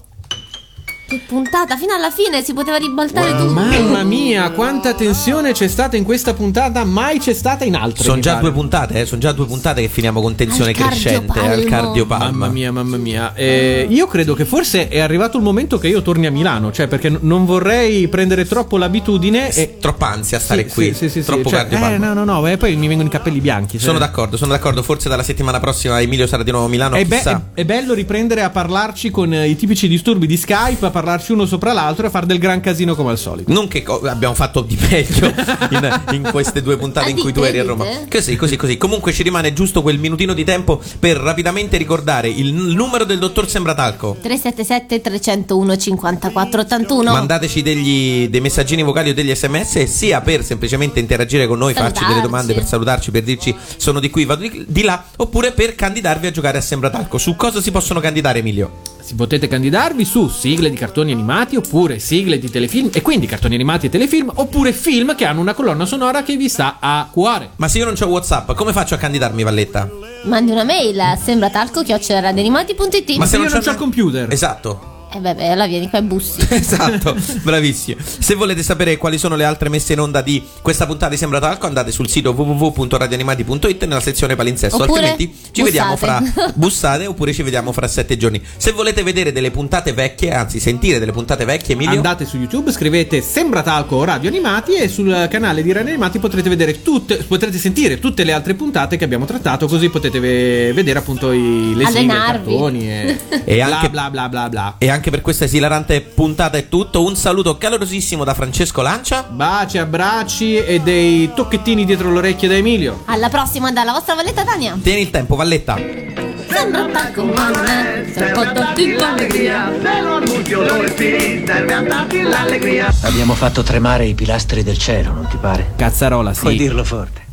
[SPEAKER 3] Che puntata, fino alla fine si poteva ribaltare tutto.
[SPEAKER 1] Mamma mia, quanta tensione c'è stata in questa puntata, mai c'è stata in altre.
[SPEAKER 2] Sono
[SPEAKER 1] mi
[SPEAKER 2] già
[SPEAKER 1] pare.
[SPEAKER 2] due puntate, eh? Sono già due puntate che finiamo con tensione
[SPEAKER 3] Al
[SPEAKER 2] crescente
[SPEAKER 3] cardiopalmo.
[SPEAKER 2] al cardiopalmo.
[SPEAKER 1] Mamma mia, mamma mia. Eh, io credo che forse è arrivato il momento che io torni a Milano, cioè perché n- non vorrei prendere troppo l'abitudine e
[SPEAKER 2] Troppa ansia a stare
[SPEAKER 1] Sì,
[SPEAKER 2] qui.
[SPEAKER 1] sì, sì, sì,
[SPEAKER 2] Troppo
[SPEAKER 1] sì. Cioè,
[SPEAKER 2] cardiopalmo.
[SPEAKER 1] Eh, no, no, no, e poi mi vengono i capelli bianchi.
[SPEAKER 2] Sono
[SPEAKER 1] cioè.
[SPEAKER 2] d'accordo, sono d'accordo. Forse dalla settimana prossima Emilio sarà di nuovo a Milano.
[SPEAKER 1] È, be-
[SPEAKER 2] chissà.
[SPEAKER 1] è- è bello riprendere a parlarci con eh, i tipici disturbi di Skype, a parlarci uno sopra l'altro e a fare del gran casino come al solito.
[SPEAKER 2] Non che co- abbiamo fatto di meglio in, in queste due puntate in cui tu eri a Roma. Così, così, così. Comunque ci rimane giusto quel minutino di tempo per rapidamente ricordare il n- numero del dottor Sembratalco.
[SPEAKER 3] tre sette sette tre zero uno cinquantaquattro ottantuno.
[SPEAKER 2] Mandateci degli, dei messaggini vocali o degli sms, sia per semplicemente interagire con noi, farci delle
[SPEAKER 3] Salutarci.
[SPEAKER 2] domande, per salutarci, per dirci sono di qui, vado di, di là, oppure per candidarvi a giocare a Sembratalco. Su cosa si possono candidare, Emilio?
[SPEAKER 1] Si potete candidarvi su sigle di cartoni animati oppure sigle di telefilm e quindi cartoni animati e telefilm oppure film che hanno una colonna sonora che vi sta a cuore.
[SPEAKER 2] Ma se io non c'ho WhatsApp, come faccio a candidarmi, Valletta?
[SPEAKER 3] Mandi una mail a sembratalco chiocciola radioanimati punto it.
[SPEAKER 2] Ma se
[SPEAKER 1] io
[SPEAKER 2] non
[SPEAKER 1] non
[SPEAKER 2] c'ho
[SPEAKER 1] c'ho il computer.
[SPEAKER 2] Esatto.
[SPEAKER 3] E eh beh, beh, allora vieni qua e bussi.
[SPEAKER 2] Esatto, bravissimo. Se volete sapere quali sono le altre messe in onda di questa puntata di Sembratalco, andate sul sito w w w punto radioanimati punto it nella sezione palinsesto.
[SPEAKER 3] Oppure
[SPEAKER 2] Altrimenti ci
[SPEAKER 3] bussate.
[SPEAKER 2] vediamo fra bussate oppure ci vediamo fra sette giorni. Se volete vedere delle puntate vecchie, anzi sentire delle puntate vecchie, Emilio,
[SPEAKER 1] Andate su YouTube, scrivete Sembratalco Radio Animati e sul canale di Radio Animati potrete vedere tutte, potrete sentire tutte le altre puntate che abbiamo trattato, così potete ve- vedere appunto i, le sigle, i
[SPEAKER 3] Allenarvi.
[SPEAKER 1] cartoni e,
[SPEAKER 2] E
[SPEAKER 1] bla,
[SPEAKER 2] anche-
[SPEAKER 1] bla bla bla bla.
[SPEAKER 2] e anche per questa esilarante puntata è tutto. Un saluto calorosissimo da Francesco Lancia.
[SPEAKER 1] Baci, abbracci e dei tocchettini dietro l'orecchio da Emilio.
[SPEAKER 3] Alla prossima dalla vostra Valletta Tania.
[SPEAKER 2] Tieni il tempo, Valletta.
[SPEAKER 3] Sembratalco, mamma, sei un po' tutti l'allegria.
[SPEAKER 15] Se lo annunzio lo respiri, serve a darti l'allegria.
[SPEAKER 16] Abbiamo fatto tremare i pilastri del cielo, non ti pare?
[SPEAKER 1] Cazzarola, sì.
[SPEAKER 16] Puoi dirlo forte.